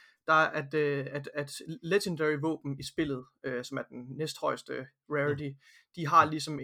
at legendary våben i spillet, som er den næsthøjeste rarity, de har ligesom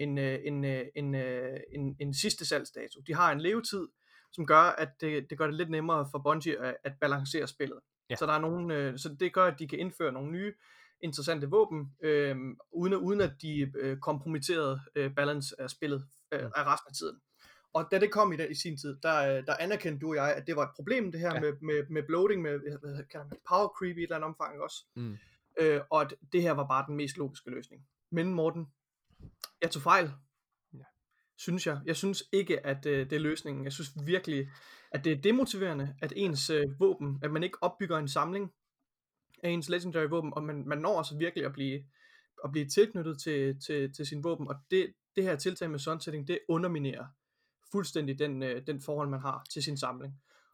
en sidste salgsdato. De har en levetid, som gør, at det gør det lidt nemmere for Bungie at balancere spillet. Ja. Så der er nogle, så det gør, at de kan indføre nogle nye interessante våben, uden at de kompromitterede balance af spillet af resten af tiden. Og da det kom i sin tid, der anerkendte du og jeg, at det var et problem, det her med bloating, med power creep i et eller andet omfang også. Og at det her var bare den mest logiske løsning. Men Morten, jeg tog fejl. Synes jeg. Jeg synes ikke, at det er løsningen. Jeg synes virkelig, at det er demotiverende, at ens våben, at man ikke opbygger en samling af ens legendary våben, og man når altså virkelig at blive tilknyttet til sin våben, og det her tiltag med sunsetting, det underminerer fuldstændig den forhold, man har til sin samling.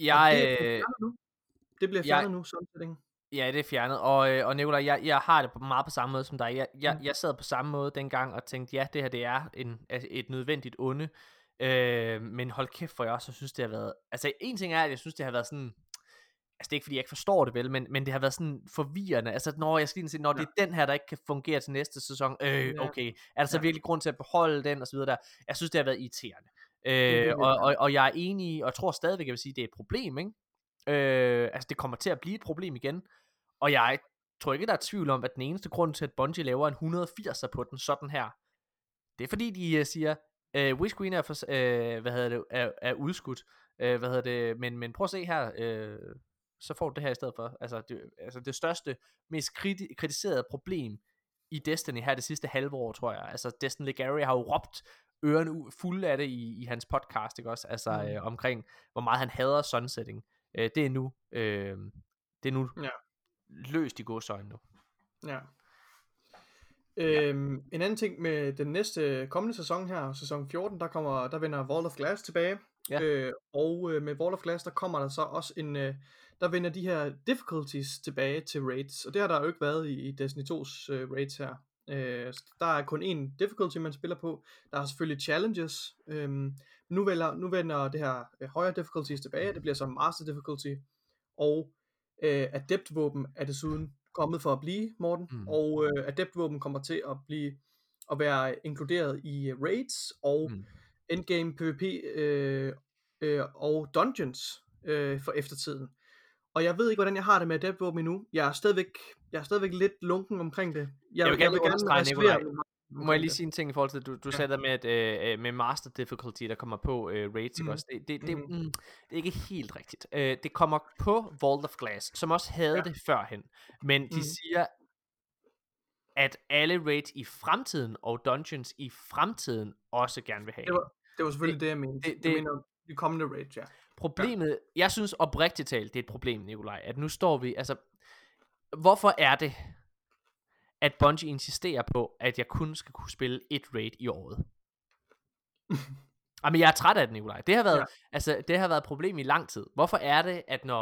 Det bliver fjernet nu, sunsetting. Ja, det er fjernet, og Nikolaj, jeg har det meget på samme måde som dig. Jeg sad på samme måde dengang og tænkte, ja, det her det er et nødvendigt onde, men hold kæft for jeg også, synes det har været, altså en ting er, at jeg synes det har været sådan, altså det er ikke fordi jeg ikke forstår det vel, men det har været sådan forvirrende, altså når jeg skal lige se, når det er den her, der ikke kan fungere til næste sæson, okay, er der så virkelig grund til at beholde den, og så videre der, jeg synes det har været irriterende, og jeg er enig, og jeg tror stadigvæk, jeg vil sige, det er et problem, ikke? Altså det kommer til at blive et problem igen, og jeg tror ikke der er tvivl om, at den eneste grund til at Bungie laver en 180'er på den sådan her, det er fordi de siger Witch Queen er udskudt, men prøv at se her, så får du det her i stedet for, altså det største, mest kritiserede problem i Destiny her det sidste halve år, tror jeg, altså Destiny Legary har jo råbt ørerne fulde af det i hans podcast, ikke også, altså omkring hvor meget han hader sunsetting. Det er nu løst i godsøjne nu. Ja. En anden ting med den næste kommende sæson her, sæson 14, der vender Vault of Glass tilbage. Og med Vault of Glass, der kommer der så også der vender de her difficulties tilbage til raids. Og det har der jo ikke været i Destiny 2's raids her. Der er kun én difficulty, man spiller på. Der er selvfølgelig challenges. Nu vender det her højere difficulties tilbage. Det bliver så master difficulty. Og adept våben er desuden kommet for at blive, Morten. Og adept våben kommer til at være inkluderet i raids og endgame PvP og dungeons for eftertiden. Og jeg ved ikke, hvordan jeg har det med adept våben endnu. Jeg er stadigvæk lidt lunken omkring det. Jeg vil gerne reservere. Må jeg lige sige en ting i forhold til, du sagde der med, med master difficulty, der kommer på raids, også. Det er ikke helt rigtigt. Det kommer på Vault of Glass, som også havde det førhen. Men de siger, at alle raids i fremtiden og dungeons i fremtiden også gerne vil have. Det var selvfølgelig det, jeg mente. Jeg mener de kommende raids, Problemet, jeg synes oprigtigt talt, det er et problem, Nikolaj, at nu står vi, altså, hvorfor er det, at Bungie insisterer på, at jeg kun skal kunne spille et raid i året? Jamen, jeg er træt af det, Nikolaj. Det har været et problem i lang tid. Hvorfor er det,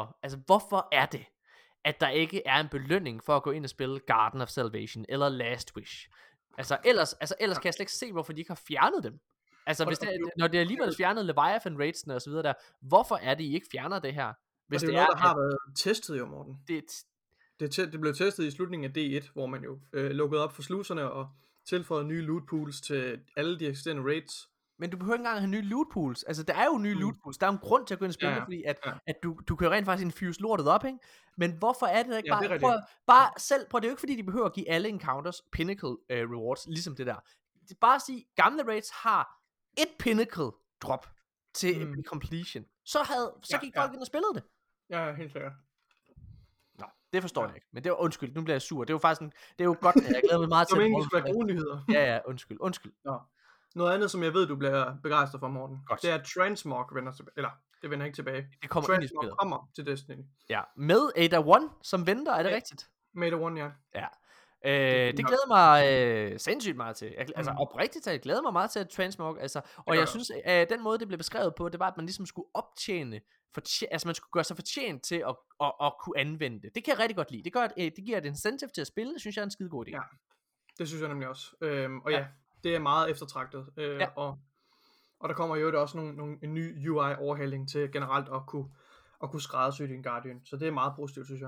at der ikke er en belønning for at gå ind og spille Garden of Salvation eller Last Wish? Ellers kan jeg slet ikke se, hvorfor de ikke har fjernet dem. Altså, når det alligevel fjernet Leviathan raidsene og så videre der, hvorfor er det, I ikke fjerner det her? Hvis det er noget, der har været testet jo, Morten. Det blev testet i slutningen af D1, hvor man jo lukkede op for sluserne og tilføjede nye loot pools til alle de eksisterende raids. Men du behøver ikke engang have nye loot pools. Altså, der er jo nye loot pools. Der er jo en grund til at gå ind og spille det, fordi at du kan jo rent faktisk infuse lortet op, ikke? Men hvorfor er det ikke bare selv, prøv, det er jo ikke fordi, de behøver at give alle encounters pinnacle rewards, ligesom det der. Det er bare at sige, gamle raids har et pinnacle drop til completion. Så gik folk ind og spillede det. Ja, helt sikkert. Nå, det forstår jeg ikke. Men det var undskyld, nu bliver jeg sur. Det er jo faktisk det er jo godt, jeg glæder mig meget til. Det er jo gode nyheder. Ja, undskyld. Nå. Noget andet, som jeg ved, du bliver begejstret for, Morten. Godt. Det er, at Transmog vender tilbage. Eller, det vender ikke tilbage. Det kommer Transmog kommer til Destiny. Ja, med Ada 1 som venter, er det rigtigt? Med Ada 1, ja. Ja. Det glæder mig sindssygt meget til. Altså oprigtigt talt, glæder mig meget til Transmog. Altså, og jeg synes, den måde det blev beskrevet på, det var, at man ligesom skulle optjene, altså man skulle gøre sig fortjent til at kunne anvende det. Det kan jeg rigtig godt lide. Det giver et incentive til at spille, det synes jeg er en skide god idé. Ja, det synes jeg nemlig også. Og ja, det er meget eftertragtet. Og der kommer jo også en ny UI-overhaling til generelt at kunne skræddersy din Guardian. Så det er meget positivt, synes jeg.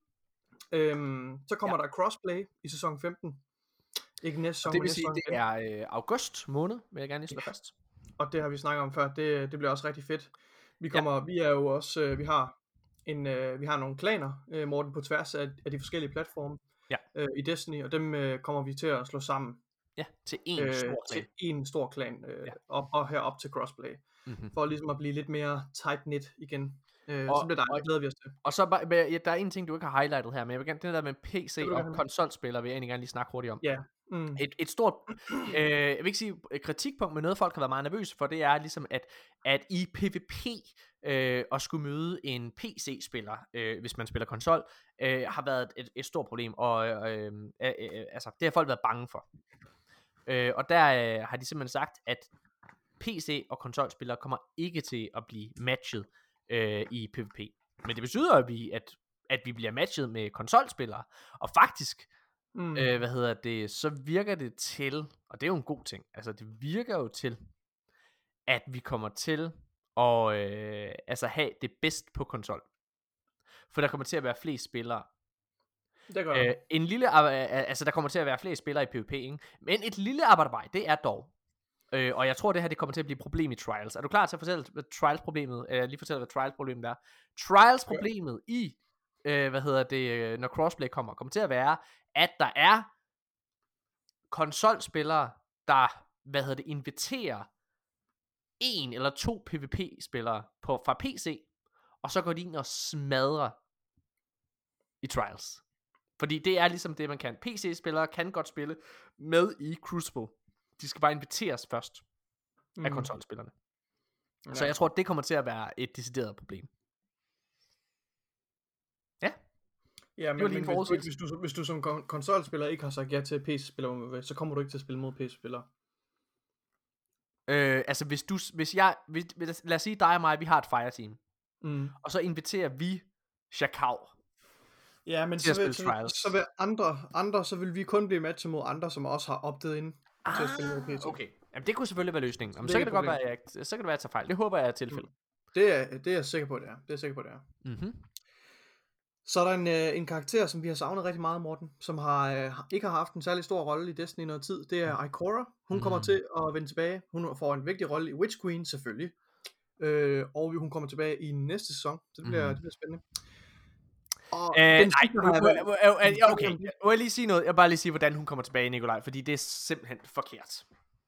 Så kommer der crossplay i sæson 15. Ikke næste sæson, det vil sige, det er august måned, vil jeg gerne lige slå fast. Og det har vi snakket om før. Det bliver også rigtig fedt. Vi er jo også, vi har nogle klaner, Morten, på tværs af de forskellige platforme i Destiny, og dem kommer vi til at slå sammen. Ja, til en stor klan. Og herop til crossplay. For ligesom at blive lidt mere tight-knit igen. Så bliver det glæder vi os til. Og så der er en ting du ikke har highlightet her, men jeg vil gerne, det der med PC og konsolspillere vil jeg egentlig gerne lige snakke hurtigt om. Ja. Et stort jeg vil ikke sige kritikpunkt, men noget folk har været meget nervøse for, det er ligesom at i PvP at skulle møde en PC-spiller, hvis man spiller konsol, har været et stort problem, og altså det har folk været bange for. Og der har de simpelthen sagt, at PC og konsolspillere kommer ikke til at blive matchet i PvP. Men det betyder at vi bliver matchet med konsolspillere. Og faktisk så virker det til, og det er jo en god ting, altså det virker jo til, at vi kommer til at have det bedst på konsol. For der kommer til at være flest spillere. Det gør der kommer til at være flere spillere i PvP, ikke? Men et lille arbejde, det er dog. Og jeg tror det her, det kommer til at blive et problem i Trials. Er du klar til at fortælle hvad Trials-problemet, lige fortælle hvad Trials-problemet er? Trials-problemet i, når crossplay kommer til at være, at der er konsolspillere, der, inviterer 1 eller 2 PvP-spillere fra PC, og så går de ind og smadrer i Trials. Fordi det er ligesom det, man kan. PC-spillere kan godt spille med i Crucible. De skal bare inviteres først af konsolspillerne. Ja. Så jeg tror, det kommer til at være et decideret problem. Ja, men hvis du som konsolspiller ikke har sagt ja til PC-spillere, så kommer du ikke til at spille mod PC-spillere. Altså lad os sige dig og mig, vi har et fireteam. Og så inviterer vi Shakao. Ja, men så vil andre, så vil vi kun blive matchet mod andre, som også har optet ind til at spille mod PC. Okay. Jamen, det kunne selvfølgelig være løsningen. Jamen, så kan det godt være, så kan det være, at jeg tager fejl. Det håber jeg er tilfældet. Det er jeg sikker på, det er. Så er der en karakter, som vi har savnet rigtig meget, Morten, som ikke har haft en særlig stor rolle i Destiny i noget tid. Det er Ikora. Hun kommer til at vende tilbage. Hun får en vigtig rolle i Witch Queen, selvfølgelig. Og hun kommer tilbage i næste sæson. Så det bliver spændende. Okay. Må jeg lige sige noget? Jeg vil bare lige sige, hvordan hun kommer tilbage, Nikolaj, fordi det er simpelthen forkert.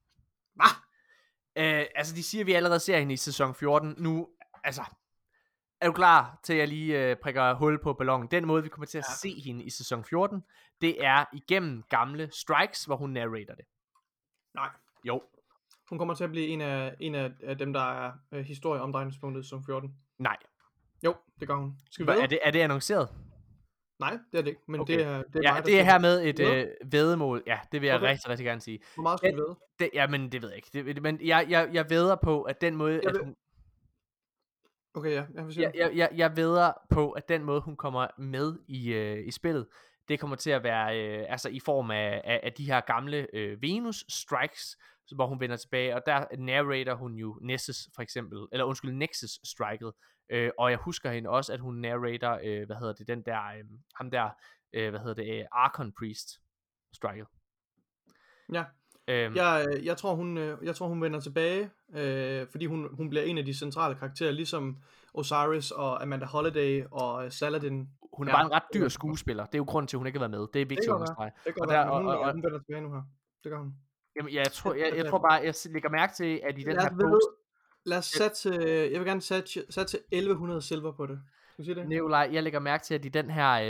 Hvad? Altså, de siger, at vi allerede ser hende i sæson 14. Nu, altså, er du klar til, at jeg lige prikker hul på ballonen? Den måde, vi kommer til at se hende i sæson 14, det er igennem gamle strikes, hvor hun narrater det. Nej. Jo. Hun kommer til at blive en af dem, der er historieomdrejningspunktet i sæson 14. Nej. Jo, det gør hun. Er det annonceret? Nej, det er det ikke, men okay. det er mig, det er her med et væddemål. Ja, det vil jeg rigtig, rigtig gerne sige. Hvor meget skal du vædde? Jamen, det ved jeg ikke. Men jeg vædder på, at den måde... Okay, jeg vædder på, at den måde, hun kommer med i spillet, det kommer til at være i form af de her gamle Venus strikes, så hvor hun vender tilbage, og der narrater hun jo Nessus for eksempel, eller undskyld, Nexus Striket, og jeg husker hende også, at hun narrater, den der, ham der, Archon Priest Striket. Ja. Jeg tror hun vender tilbage, fordi hun bliver en af de centrale karakterer, ligesom Osiris og Amanda Holiday og Saladin. Hun er bare en ret dyr skuespiller. Det er jo grunden til, at hun ikke har været med. Det er vigtigt at understrege. Det går der, hun vender tilbage nu her. Det gør hun. Jamen, jeg tror bare, jeg lægger mærke til, at i den her post... Lad os sætte, jeg vil gerne sætte til 1100 silver på det. Skal du sige det? Nikolaj, jeg lægger mærke til, at i den her,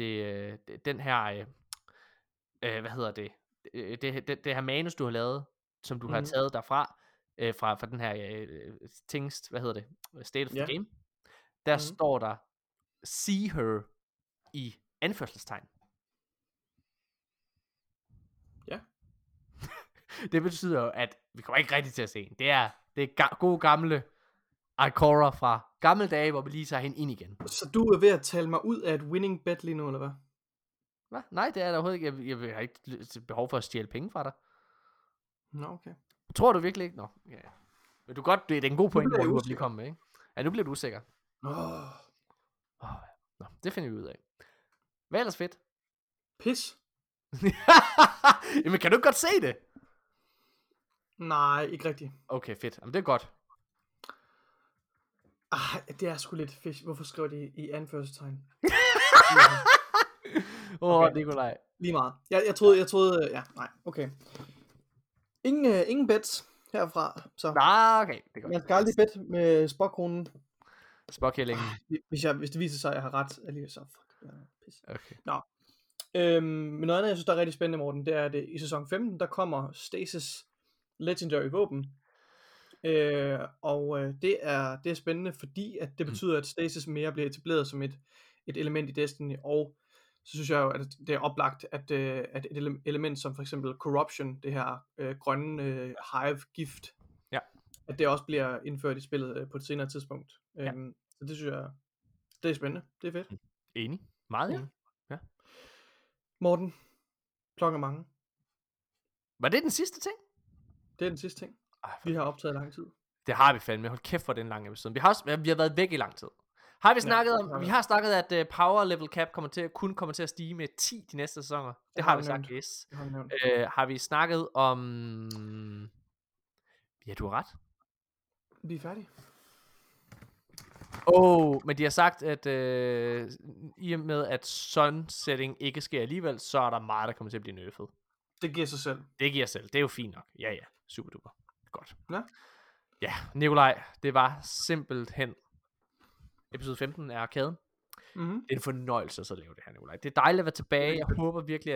det her manus, du har lavet, som du har taget derfra, fra den her State of the Game, der står der, see her i anførselstegn. Ja. Det betyder jo, at vi kommer ikke rigtig til at se hende. Det er gode gamle Ikora fra gamle dage, hvor vi lige tager hende ind igen. Så du er ved at tale mig ud af et winning bet lige nu, eller hvad? Hvad? Nej, det er der overhovedet ikke. Jeg har ikke behov for at stjæle penge fra dig. Nå, okay. Tror du virkelig ikke? Nå, ja. Men du godt, det er en god point, hvor du har lige kommet med, ikke? Ja, nu bliver du usikker. Nå, det finder vi ud af. Hvad ellers fedt? Pis. Jamen, kan du godt se det? Nej, ikke rigtigt. Okay, fedt. Jamen, det er godt. Det er sgu lidt fish. Hvorfor skriver de i anførselstegn? Okay. Nikolaj. Lige meget. Jeg troede, ja, nej, okay. Ingen bets herfra, så. Nej, okay, det er godt. Man skal aldrig bet med spokkronen. Spokkællingen. Hvis det viser sig, at jeg har ret alligevel, så fuck. Pis. Okay. Nå. Men noget andet, jeg synes, der er rigtig spændende, Morten, det er, at i sæson 15, der kommer Stasis Legendary våben. Og det er spændende, fordi at det betyder, at Stasis mere bliver etableret som et element i Destiny, og så synes jeg jo, at det er oplagt, at et element som for eksempel Corruption, det her grønne hive-gift, at det også bliver indført i spillet på et senere tidspunkt. Så det synes jeg, det er spændende. Det er fedt. Enig. Meget enig. Ja. Morten, klokken er mange. Var det den sidste ting? Det er den sidste ting. Vi har optaget lang tid. Det har vi fandme. Hold kæft for den lange episode. Vi har været væk i lang tid. Har vi snakket om? Vi har snakket, at power level cap kun kommer til at stige med 10 de næste sæsoner. Det har vi sagt, yes. Har vi snakket om... Ja, du har ret. Vi er færdige. Men de har sagt, at i og med, at sunsetting ikke sker alligevel, så er der meget, der kommer til at blive nerfed. Det giver sig selv. Det giver selv. Det er jo fint nok. Ja. Super duper. Godt. Ja, Nikolaj, det var simpelthen... Episode 15 er arkaden. Det er en fornøjelse at lave det her, Nikolaj. Det er dejligt at være tilbage. Jeg håber virkelig,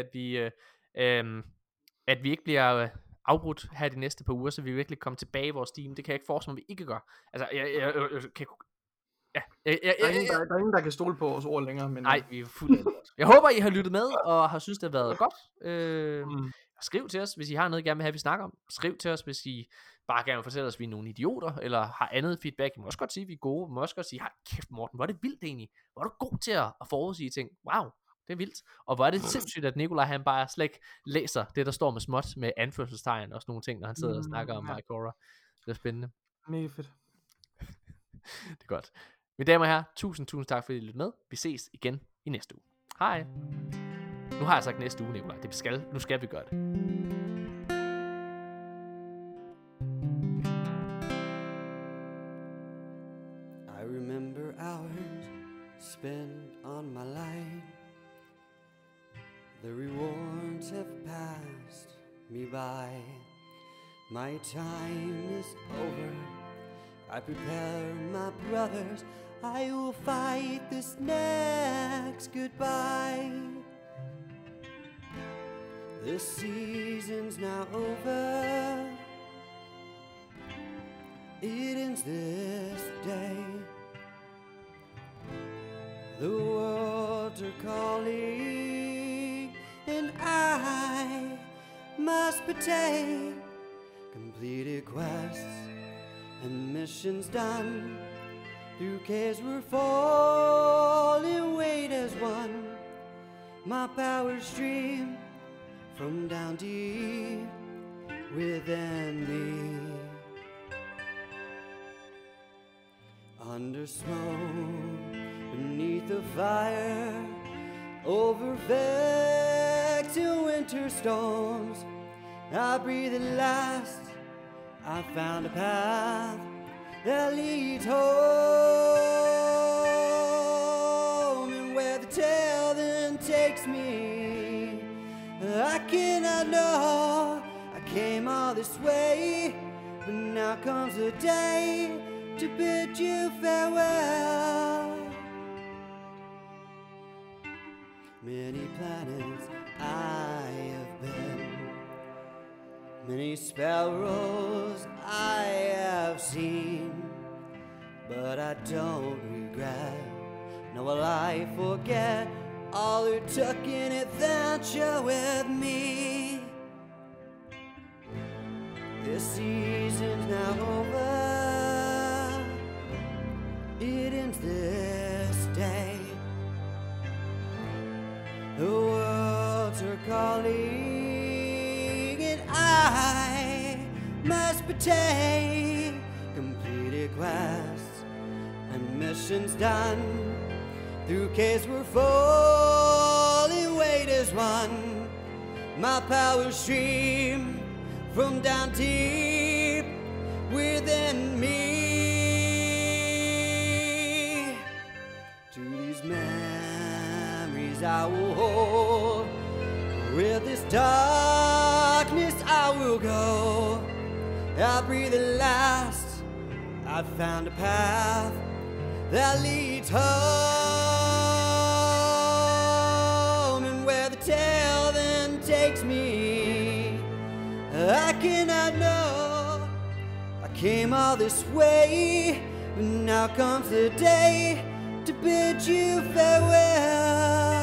at vi ikke bliver afbrudt her de næste par uger, så vi virkelig kommer tilbage i vores team. Det kan jeg ikke forestille mig, vi ikke gør. Altså, der er ingen, der kan stole på vores ord længere. Men... Nej, vi er fuldt af det. Jeg håber, I har lyttet med, og har synes, det har været godt. Skriv til os, hvis I har noget, I gerne vil have, vi snakker om. Skriv til os, hvis I bare gerne vil fortælle os, at vi er nogle idioter, eller har andet feedback. I må også godt sige, at vi er gode. I må også godt sige, kæft Morten, hvor er det vildt egentlig. Hvor er du god til at forudsige ting. Wow, det er vildt. Og hvor er det sindssygt, at Nikolaj han bare slet ikke læser det, der står med småt med anførselstegn og sådan nogle ting, når han sidder og snakker om Ikora. Det er spændende. Mega fedt. Det er godt. Mine damer og herrer, tusind tak, fordi I lyttede med. Vi ses igen i næste uge. Hej. Nu har jeg sagt næste uge, Nikolaj. Nu skal vi gøre det. I remember hours spent on my line. The rewards have passed me by. My time is over. I prepare my brothers. I will fight this next goodbye. The season's now over. It ends this day. The worlds are calling, and I must partake. Completed quests and missions done. Through caves we're falling, weight as one. My power stream from down deep. within me. Under smoke, beneath the fire, over vexing winter storms, I breathe at last. I found a path that leads home, and where the tale then takes me, I cannot know. I came all this way, but now comes the day to bid you farewell. Many planets I have been, many sparrows I have seen, but I don't regret, nor will I forget all who took an adventure with me. This season's now over, it ends this day. The worlds are calling, and I must partake. Completed quests and missions done, through caves we're falling, weight is one. My power stream from down deep within me. To these memories I will hold, with this darkness I will go. I breathe at last, I've found a path that leads home, and where the tale then takes me, I cannot know. I came all this way, but now comes the day to bid you farewell.